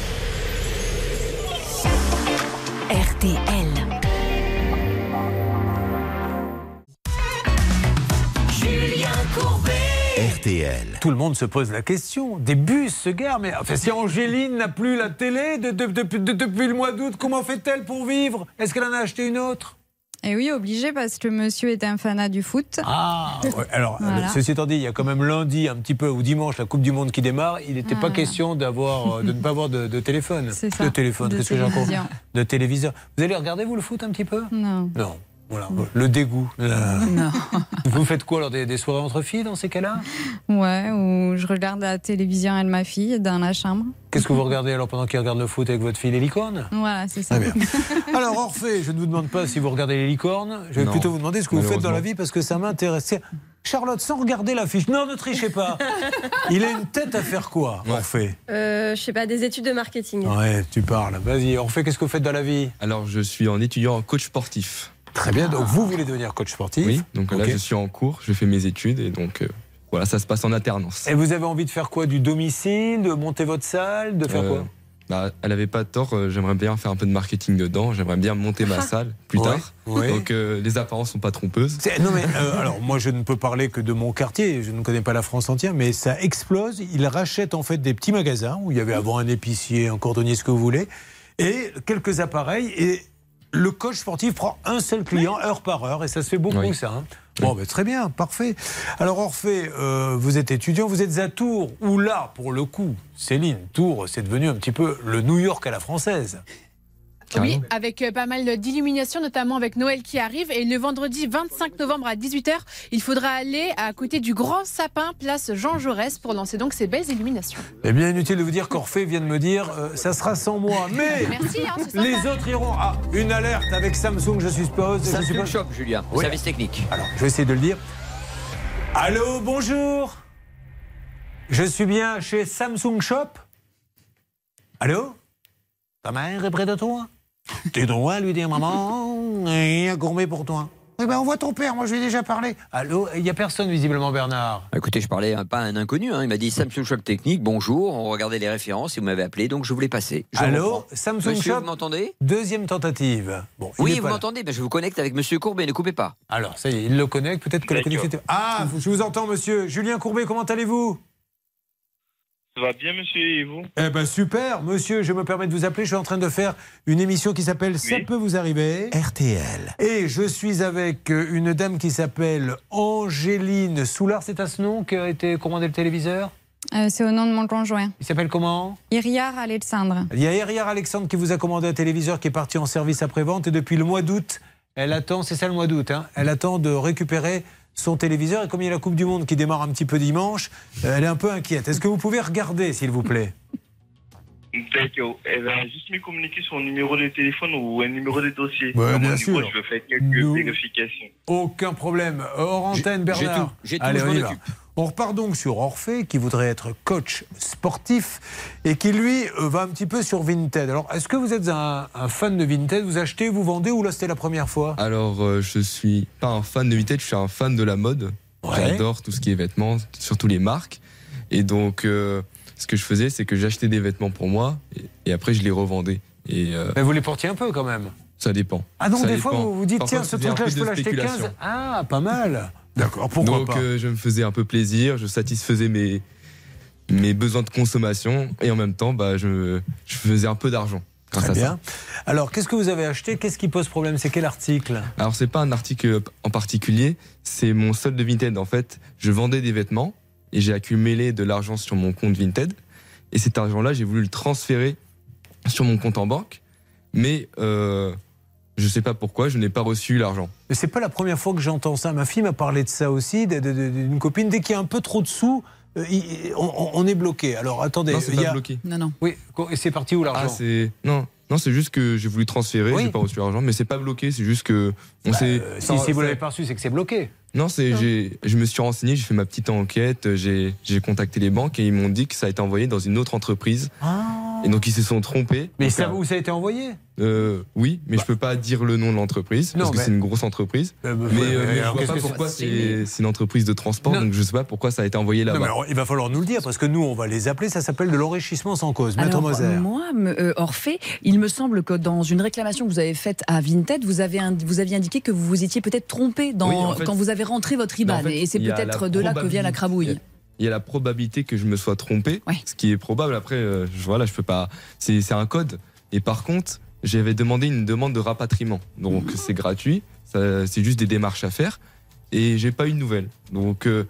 RTL. Julien Courbet. RTL. Tout le monde se pose la question. Des bus se garent. Mais enfin, si Angéline n'a plus la télé depuis le mois d'août, comment fait-elle pour vivre? Est-ce qu'elle en a acheté une autre? Et oui, obligé parce que monsieur est un fanat du foot. Ah, ouais, alors, Voilà. ceci étant dit, il y a quand même lundi, un petit peu, ou dimanche, la Coupe du Monde qui démarre. Il n'était pas Voilà. question de ne pas avoir de téléphone. C'est ça. De téléphone, De qu'est-ce que j'ai encore? télévision. De téléviseur. Vous allez regarder, vous, le foot un petit peu? Non. Non. Voilà, le dégoût. Non. Vous faites quoi alors, des soirées entre filles dans ces cas-là? Ouais, où je regarde la télévision avec ma fille dans la chambre. Qu'est-ce que vous regardez alors pendant qu'il regarde le foot avec votre fille, les licornes? Voilà, c'est ça. Très bien. Alors Orphée, je ne vous demande pas si vous regardez les licornes, je vais Non, plutôt vous demander ce que vous faites dans la vie parce que ça m'intéresse. Charlotte, sans regarder l'affiche, non, ne trichez pas. Il a une tête à faire quoi, Orphée? Je sais pas, des études de marketing. Ouais, tu parles. Vas-y, Orphée, qu'est-ce que vous faites dans la vie? Alors, je suis en étudiant en coach sportif. Très bien, donc vous voulez devenir coach sportif? Oui, donc là, Ok. je suis en cours, je fais mes études et donc voilà, ça se passe en alternance. Et vous avez envie de faire quoi? Du domicile, de monter votre salle, de faire quoi? Elle avait pas tort, j'aimerais bien faire un peu de marketing dedans, j'aimerais bien monter ma salle plus Ouais, tard. ouais. Donc les apparences sont pas trompeuses. Non mais alors moi je ne peux parler que de mon quartier, je ne connais pas la France entière, mais ça explose. Ils rachètent en fait des petits magasins où il y avait avant un épicier, un cordonnier, ce que vous voulez, et quelques appareils. Et le coach sportif prend un seul client heure par heure, et ça se fait beaucoup Oui. ça. Hein. Bon, ben, très bien, parfait. Alors Orphée, vous êtes étudiant, vous êtes à Tours, où là, pour le coup, Céline, Tours, c'est devenu un petit peu le New York à la française. Oui, avec pas mal d'illuminations, notamment avec Noël qui arrive. Et le vendredi 25 novembre à 18h, il faudra aller à côté du Grand Sapin, place Jean Jaurès, pour lancer donc ces belles illuminations. Eh bien, inutile de vous dire qu'Orphée vient de me dire ça sera sans moi. Mais Merci, hein, c'est sympa. les autres iront. Ah, une alerte avec Samsung, je suppose. Samsung Shop, Julien. Oui. Service technique. Alors, je vais essayer de le dire. Allô, bonjour. Je suis bien chez Samsung Shop. Allô? Ta mère est près de toi? Tu dois lui dire, maman, il y a gourmet pour toi. Eh ben, on voit ton père, moi je lui ai déjà parlé. Allô? Il n'y a personne visiblement, Bernard. Écoutez, je parlais pas à un inconnu. Il m'a dit Samsung Shop Technique, bonjour. On regardait les références et vous m'avez appelé, donc je voulais passer. Je Allô? reprends. Samsung Monsieur, Shop. vous m'entendez? Deuxième tentative. Bon, il Oui, est vous pas là. m'entendez? Ben, je vous connecte avec Monsieur Courbet, ne coupez pas. Alors, ça y est, il le connecte. Peut-être que la connectivité. Ah, je vous entends, monsieur. Julien Courbet, comment allez-vous? Ça va bien, monsieur, et vous? Eh ben super, monsieur, je me permets de vous appeler. Je suis en train de faire une émission qui s'appelle Ça peut vous arriver. RTL. Et je suis avec une dame qui s'appelle Angéline Soulard. C'est à ce nom qu'a été commandé le téléviseur? C'est au nom de mon conjoint. Il s'appelle comment? Iriar Alexandre. Il y a Eriar Alexandre qui vous a commandé un téléviseur qui est parti en service après-vente. Et depuis le mois d'août, elle attend, c'est ça le mois d'août, hein, elle attend de récupérer son téléviseur. Et comme il y a la Coupe du Monde qui démarre un petit peu dimanche, elle est un peu inquiète. Est-ce que vous pouvez regarder, s'il vous plaît? D'accord. Elle va juste me communiquer son numéro de téléphone ou un numéro de dossier. Ouais, À mon bien niveau, sûr. Je vais faire quelques vérifications. Aucun problème. Hors antenne, Bernard. j'ai tout, Allez, je on m'en y va. occupe. On repart donc sur Orphée, qui voudrait être coach sportif et qui, lui, va un petit peu sur Vinted. Alors, est-ce que vous êtes un fan de Vinted? Vous achetez, vous vendez, ou là, c'était la première fois? Alors, je suis pas un fan de Vinted, je suis un fan de la mode. Ouais. J'adore tout ce qui est vêtements, surtout les marques. Et donc, ce que je faisais, c'est que j'achetais des vêtements pour moi et après, je les revendais. Et, Mais vous les portiez un peu, quand même. ça dépend. Ah donc, Ça des fois, dépend. vous vous dites, Parfois, tiens, ce je faisais un truc-là, peu je peux de l'acheter spéculation. 15. Ah, pas mal. D'accord, pourquoi donc, pas je me faisais un peu plaisir, je satisfaisais mes besoins de consommation et en même temps, je faisais un peu d'argent grâce Très à bien. ça. Alors, qu'est-ce que vous avez acheté? Qu'est-ce qui pose problème? C'est quel article? Alors, c'est pas un article en particulier, c'est mon solde de Vinted. En fait, je vendais des vêtements et j'ai accumulé de l'argent sur mon compte Vinted. Et cet argent-là, j'ai voulu le transférer sur mon compte en banque. Mais je sais pas pourquoi, je n'ai pas reçu l'argent. Mais c'est pas la première fois que j'entends ça. Ma fille m'a parlé de ça aussi, d'une copine. Dès qu'il y a un peu trop de sous, on est bloqué. Alors attendez, Non, c'est pas bloqué. Non. Oui, et c'est parti où l'argent? Non, c'est juste que j'ai voulu transférer, j'ai pas reçu l'argent, mais c'est pas bloqué, c'est juste que si vous l'avez pas reçu, c'est que c'est bloqué. Non, je me suis renseigné, j'ai fait ma petite enquête, j'ai contacté les banques et ils m'ont dit que ça a été envoyé dans une autre entreprise. Et donc ils se sont trompés. Mais Donc, ça où ça a été envoyé? Oui, mais je peux pas dire le nom de l'entreprise parce que c'est une grosse entreprise. Mais je vois pas pourquoi c'est une entreprise de transport, donc je sais pas pourquoi ça a été envoyé Non, là-bas. mais alors, il va falloir nous le dire parce que nous, on va les appeler. Ça s'appelle de l'enrichissement sans cause. Maître Alors, Moser. moi, Orphée, il me semble que dans une réclamation que vous avez faite à Vinted, vous aviez indiqué que vous vous étiez peut-être trompé Oui, en fait, quand vous avez rentré votre IBAN. en fait, et c'est il y a peut-être la de là que vient la crabouille. Il y a la probabilité que je me sois trompé, ce qui est probable. Après, je peux pas. C'est un code. Et par contre, j'avais demandé une demande de rapatriement. Donc c'est gratuit. C'est juste des démarches à faire. Et j'ai pas eu de nouvelles. Donc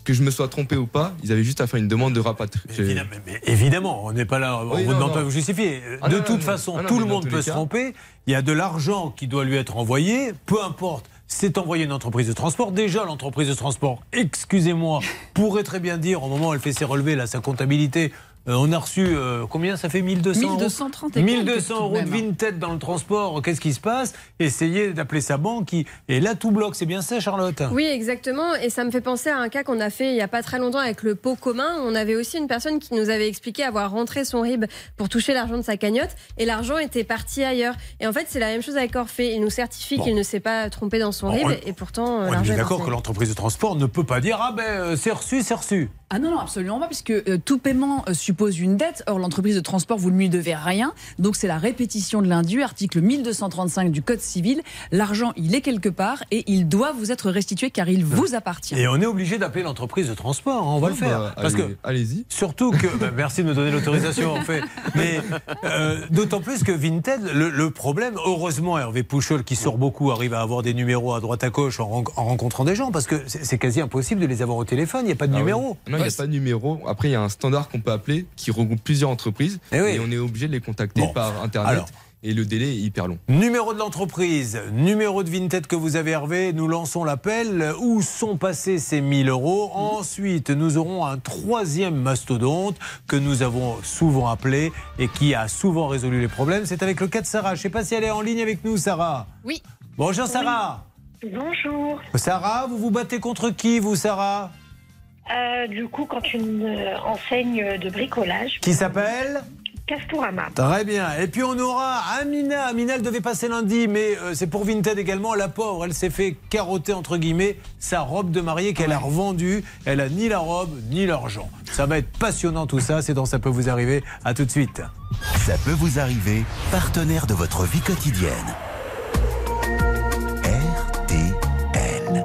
que je me sois trompé ou pas, ils avaient juste à faire une demande de rapatriement. Mais évidemment, on n'est pas là, on Oui, vous non, demande non. pas de vous justifier. Ah, De non, toute non, façon, non, non, tout mais le dans monde tous peut les se cas. tromper. Il y a de l'argent qui doit lui être envoyé, peu importe. C'est envoyé à une entreprise de transport. Déjà, l'entreprise de transport, excusez-moi, pourrait très bien dire, au moment où elle fait ses relevés, là, sa comptabilité, on a reçu, combien ça fait 1200 euros 1230 et quelques, 1200 tout de euros de même. Vinted dans le transport, qu'est-ce qui se passe? Essayez d'appeler sa banque, et là, tout bloque. C'est bien ça, Charlotte? Oui, exactement. Et ça me fait penser à un cas qu'on a fait il n'y a pas très longtemps avec le pot commun. On avait aussi une personne qui nous avait expliqué avoir rentré son RIB pour toucher l'argent de sa cagnotte et l'argent était parti ailleurs. Et en fait, c'est la même chose avec Orphée. Il nous certifie qu'il ne s'est pas trompé dans son RIB et pourtant On l'argent est est d'accord parti. que l'entreprise de transport ne peut pas dire, ah ben, c'est reçu, c'est reçu. Ah non, non, absolument pas, puisque tout paiement suppose une dette. Or, l'entreprise de transport, vous ne lui devez rien. Donc, c'est la répétition de l'indu, article 1235 du Code civil. L'argent, il est quelque part et il doit vous être restitué car il vous appartient. Et on est obligé d'appeler l'entreprise de transport, hein, on va le faire. Parce que, allez-y. Surtout que, merci de me donner l'autorisation en fait, mais d'autant plus que Vinted, le problème, heureusement Hervé Pouchol qui sort beaucoup arrive à avoir des numéros à droite à gauche en rencontrant des gens, parce que c'est quasi impossible de les avoir au téléphone, il n'y a pas de numéro. Non, il n'y a pas de numéro. Après, il y a un standard qu'on peut appeler qui regroupe plusieurs entreprises et on est obligé de les contacter par Internet. Alors. Et le délai est hyper long. Numéro de l'entreprise, numéro de Vinted que vous avez, Hervé, nous lançons l'appel. Où sont passés ces 1000 euros? Ensuite, nous aurons un troisième mastodonte que nous avons souvent appelé et qui a souvent résolu les problèmes. C'est avec le cas de Sarah. Je ne sais pas si elle est en ligne avec nous, Sarah. Oui. Bonjour, Sarah. Bonjour. Sarah, vous vous battez contre qui, vous, Sarah? Du coup, quand une enseigne de bricolage. Qui s'appelle Castorama. Très bien. Et puis on aura Amina. Amina, elle devait passer lundi, mais c'est pour Vinted également. La pauvre, elle s'est fait carotter, entre guillemets, sa robe de mariée qu'elle a revendue. Elle a ni la robe, ni l'argent. Ça va être passionnant tout ça. C'est dans Ça peut vous arriver. À tout de suite. Ça peut vous arriver, partenaire de votre vie quotidienne. RTL.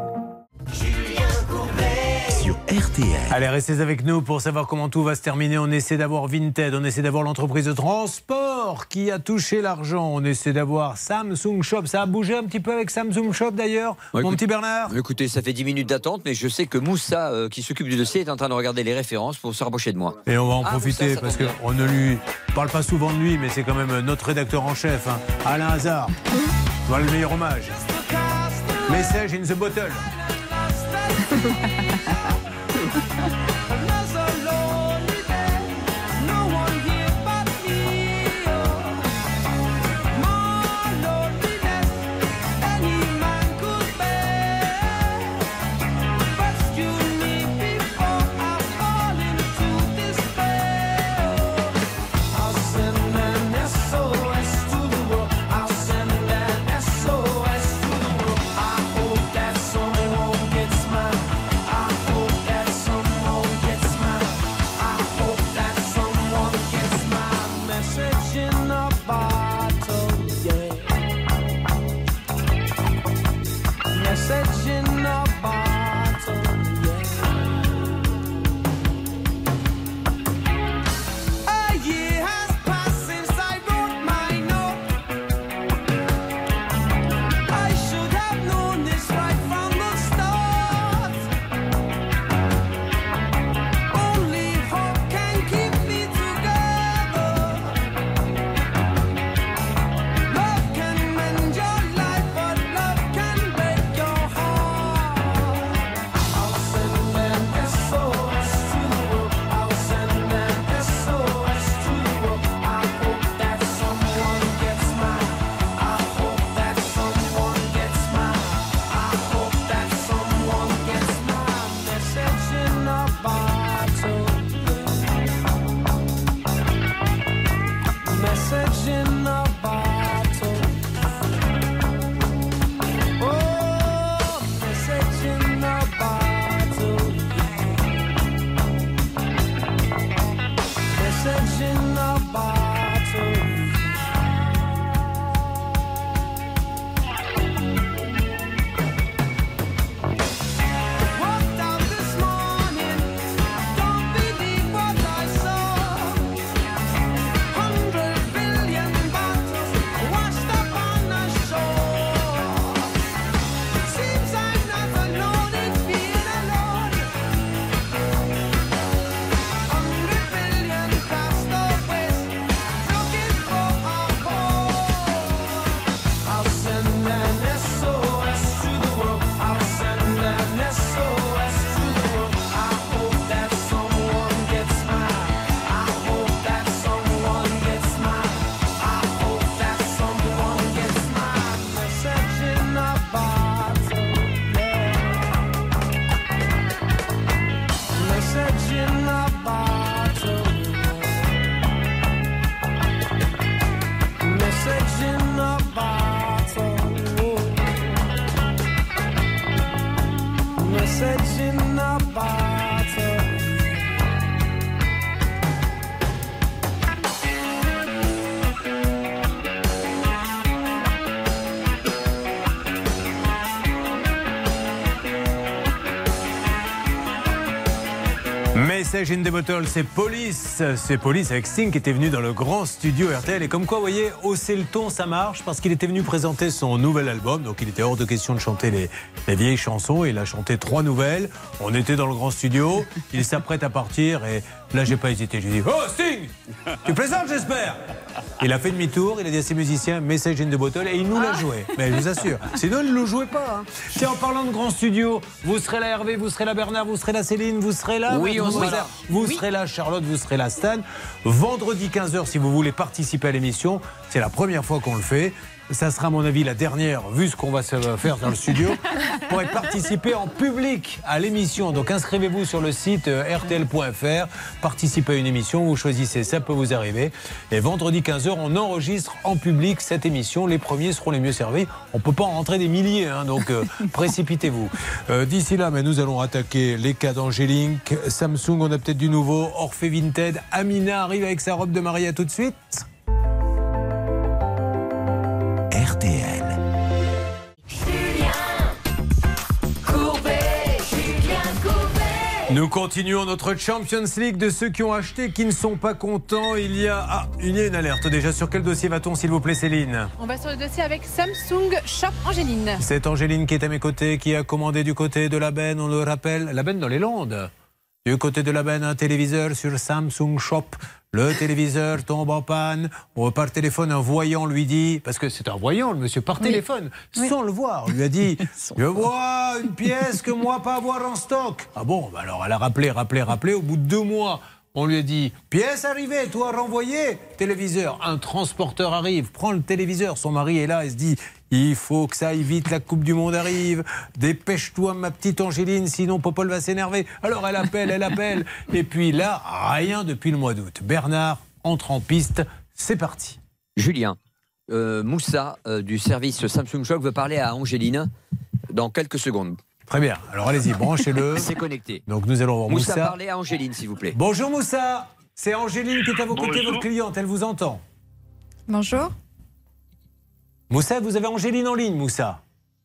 Sur RTL. Allez, restez avec nous pour savoir comment tout va se terminer. On essaie d'avoir Vinted, on essaie d'avoir l'entreprise de transport qui a touché l'argent. On essaie d'avoir Samsung Shop. Ça a bougé un petit peu avec Samsung Shop d'ailleurs, mon petit Bernard? Écoutez, ça fait 10 minutes d'attente, mais je sais que Moussa, qui s'occupe du dossier, est en train de regarder les références pour se rapprocher de moi. Et on va en Ah, profiter Moussa, ça parce tombe bien. qu'on ne lui parle pas souvent de lui, mais c'est quand même notre rédacteur en chef, hein, Alain Hazard. Voilà le meilleur hommage. Message in the bottle. Message in the Bottle, c'est Police avec Sting qui était venu dans le grand studio RTL. Et comme quoi, vous voyez, hausser le ton, ça marche parce qu'il était venu présenter son nouvel album. Donc il était hors de question de chanter les vieilles chansons. Il a chanté 3 nouvelles. On était dans le grand studio. Il s'apprête à partir et là, j'ai pas hésité. J'ai dit, oh Sting, tu plaisantes, j'espère. Il a fait demi-tour, il a dit à ses musiciens Message in the Bottle et il nous l'a joué. Mais je vous assure, sinon il ne le jouait pas. Hein. Tiens, en parlant de grand studio, vous serez là Hervé, vous serez là Bernard, vous serez là Céline, vous serez là. Oui, on sera là. Vous serez là Charlotte, vous serez là Stan. Vendredi 15h, si vous voulez participer à l'émission, c'est la première fois qu'on le fait. Ça sera à mon avis la dernière, vu ce qu'on va se faire dans le studio. Vous pourrez participer en public à l'émission. Donc inscrivez-vous sur le site rtl.fr. Participez à une émission, vous choisissez, ça peut vous arriver. Et vendredi 15h, on enregistre en public cette émission. Les premiers seront les mieux servis. On ne peut pas en rentrer des milliers, hein, donc précipitez-vous. D'ici là, mais nous allons attaquer les cas d'Angélique. Samsung, on a peut-être du nouveau. Orphée Vinted. Amina arrive avec sa robe de mariée, tout de suite. RTL. Nous continuons notre Champions League de ceux qui ont acheté, qui ne sont pas contents. Il y a une alerte déjà. Sur quel dossier va-t-on, s'il vous plaît, Céline? On va sur le dossier avec Samsung Shop Angéline. C'est Angéline qui est à mes côtés, qui a commandé du côté de la Benne, on le rappelle. La Benne dans les Landes. Du côté de la Benne, un téléviseur sur Samsung Shop. Le téléviseur tombe en panne. Par téléphone, un voyant lui dit, parce que c'est un voyant, le monsieur, par téléphone, sans le voir, lui a dit je vois une pièce que moi pas avoir en stock. Ah bon, bah alors elle a rappelé. Au bout de 2 mois, on lui a dit pièce arrivée, toi renvoyé. Téléviseur, un transporteur arrive, prend le téléviseur. Son mari est là et se dit il faut que ça aille vite, la Coupe du Monde arrive. Dépêche-toi, ma petite Angéline, sinon Popol va s'énerver. Alors elle appelle. Et puis là, rien depuis le mois d'août. Bernard entre en piste. C'est parti. Julien, Moussa du service Samsung Shop veut parler à Angéline dans quelques secondes. Très bien. Alors allez-y, branchez-le. C'est connecté. Donc nous allons voir Moussa. Moussa. Parlez à Angéline, s'il vous plaît. Bonjour Moussa. C'est Angéline qui est à vos côtés, Bonjour. votre cliente. Elle vous entend. Bonjour. Moussa, vous avez Angéline en ligne, Moussa.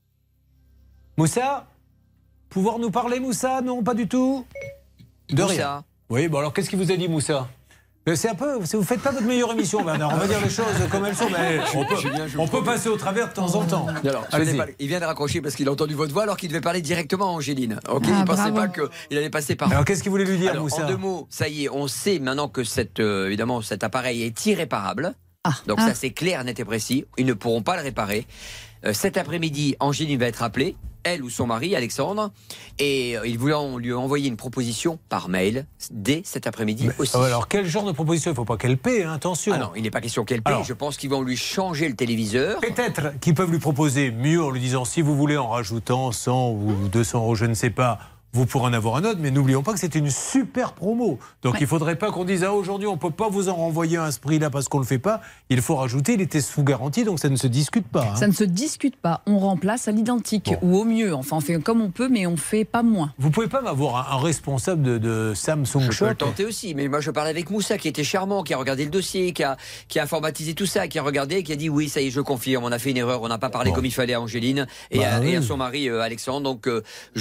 Moussa, pouvoir nous parler, Moussa? Non, pas du tout. De Moussa. rien. Oui, bon alors qu'est-ce qu'il vous a dit, Moussa? C'est un peu, vous faites pas votre meilleure émission, Bernard. On va dire les choses comme elles sont. Mais on peut passer au travers de temps en temps. Alors, il vient de raccrocher parce qu'il a entendu votre voix alors qu'il devait parler directement à Angéline. Ok, il ne pensait pas qu'il allait passer par. Alors qu'est-ce qu'il voulait lui dire, alors, Moussa? En 2 mots, ça y est, on sait maintenant que évidemment, cet appareil est irréparable. Donc ça c'est clair, net et précis. Ils ne pourront pas le réparer. Cet après-midi, Angéline va être appelée, elle ou son mari, Alexandre, et ils vont lui envoyer une proposition par mail dès cet après-midi aussi. Alors quel genre de proposition? Il ne faut pas qu'elle paie, hein, attention. Ah non, il n'est pas question qu'elle paie. Je pense qu'ils vont lui changer le téléviseur. Peut-être qu'ils peuvent lui proposer mieux en lui disant si vous voulez en rajoutant 100 ou 200 euros, je ne sais pas. Vous pourrez en avoir un autre, mais n'oublions pas que c'est une super promo. Donc il ne faudrait pas qu'on dise aujourd'hui on ne peut pas vous en renvoyer à ce prix-là parce qu'on ne le fait pas. Il faut rajouter, il était sous garantie, donc ça ne se discute pas. Hein. Ça ne se discute pas. On remplace à l'identique ou au mieux. Enfin, on fait comme on peut, mais on ne fait pas moins. Vous ne pouvez pas m'avoir un responsable de Samsung Shop? Je peux le tenter aussi, mais moi je parle avec Moussa qui était charmant, qui a regardé le dossier, qui a informatisé tout ça, qui a regardé, qui a dit oui, ça y est, je confirme, on a fait une erreur, on n'a pas parlé comme il fallait à Angéline et à son mari Alexandre. Donc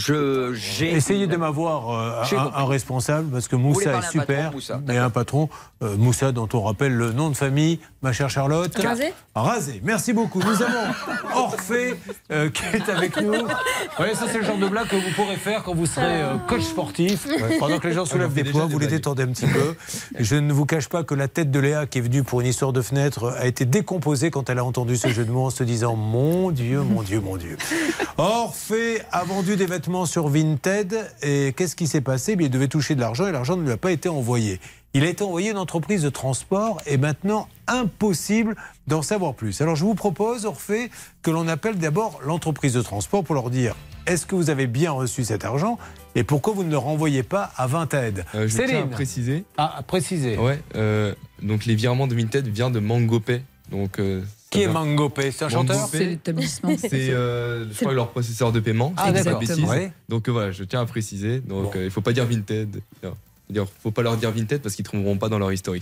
j'ai essayé de m'avoir un responsable parce que Moussa est super, mais un patron, Moussa dont on rappelle le nom de famille, ma chère Charlotte. Razé. Merci beaucoup. Nous avons Orphée qui est avec nous. Ouais, ça c'est le genre de blague que vous pourrez faire quand vous serez coach sportif. Pendant que les gens soulèvent des poids, vous les détendez un petit peu. Je ne vous cache pas que la tête de Léa qui est venue pour une histoire de fenêtre a été décomposée quand elle a entendu ce jeu de mots en se disant mon Dieu, mon Dieu, mon Dieu. Orphée a vendu des vêtements sur Vinted et qu'est-ce qui s'est passé? Il devait toucher de l'argent et l'argent ne lui a pas été envoyé. Il a été envoyé à une entreprise de transport et maintenant impossible d'en savoir plus. Alors je vous propose, Orphée, que l'on appelle d'abord l'entreprise de transport pour leur dire est-ce que vous avez bien reçu cet argent et pourquoi vous ne le renvoyez pas à Vinted? Je tiens à préciser. À préciser. Ouais, donc les virements de Vinted viennent de MangoPay. Donc, qui est MangoPay? C'est un chanteur? C'est l'établissement. C'est, je crois, leur processeur de paiement. Ah, d'accord. Ouais. Donc voilà, je tiens à préciser. Donc il ne faut pas dire Vinted. Il ne faut pas leur dire Vinted parce qu'ils ne trouveront pas dans leur historique.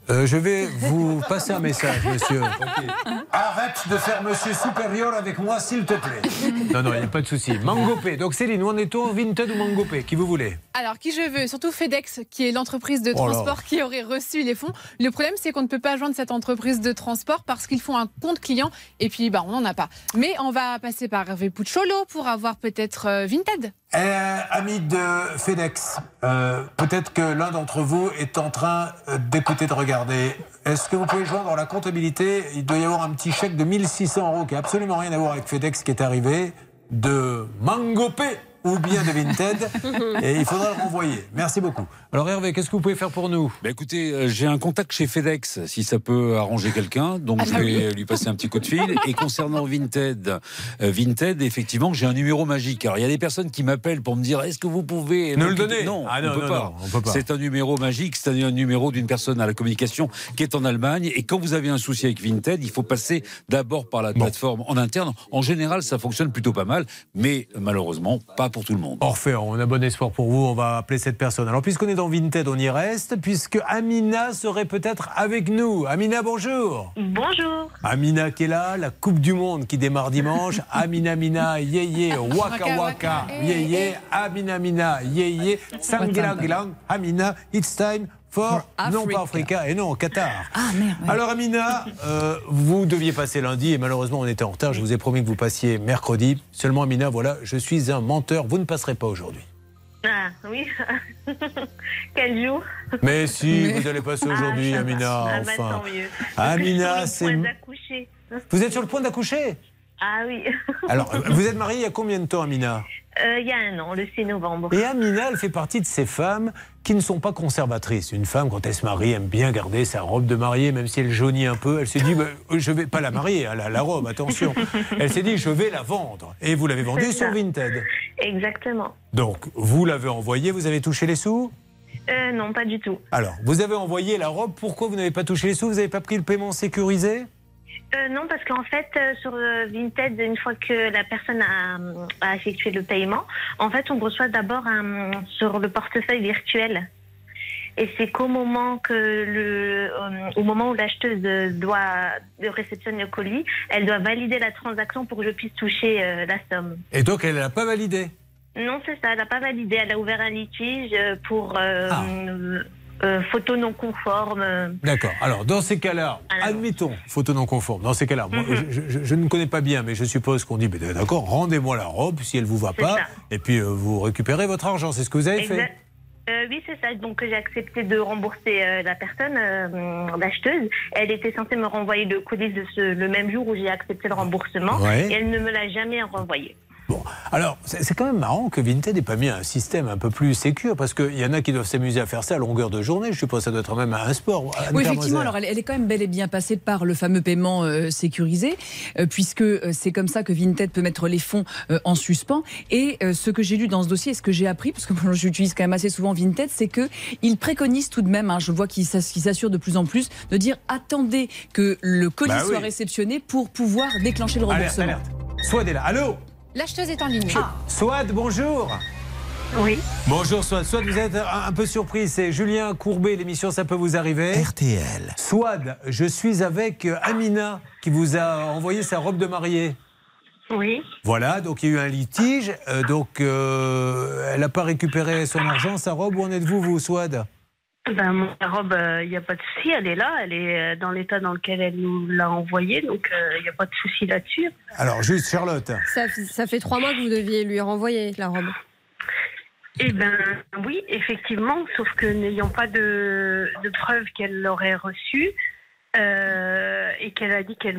Je vais vous passer un message, monsieur. Arrête de faire monsieur supérieur avec moi, s'il te plaît. Non, il n'y a pas de souci. Mangopé. Donc Céline, où en est-on, Vinted ou Mangopé? Qui vous voulez? Alors, qui je veux? Surtout FedEx, qui est l'entreprise de transport qui aurait reçu les fonds. Le problème, c'est qu'on ne peut pas joindre cette entreprise de transport parce qu'ils font un compte client et puis on n'en a pas. Mais on va passer par Hervé Poucholo pour avoir peut-être Vinted. Amis de FedEx, peut-être que l'un d'entre vous est en train d'écouter, de regarder. Est-ce que vous pouvez joindre dans la comptabilité? Il doit y avoir un petit chèque de 1 600 € qui n'a absolument rien à voir avec FedEx qui est arrivé de Mangopé ou bien de Vinted, et il faudra le renvoyer. Merci beaucoup. Alors Hervé, qu'est-ce que vous pouvez faire pour nous? Écoutez, j'ai un contact chez FedEx, si ça peut arranger quelqu'un, donc je vais lui passer un petit coup de fil. Et concernant Vinted, effectivement, j'ai un numéro magique. Alors il y a des personnes qui m'appellent pour me dire, est-ce que vous pouvez... Ne le donner? Non, on ne peut pas. pas. C'est un numéro magique, c'est un numéro d'une personne à la communication qui est en Allemagne. Et quand vous avez un souci avec Vinted, il faut passer d'abord par la plateforme en interne. En général, ça fonctionne plutôt pas mal, mais malheureusement, pas pour tout le monde. Orphée, on a bon espoir pour vous, on va appeler cette personne. Alors puisqu'on est dans Vinted, on y reste, puisque Amina serait peut-être avec nous. Amina, bonjour. Bonjour. Amina qui est là, la Coupe du Monde qui démarre dimanche. Amina, yé, waka waka, yé, Amina, yé, sangilang, Amina, it's time for, non pas Africa, et non, Qatar. Ah merde. Ouais. Alors Amina, vous deviez passer lundi et malheureusement on était en retard. Je vous ai promis que vous passiez mercredi. Seulement Amina, voilà, je suis un menteur. Vous ne passerez pas aujourd'hui. Ah oui. Quel jour? Mais si, vous allez passer aujourd'hui, Amina. Enfin. Tant mieux. Amina, c'est. Vous êtes sur le point d'accoucher? Ah oui. Alors, vous êtes mariée il y a combien de temps, Amina? Il y a 1 an, le 6 novembre. Et Amina, elle fait partie de ces femmes qui ne sont pas conservatrices. Une femme, quand elle se marie, aime bien garder sa robe de mariée, même si elle jaunit un peu. Elle s'est dit, je vais pas la marier, la robe, attention. Elle s'est dit, je vais la vendre. Et vous l'avez vendue sur Vinted. Exactement. Donc, vous l'avez envoyée, vous avez touché les sous? Non, pas du tout. Alors, vous avez envoyé la robe, pourquoi vous n'avez pas touché les sous? Vous n'avez pas pris le paiement sécurisé? Non, parce qu'en fait, sur Vinted, une fois que la personne a effectué le paiement, en fait, on reçoit d'abord sur le portefeuille virtuel. Et c'est qu'au moment au moment où l'acheteuse réceptionne le colis, elle doit valider la transaction pour que je puisse toucher la somme. Et donc, elle ne l'a pas validé? Non, c'est ça, elle n'a pas validé. Elle a ouvert un litige pour... photo non conforme. D'accord. Alors, dans ces cas-là, admettons, photo non conforme. Dans ces cas-là, moi, je ne connais pas bien, mais je suppose qu'on dit, d'accord, rendez-moi la robe si elle ne vous va pas, et puis vous récupérez votre argent. C'est ce que vous avez fait? Oui, c'est ça. Donc, j'ai accepté de rembourser la personne, l'acheteuse. Elle était censée me renvoyer le colis le même jour où j'ai accepté le remboursement, et elle ne me l'a jamais renvoyé. Bon, alors, c'est quand même marrant que Vinted n'ait pas mis un système un peu plus sécure, parce qu'il y en a qui doivent s'amuser à faire ça à longueur de journée. Je suppose que ça doit être même un sport. Oui, effectivement, alors elle est quand même bel et bien passée par le fameux paiement sécurisé, puisque c'est comme ça que Vinted peut mettre les fonds en suspens. Et ce que j'ai lu dans ce dossier, et ce que j'ai appris, parce que moi, j'utilise quand même assez souvent Vinted, c'est qu'il préconise tout de même, je vois qu'il s'assure de plus en plus, de dire attendez que le colis soit réceptionné pour pouvoir déclencher le remboursement. Alerte. Swad est là. Allô? L'acheteuse est en ligne. Swad, bonjour. Oui. Bonjour Swad. Swad, vous êtes un peu surpris. C'est Julien Courbet, l'émission Ça peut vous arriver. RTL. Swad, je suis avec Amina qui vous a envoyé sa robe de mariée. Oui. Voilà, donc il y a eu un litige. Elle n'a pas récupéré son argent, sa robe. Où en êtes-vous, vous, Swad? Ma robe, il n'y a pas de souci, elle est là, elle est dans l'état dans lequel elle nous l'a envoyée, donc il n'y a pas de souci là-dessus. Alors, juste Charlotte. Ça fait 3 mois que vous deviez lui renvoyer la robe. Eh bien, oui, effectivement, sauf que n'ayant pas de preuves qu'elle l'aurait reçue, et qu'elle a dit qu'elle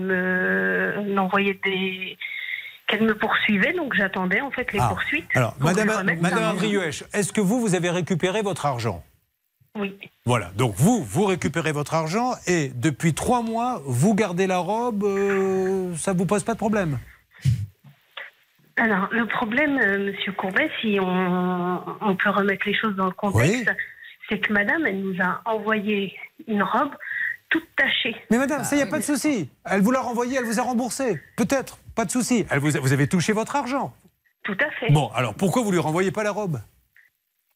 qu'elle me poursuivait, donc j'attendais en fait les poursuites. Alors, Madame Andrieuech, est-ce que vous avez récupéré votre argent? Oui. Voilà, donc vous récupérez votre argent et depuis 3 mois, vous gardez la robe, ça ne vous pose pas de problème? Alors, le problème, Monsieur Courbet, si on peut remettre les choses dans le contexte, c'est que madame, elle nous a envoyé une robe toute tachée. Mais madame, ça, il n'y a pas de souci. Elle vous l'a renvoyée, elle vous a remboursé. Peut-être, pas de souci. Vous avez touché votre argent. Tout à fait. Bon, alors pourquoi vous ne lui renvoyez pas la robe?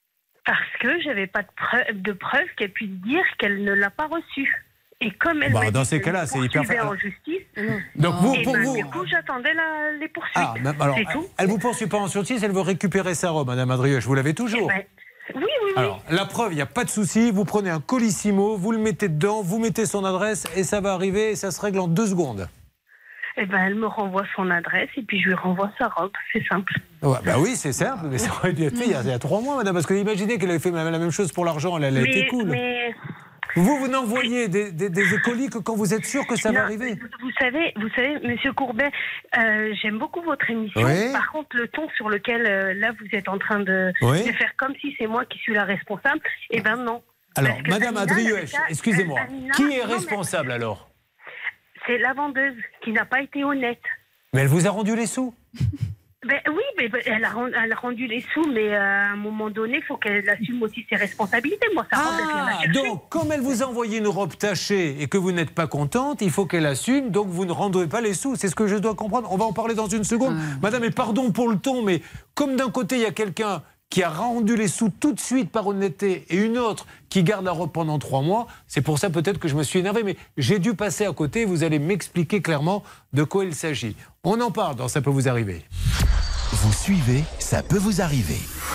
Parce que j'avais pas de preuve qu'elle puisse dire qu'elle ne l'a pas reçu. Et comme elle m'a Dans dit ces qu'elle cas-là, me c'est hyper poursuivait facile. en justice. Donc vous, et pour vous. du coup, j'attendais les poursuites. Alors, c'est tout. elle vous poursuit pas en justice, elle veut récupérer sa robe, Madame Adrioche. Vous l'avez toujours. Oui. Alors, la preuve, il n'y a pas de souci. Vous prenez un colissimo, vous le mettez dedans, vous mettez son adresse et ça va arriver et ça se règle en 2 secondes. Eh ben, elle me renvoie son adresse et puis je lui renvoie sa robe. C'est simple. Ouais, bah oui, c'est simple, mais ça aurait dû être fait il y a 3 mois, madame. Parce que imaginez qu'elle avait fait la même chose pour l'argent, elle a été cool. Mais... Vous n'envoyez des colis que quand vous êtes sûr que ça va arriver. Vous savez, Monsieur Courbet, j'aime beaucoup votre émission. Oui. Par contre, le ton sur lequel là vous êtes en train de faire comme si c'est moi qui suis la responsable, eh ben non. Alors, Parce que Madame Amina, Adrioche, excusez-moi, Amina, qui est non, mais responsable alors? C'est la vendeuse qui n'a pas été honnête. Mais elle vous a rendu les sous? Ben oui, mais elle a rendu les sous, mais à un moment donné, il faut qu'elle assume aussi ses responsabilités. Moi, ça rentre, elle vient la chercher. Donc, comme elle vous a envoyé une robe tachée et que vous n'êtes pas contente, il faut qu'elle assume, donc vous ne rendrez pas les sous. C'est ce que je dois comprendre. On va en parler dans une seconde. Madame, et pardon pour le ton, mais comme d'un côté, il y a quelqu'un qui a rendu les sous tout de suite par honnêteté et une autre qui garde la robe pendant 3 mois, c'est pour ça peut-être que je me suis énervé, mais j'ai dû passer à côté. Vous allez m'expliquer clairement de quoi il s'agit. On en parle dans Ça peut vous arriver. Vous suivez, ça peut vous arriver.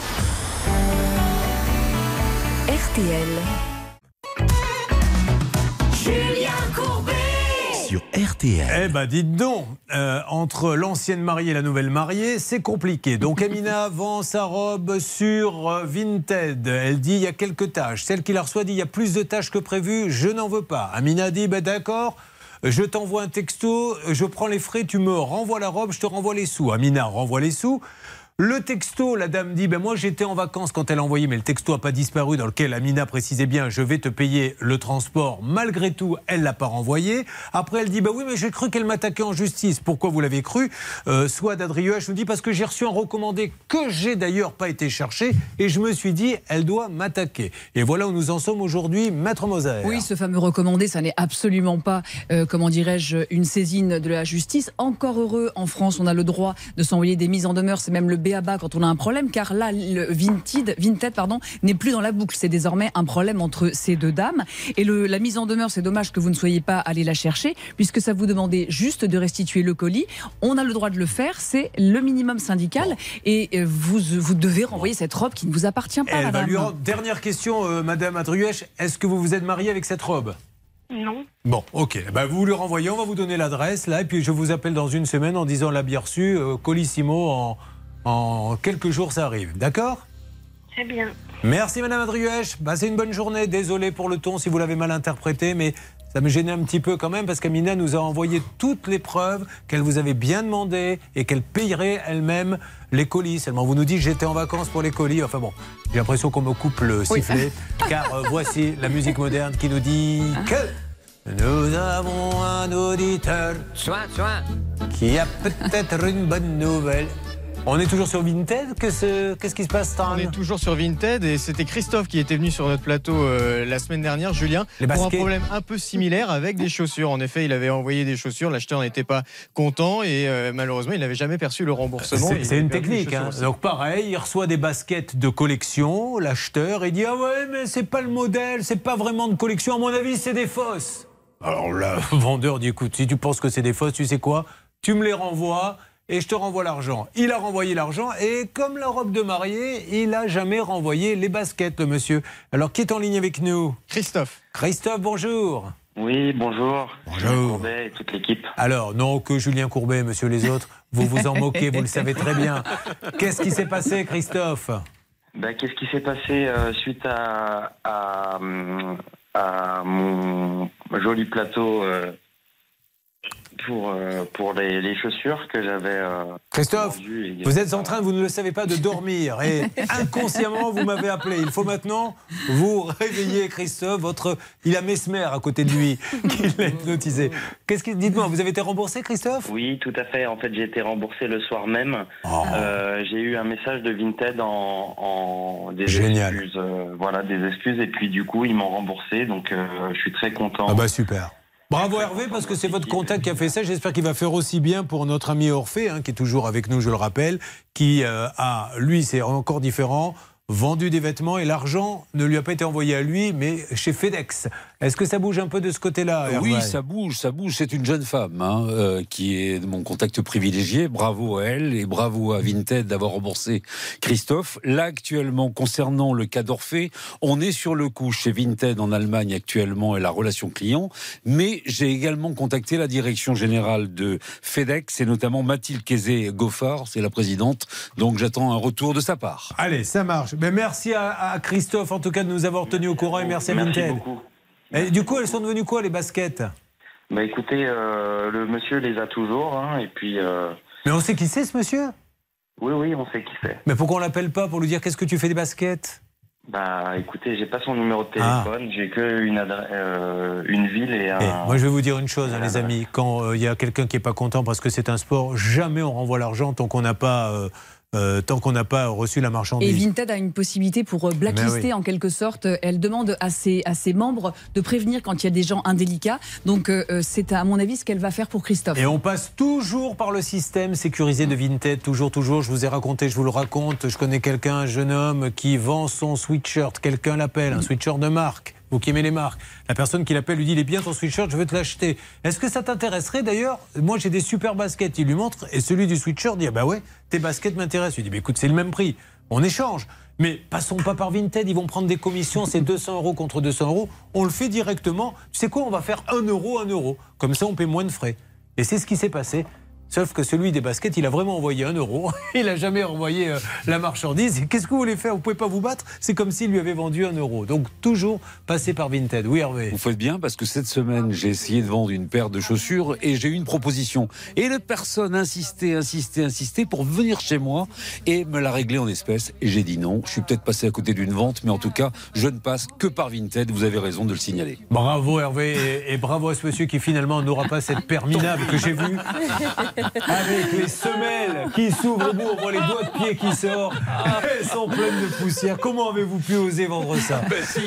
RTL. Julien Courbet. Sur RTL. Eh ben dites donc, entre l'ancienne mariée et la nouvelle mariée, c'est compliqué. Donc Amina vend sa robe sur Vinted. Elle dit il y a quelques taches. Celle qui la reçoit dit il y a plus de taches que prévu, je n'en veux pas. Amina dit ben d'accord, je t'envoie un texto, je prends les frais, tu me renvoies la robe, je te renvoie les sous. Amina renvoie les sous. Le texto, la dame dit, ben moi j'étais en vacances quand elle a envoyé, mais le texto n'a pas disparu, dans lequel Amina précisait bien, je vais te payer le transport. Malgré tout, elle ne l'a pas renvoyé. Après, elle dit, ben oui, mais j'ai cru qu'elle m'attaquait en justice. Pourquoi vous l'avez cru? Soit d'Adrioche nous dit, parce que j'ai reçu un recommandé que j'ai d'ailleurs pas été cherché, et je me suis dit, elle doit m'attaquer. Et voilà où nous en sommes aujourd'hui, Maître Moser. Oui, ce fameux recommandé, ça n'est absolument pas, comment dirais-je, une saisine de la justice. Encore heureux, en France, on a le droit de s'envoyer des mises en demeure, c'est même le b.a.-ba quand on a un problème, car là, le Vinted, n'est plus dans la boucle. C'est désormais un problème entre ces deux dames. Et la mise en demeure, c'est dommage que vous ne soyez pas allé la chercher, puisque ça vous demandait juste de restituer le colis. On a le droit de le faire, c'est le minimum syndical. Et vous devez renvoyer cette robe qui ne vous appartient pas, Elle va madame. lui rendre... Dernière question, Madame Adrioche, est-ce que vous vous êtes mariée avec cette robe? Non. Bon, ok. Ben, vous lui renvoyez, on va vous donner l'adresse, là, et puis je vous appelle dans une semaine en disant la bien reçue, colissimo, en quelques jours, ça arrive. D'accord? Très bien. Merci, Madame Adrioche. Passez une bonne journée. Désolé pour le ton si vous l'avez mal interprété, mais ça me gênait un petit peu quand même, parce qu'Amina nous a envoyé toutes les preuves qu'elle vous avait bien demandé et qu'elle payerait elle-même les colis. Seulement, vous nous dites j'étais en vacances pour les colis. Enfin bon, j'ai l'impression qu'on me coupe le sifflet, car voici la musique moderne qui nous dit que nous avons un auditeur qui a peut-être une bonne nouvelle. On est toujours sur Vinted. Qu'est-ce qui se passe, Stan? On est toujours sur Vinted et c'était Christophe qui était venu sur notre plateau la semaine dernière, Julien, pour un problème un peu similaire avec des chaussures. En effet, il avait envoyé des chaussures, l'acheteur n'était pas content et malheureusement, il n'avait jamais perçu le remboursement. C'est une technique. Hein. Donc pareil, il reçoit des baskets de collection, l'acheteur, et dit ah ouais, mais c'est pas le modèle, c'est pas vraiment de collection. À mon avis, c'est des fausses. Alors le vendeur dit écoute, si tu penses que c'est des fausses, tu sais quoi? Tu me les renvoies. Et je te renvoie l'argent. Il a renvoyé l'argent et comme la robe de mariée, il n'a jamais renvoyé les baskets, le monsieur. Alors, qui est en ligne avec nous? Christophe. Christophe, bonjour. Oui, bonjour. Bonjour. Courbet et toute l'équipe. Alors, non que Julien Courbet, monsieur les autres, vous vous en moquez, vous le savez très bien. Qu'est-ce qui s'est passé, Christophe? Qu'est-ce qui s'est passé suite à mon joli plateau pour les chaussures que j'avais Christophe, vous êtes en train, vous ne le savez pas, de dormir et inconsciemment vous m'avez appelé. Il faut maintenant vous réveiller, Christophe. Il a Mesmer à côté de lui qui l'a hypnotisé. Dites-moi, vous avez été remboursé, Christophe? Oui, tout à fait. En fait, j'ai été remboursé le soir même. J'ai eu un message de Vinted en des Génial. excuses, des excuses et puis du coup ils m'ont remboursé. Donc je suis très content. Ah bah super. Bravo Hervé, parce que c'est votre contact qui a fait ça. J'espère qu'il va faire aussi bien pour notre ami Orphée, qui est toujours avec nous, je le rappelle, qui lui, c'est encore différent. vendu des vêtements et l'argent ne lui a pas été envoyé à lui, mais chez FedEx. Est-ce que ça bouge un peu de ce côté-là, Hervé ? Oui, ça bouge. C'est une jeune femme qui est mon contact privilégié. Bravo à elle et bravo à Vinted d'avoir remboursé Christophe. Là, actuellement, concernant le cas d'Orphée, on est sur le coup chez Vinted en Allemagne actuellement et la relation client. Mais j'ai également contacté la direction générale de FedEx et notamment Mathilde Kézé-Goffard, c'est la présidente. Donc j'attends un retour de sa part. Allez, ça marche. Mais merci à Christophe, en tout cas, de nous avoir tenus au courant et merci à Vinted. Beaucoup. Et du coup, elles sont devenues quoi, les baskets ? Bah écoutez, le monsieur les a toujours, et puis... Mais on sait qui c'est, ce monsieur ? Oui, on sait qui c'est. Mais pourquoi on l'appelle pas pour lui dire qu'est-ce que tu fais des baskets ? Bah écoutez, j'ai pas son numéro de téléphone, j'ai que une ville et un... Moi, je vais vous dire une chose, les amis. Quand il y a quelqu'un qui est pas content parce que c'est un sport, jamais on renvoie l'argent tant qu'on n'a pas... reçu la marchandise. Et Vinted a une possibilité pour blacklister en quelque sorte. Elle demande à ses membres de prévenir quand il y a des gens indélicats. Donc c'est à mon avis ce qu'elle va faire pour Christophe. Et on passe toujours par le système sécurisé de Vinted, toujours. Je vous ai raconté, je vous le raconte. Je connais quelqu'un, un jeune homme qui vend son sweatshirt. Quelqu'un l'appelle, un sweatshirt de marque. Vous qui aimez les marques. La personne qui l'appelle lui dit, il est bien ton sweatshirt, je veux te l'acheter. Est-ce que ça t'intéresserait d'ailleurs ? Moi j'ai des super baskets. Il lui montre et celui du sweatshirt dit, ah bah ouais, tes baskets m'intéressent. Il dit, bah écoute, c'est le même prix. On échange. Mais passons pas par Vinted, ils vont prendre des commissions, c'est 200 € contre 200 €. On le fait directement. Tu sais quoi, on va faire 1 €. Comme ça, on paie moins de frais. Et c'est ce qui s'est passé. Sauf que celui des baskets, il a vraiment envoyé 1 €. Il n'a jamais envoyé la marchandise. Et qu'est-ce que vous voulez faire ? Vous ne pouvez pas vous battre ? C'est comme s'il lui avait vendu 1 €. Donc toujours passer par Vinted. Oui, Hervé. Vous faites bien parce que cette semaine, j'ai essayé de vendre une paire de chaussures et j'ai eu une proposition. Et la personne insistait pour venir chez moi et me la régler en espèces. Et j'ai dit non. Je suis peut-être passé à côté d'une vente, mais en tout cas, je ne passe que par Vinted. Vous avez raison de le signaler. Bravo Hervé et bravo à ce monsieur qui finalement n'aura pas cette paire minable que j'ai vue. Avec les semelles qui s'ouvrent au bout, on voit les doigts de pied qui sortent. Elles sont pleines de poussière. Comment avez-vous pu oser vendre ça ? Ben si.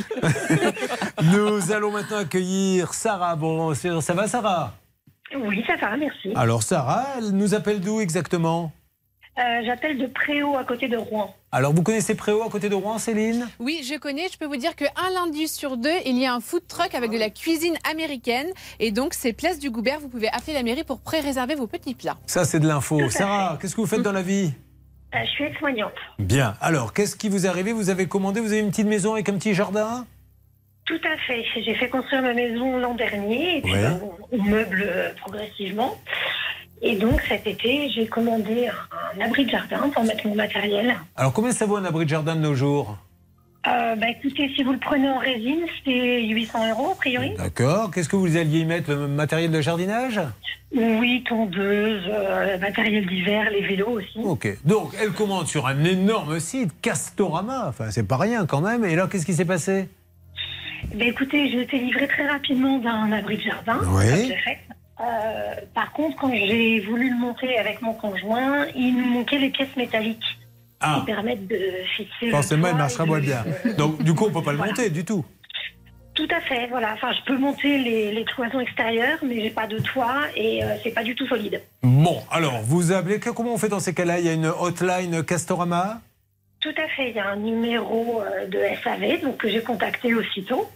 Nous allons maintenant accueillir Sarah. Bon, ça va Sarah ? Oui, ça va, merci. Alors Sarah, elle nous appelle d'où exactement ? J'appelle de Préau, à côté de Rouen. Alors, vous connaissez Préau, à côté de Rouen, Céline ? Oui, je connais. Je peux vous dire qu'un lundi sur 2, il y a un food truck avec de la cuisine américaine. Et donc, c'est Place du Goubert. Vous pouvez appeler la mairie pour pré-réserver vos petits plats. Ça, c'est de l'info. Sarah, qu'est-ce que vous faites dans la vie ? Je suis aide-soignante. Bien. Alors, qu'est-ce qui vous est arrivé ? Vous avez commandé, vous avez une petite maison avec un petit jardin ? Tout à fait. J'ai fait construire ma maison l'an dernier. Et puis, on meuble progressivement. Et donc cet été, j'ai commandé un abri de jardin pour mettre mon matériel. Alors combien ça vaut un abri de jardin de nos jours ? Écoutez, si vous le prenez en résine, c'est 800 € a priori. D'accord. Qu'est-ce que vous alliez y mettre ? Le matériel de jardinage ? Oui, tondeuse, matériel d'hiver, les vélos aussi. Ok. Donc elle commande sur un énorme site, Castorama. Enfin, c'est pas rien quand même. Et là, qu'est-ce qui s'est passé ? Écoutez, j'ai été livrée très rapidement d'un abri de jardin. Oui. Comme j'ai fait. Par contre, quand j'ai voulu le monter avec mon conjoint, il nous manquait les pièces métalliques qui permettent de fixer. Forcément, il marchera moins bien. Donc, du coup, on ne peut pas le monter du tout. Tout à fait, voilà. Enfin, je peux monter les cloisons extérieures, mais j'ai pas de toit et c'est pas du tout solide. Bon, alors, vous appelez. Comment on fait dans ces cas-là ? Il y a une hotline Castorama ? Tout à fait. Il y a un numéro de SAV, donc que j'ai contacté aussitôt.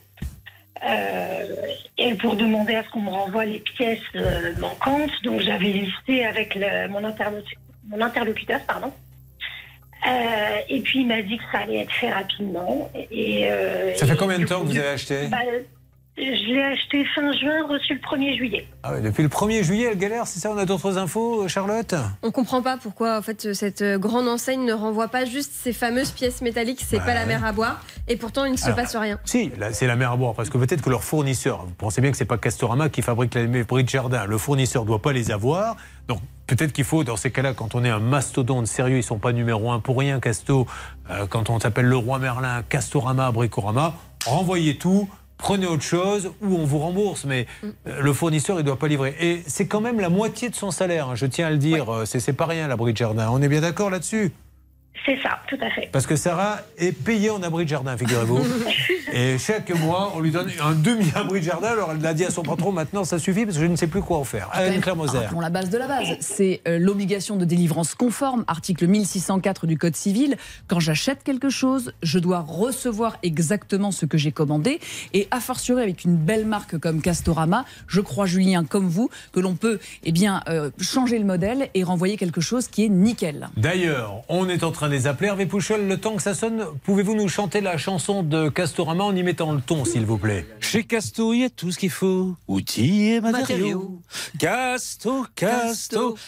Et pour demander à ce qu'on me renvoie les pièces manquantes, donc j'avais listé avec mon interlocuteur, pardon. Et puis il m'a dit que ça allait être fait rapidement. Ça fait combien de temps que vous avez acheté ? Je l'ai acheté fin juin, reçu le 1er juillet. Ah ouais, depuis le 1er juillet, elle galère, c'est ça ? On a d'autres infos, Charlotte ? On comprend pas pourquoi en fait cette grande enseigne ne renvoie pas juste ces fameuses pièces métalliques, c'est pas la mer à boire, et pourtant il ne se passe rien. Si, là, c'est la mer à boire, parce que peut-être que leur fournisseur, vous pensez bien que c'est pas Castorama qui fabrique les abris de jardin, le fournisseur doit pas les avoir, donc peut-être qu'il faut, dans ces cas-là, quand on est un mastodonte sérieux, ils sont pas numéro 1 pour rien, Casto, quand on s'appelle Leroy Merlin, Castorama, Bricorama, renvoyez tout. Prenez autre chose ou on vous rembourse, mais le fournisseur, il ne doit pas livrer. Et c'est quand même la moitié de son salaire, hein, je tiens à le dire. Ouais. C'est pas rien, l'abri de jardin. On est bien d'accord là-dessus ? C'est ça, tout à fait. Parce que Sarah est payée en abri de jardin, figurez-vous. Et chaque mois, on lui donne un demi-abri de jardin. Alors elle l'a dit à son patron, maintenant ça suffit parce que je ne sais plus quoi en faire. Anne-Claire Moser. Rappelons la base de la base. C'est l'obligation de délivrance conforme, article 1604 du Code civil. Quand j'achète quelque chose, je dois recevoir exactement ce que j'ai commandé. Et a fortiori avec une belle marque comme Castorama, je crois, Julien, comme vous, que l'on peut changer le modèle et renvoyer quelque chose qui est nickel. D'ailleurs, on est en train de les appeler. Hervé Pouchol, le temps que ça sonne, pouvez-vous nous chanter la chanson de Castorama en y mettant le ton, s'il vous plaît? Chez Casto, il y a tout ce qu'il faut. Outils et matériaux. Castorama.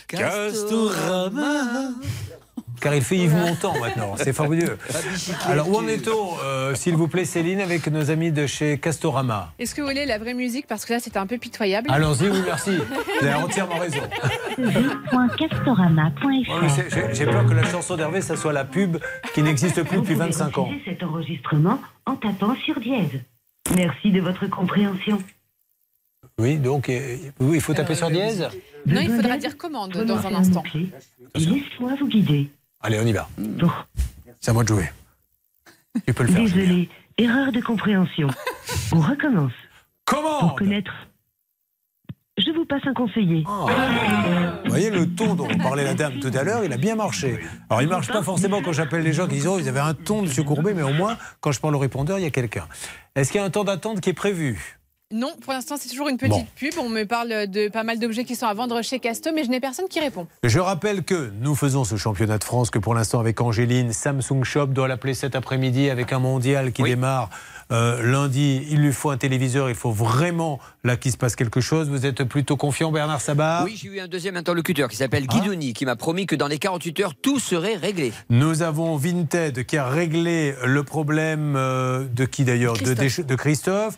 Car il fait Yves Montand maintenant, c'est fabuleux. Alors où en est-on, s'il vous plaît, Céline, avec nos amis de chez Castorama? Est-ce que vous voulez la vraie musique? Parce que là, c'était un peu pitoyable. Allons-y, oui, merci. Vous avez entièrement raison. Castorama.fr. J'ai peur que la chanson d'Hervé, ça soit la pub qui n'existe plus depuis 25 ans. Cet enregistrement en tapant sur dièse. Merci de votre compréhension. Oui, donc il faut taper sur dièse. Non, il faudra dire commande dans un instant. Laisse-moi vous guider. Allez, on y va. C'est à moi de jouer. Tu peux le faire. Désolé, erreur de compréhension. On recommence. Comment? Pour connaître... Je vous passe un conseiller. Vous voyez le ton dont parlait la dame tout à l'heure, il a bien marché. Alors il marche pas forcément quand j'appelle les gens qui disent oh, ils avaient un ton, monsieur Courbet, mais au moins quand je parle au répondeur, il y a quelqu'un. Est-ce qu'il y a un temps d'attente qui est prévu? Non, pour l'instant, c'est toujours une petite pub. On me parle de pas mal d'objets qui sont à vendre chez Casto, mais je n'ai personne qui répond. Je rappelle que nous faisons ce championnat de France que pour l'instant avec Angéline, Samsung Shop doit l'appeler cet après-midi avec un mondial qui démarre lundi. Il lui faut un téléviseur, il faut vraiment là qu'il se passe quelque chose. Vous êtes plutôt confiant, Bernard Sabat? Oui, j'ai eu un deuxième interlocuteur qui s'appelle Guidouni, qui m'a promis que dans les 48 heures, tout serait réglé. Nous avons Vinted qui a réglé le problème de qui d'ailleurs? De Christophe.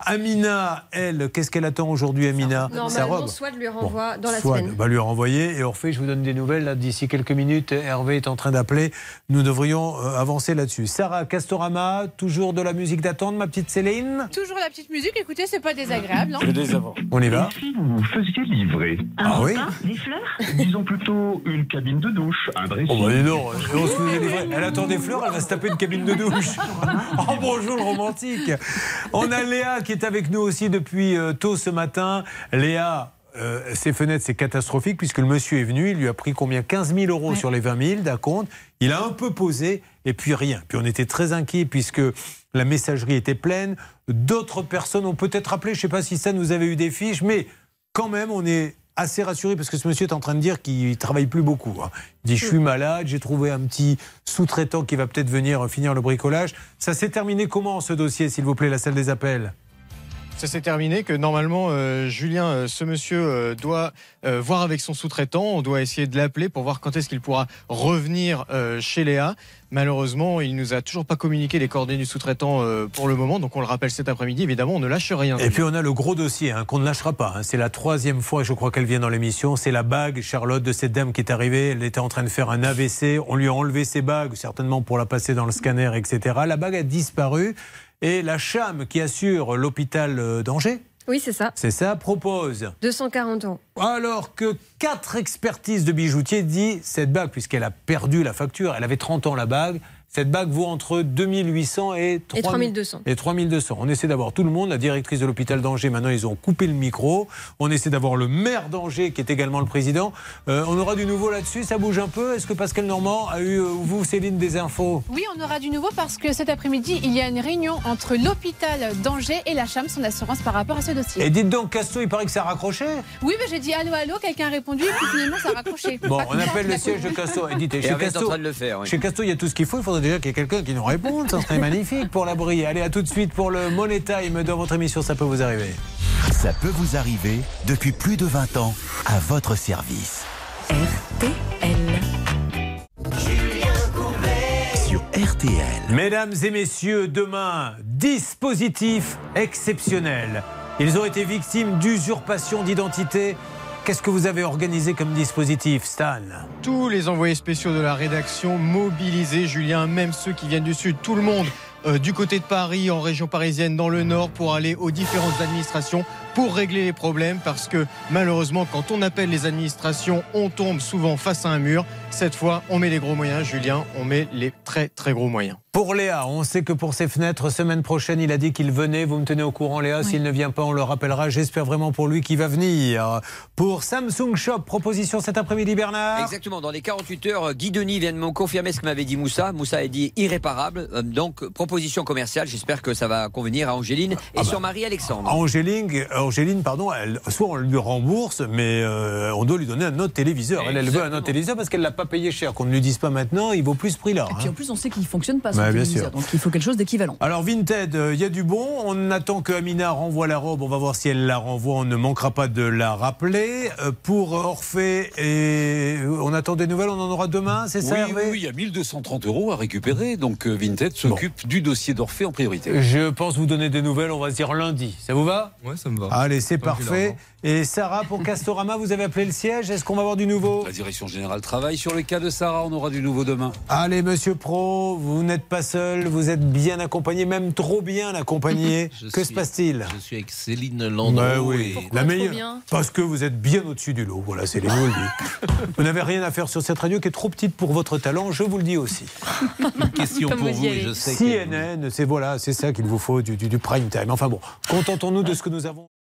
Amina, elle, qu'est-ce qu'elle attend aujourd'hui, Amina? Sa robe. Swad lui renvoie dans la Swad semaine. va lui renvoyer. Et Orphée, je vous donne des nouvelles là d'ici quelques minutes. Hervé est en train d'appeler. Nous devrions avancer là-dessus. Sarah, Castorama, toujours de la musique d'attente, ma petite Céline? Toujours la petite musique. Écoutez, c'est pas désagréable. On y va. Si vous faisiez livrer Des fleurs? disons plutôt une cabine de douche, un dressing. Oh bah dis donc, on se faisait livrer. Elle attend des fleurs, elle va se taper une cabine de douche. Oh bonjour le romantique. On a Léa qui est avec nous aussi depuis tôt ce matin. Léa, ses fenêtres, c'est catastrophique puisque le monsieur est venu, il lui a pris combien? 15 000 euros sur les 20 000 d'acompte. Il a un peu posé et puis rien. Puis on était très inquiets puisque la messagerie était pleine. D'autres personnes ont peut-être appelé, je ne sais pas si ça nous avait eu des fiches, mais quand même on est assez rassuré parce que ce monsieur est en train de dire qu'il ne travaille plus beaucoup. Il dit je suis malade, j'ai trouvé un petit sous-traitant qui va peut-être venir finir le bricolage. Ça s'est terminé comment ce dossier, s'il vous plaît, la salle des appels? Ça s'est terminé que normalement, Julien, ce monsieur doit voir avec son sous-traitant. On doit essayer de l'appeler pour voir quand est-ce qu'il pourra revenir chez Léa. Malheureusement, il nous a toujours pas communiqué les coordonnées du sous-traitant pour le moment. Donc on le rappelle cet après-midi. Évidemment, on ne lâche rien. Et puis on a le gros dossier qu'on ne lâchera pas. C'est la 3e fois, je crois qu'elle vient dans l'émission. C'est la bague, Charlotte, de cette dame qui est arrivée. Elle était en train de faire un AVC. On lui a enlevé ses bagues, certainement pour la passer dans le scanner, etc. La bague a disparu. Et la CHAM qui assure l'hôpital d'Angers, oui, c'est ça. C'est ça, propose 240 €. Alors que 4 expertises de bijoutiers disent cette bague, puisqu'elle a perdu la facture, elle avait 30 ans la bague, cette bague vaut entre 2800 et 3200. Et 3200. On essaie d'avoir tout le monde. La directrice de l'hôpital d'Angers, maintenant, ils ont coupé le micro. On essaie d'avoir le maire d'Angers, qui est également le président. On aura du nouveau là-dessus. Ça bouge un peu. Est-ce que Pascal Normand a eu, vous, Céline, des infos? Oui, on aura du nouveau parce que cet après-midi, il y a une réunion entre l'hôpital d'Angers et la CHAM, son assurance, par rapport à ce dossier. Et dites donc, Casto, il paraît que ça a raccroché? Oui, mais j'ai dit allô, allô, quelqu'un a répondu, et puis finalement, ça a raccroché. Bon, on appelle le siège de Casto. Et dites, chez Casto, chez Casto, il y a tout ce qu'il faut. Il faudrait déjà qu'il y ait quelqu'un qui nous réponde. Ça serait magnifique pour l'abri. Allez, à tout de suite pour le Money Time dans votre émission. Ça peut vous arriver. Ça peut vous arriver depuis plus de 20 ans à votre service. RTL. Sur RTL. Mesdames et messieurs, demain, dispositif exceptionnel. Ils ont été victimes d'usurpation d'identité. Qu'est-ce que vous avez organisé comme dispositif, Stan? Tous les envoyés spéciaux de la rédaction mobilisés, Julien, même ceux qui viennent du Sud, tout le monde du côté de Paris, en région parisienne, dans le nord, pour aller aux différentes administrations pour régler les problèmes, parce que malheureusement, quand on appelle les administrations, on tombe souvent face à un mur. Cette fois, on met les gros moyens, Julien, on met les très très gros moyens. Pour Léa, on sait que pour ses fenêtres, semaine prochaine, il a dit qu'il venait. Vous me tenez au courant, Léa. S'il ne vient pas, on le rappellera. J'espère vraiment pour lui qu'il va venir. Pour Samsung Shop, proposition cet après-midi, Bernard. Exactement. Dans les 48 heures, Guy Denis vient de me confirmer ce que m'avait dit Moussa. Moussa a dit irréparable. Donc, proposition commerciale. J'espère que ça va convenir à Angéline et sur Marie-Alexandre. Angéline, pardon, soit on lui rembourse, mais on doit lui donner un autre téléviseur. Elle veut un autre téléviseur parce qu'elle ne l'a pas payé cher. Qu'on ne lui dise pas maintenant, il vaut plus ce prix-là. Et puis en plus, on sait qu'il ne fonctionne pas. Bien téléviseur, sûr. donc il faut quelque chose d'équivalent. Alors Vinted, il y a du bon. On attend que Amina renvoie la robe. On va voir si elle la renvoie. On ne manquera pas de la rappeler. Pour Orphée, on attend des nouvelles. On en aura demain, c'est ça, Hervé ? Oui, il y a 1230 € à récupérer. Donc Vinted s'occupe du dossier d'Orphée en priorité. Je pense vous donner des nouvelles. On va se dire lundi. Ça vous va ? Ouais, ça me va. Allez, c'est parfait. Et Sarah, pour Castorama, vous avez appelé le siège. Est-ce qu'on va avoir du nouveau ? La direction générale travaille sur le cas de Sarah. On aura du nouveau demain. Allez, monsieur Pro, vous n'êtes pas seul. Vous êtes bien accompagné, même trop bien accompagné. Que se passe-t-il ? Je suis avec Céline Landreau. Oui, la meilleure. Parce que vous êtes bien au-dessus du lot. Voilà, Céline, vous le dit. Vous n'avez rien à faire sur cette radio qui est trop petite pour votre talent, je vous le dis aussi. Une question pour vous, et je sais CNN, c'est ça qu'il vous faut, du prime time. Enfin bon, contentons-nous de ce que nous avons.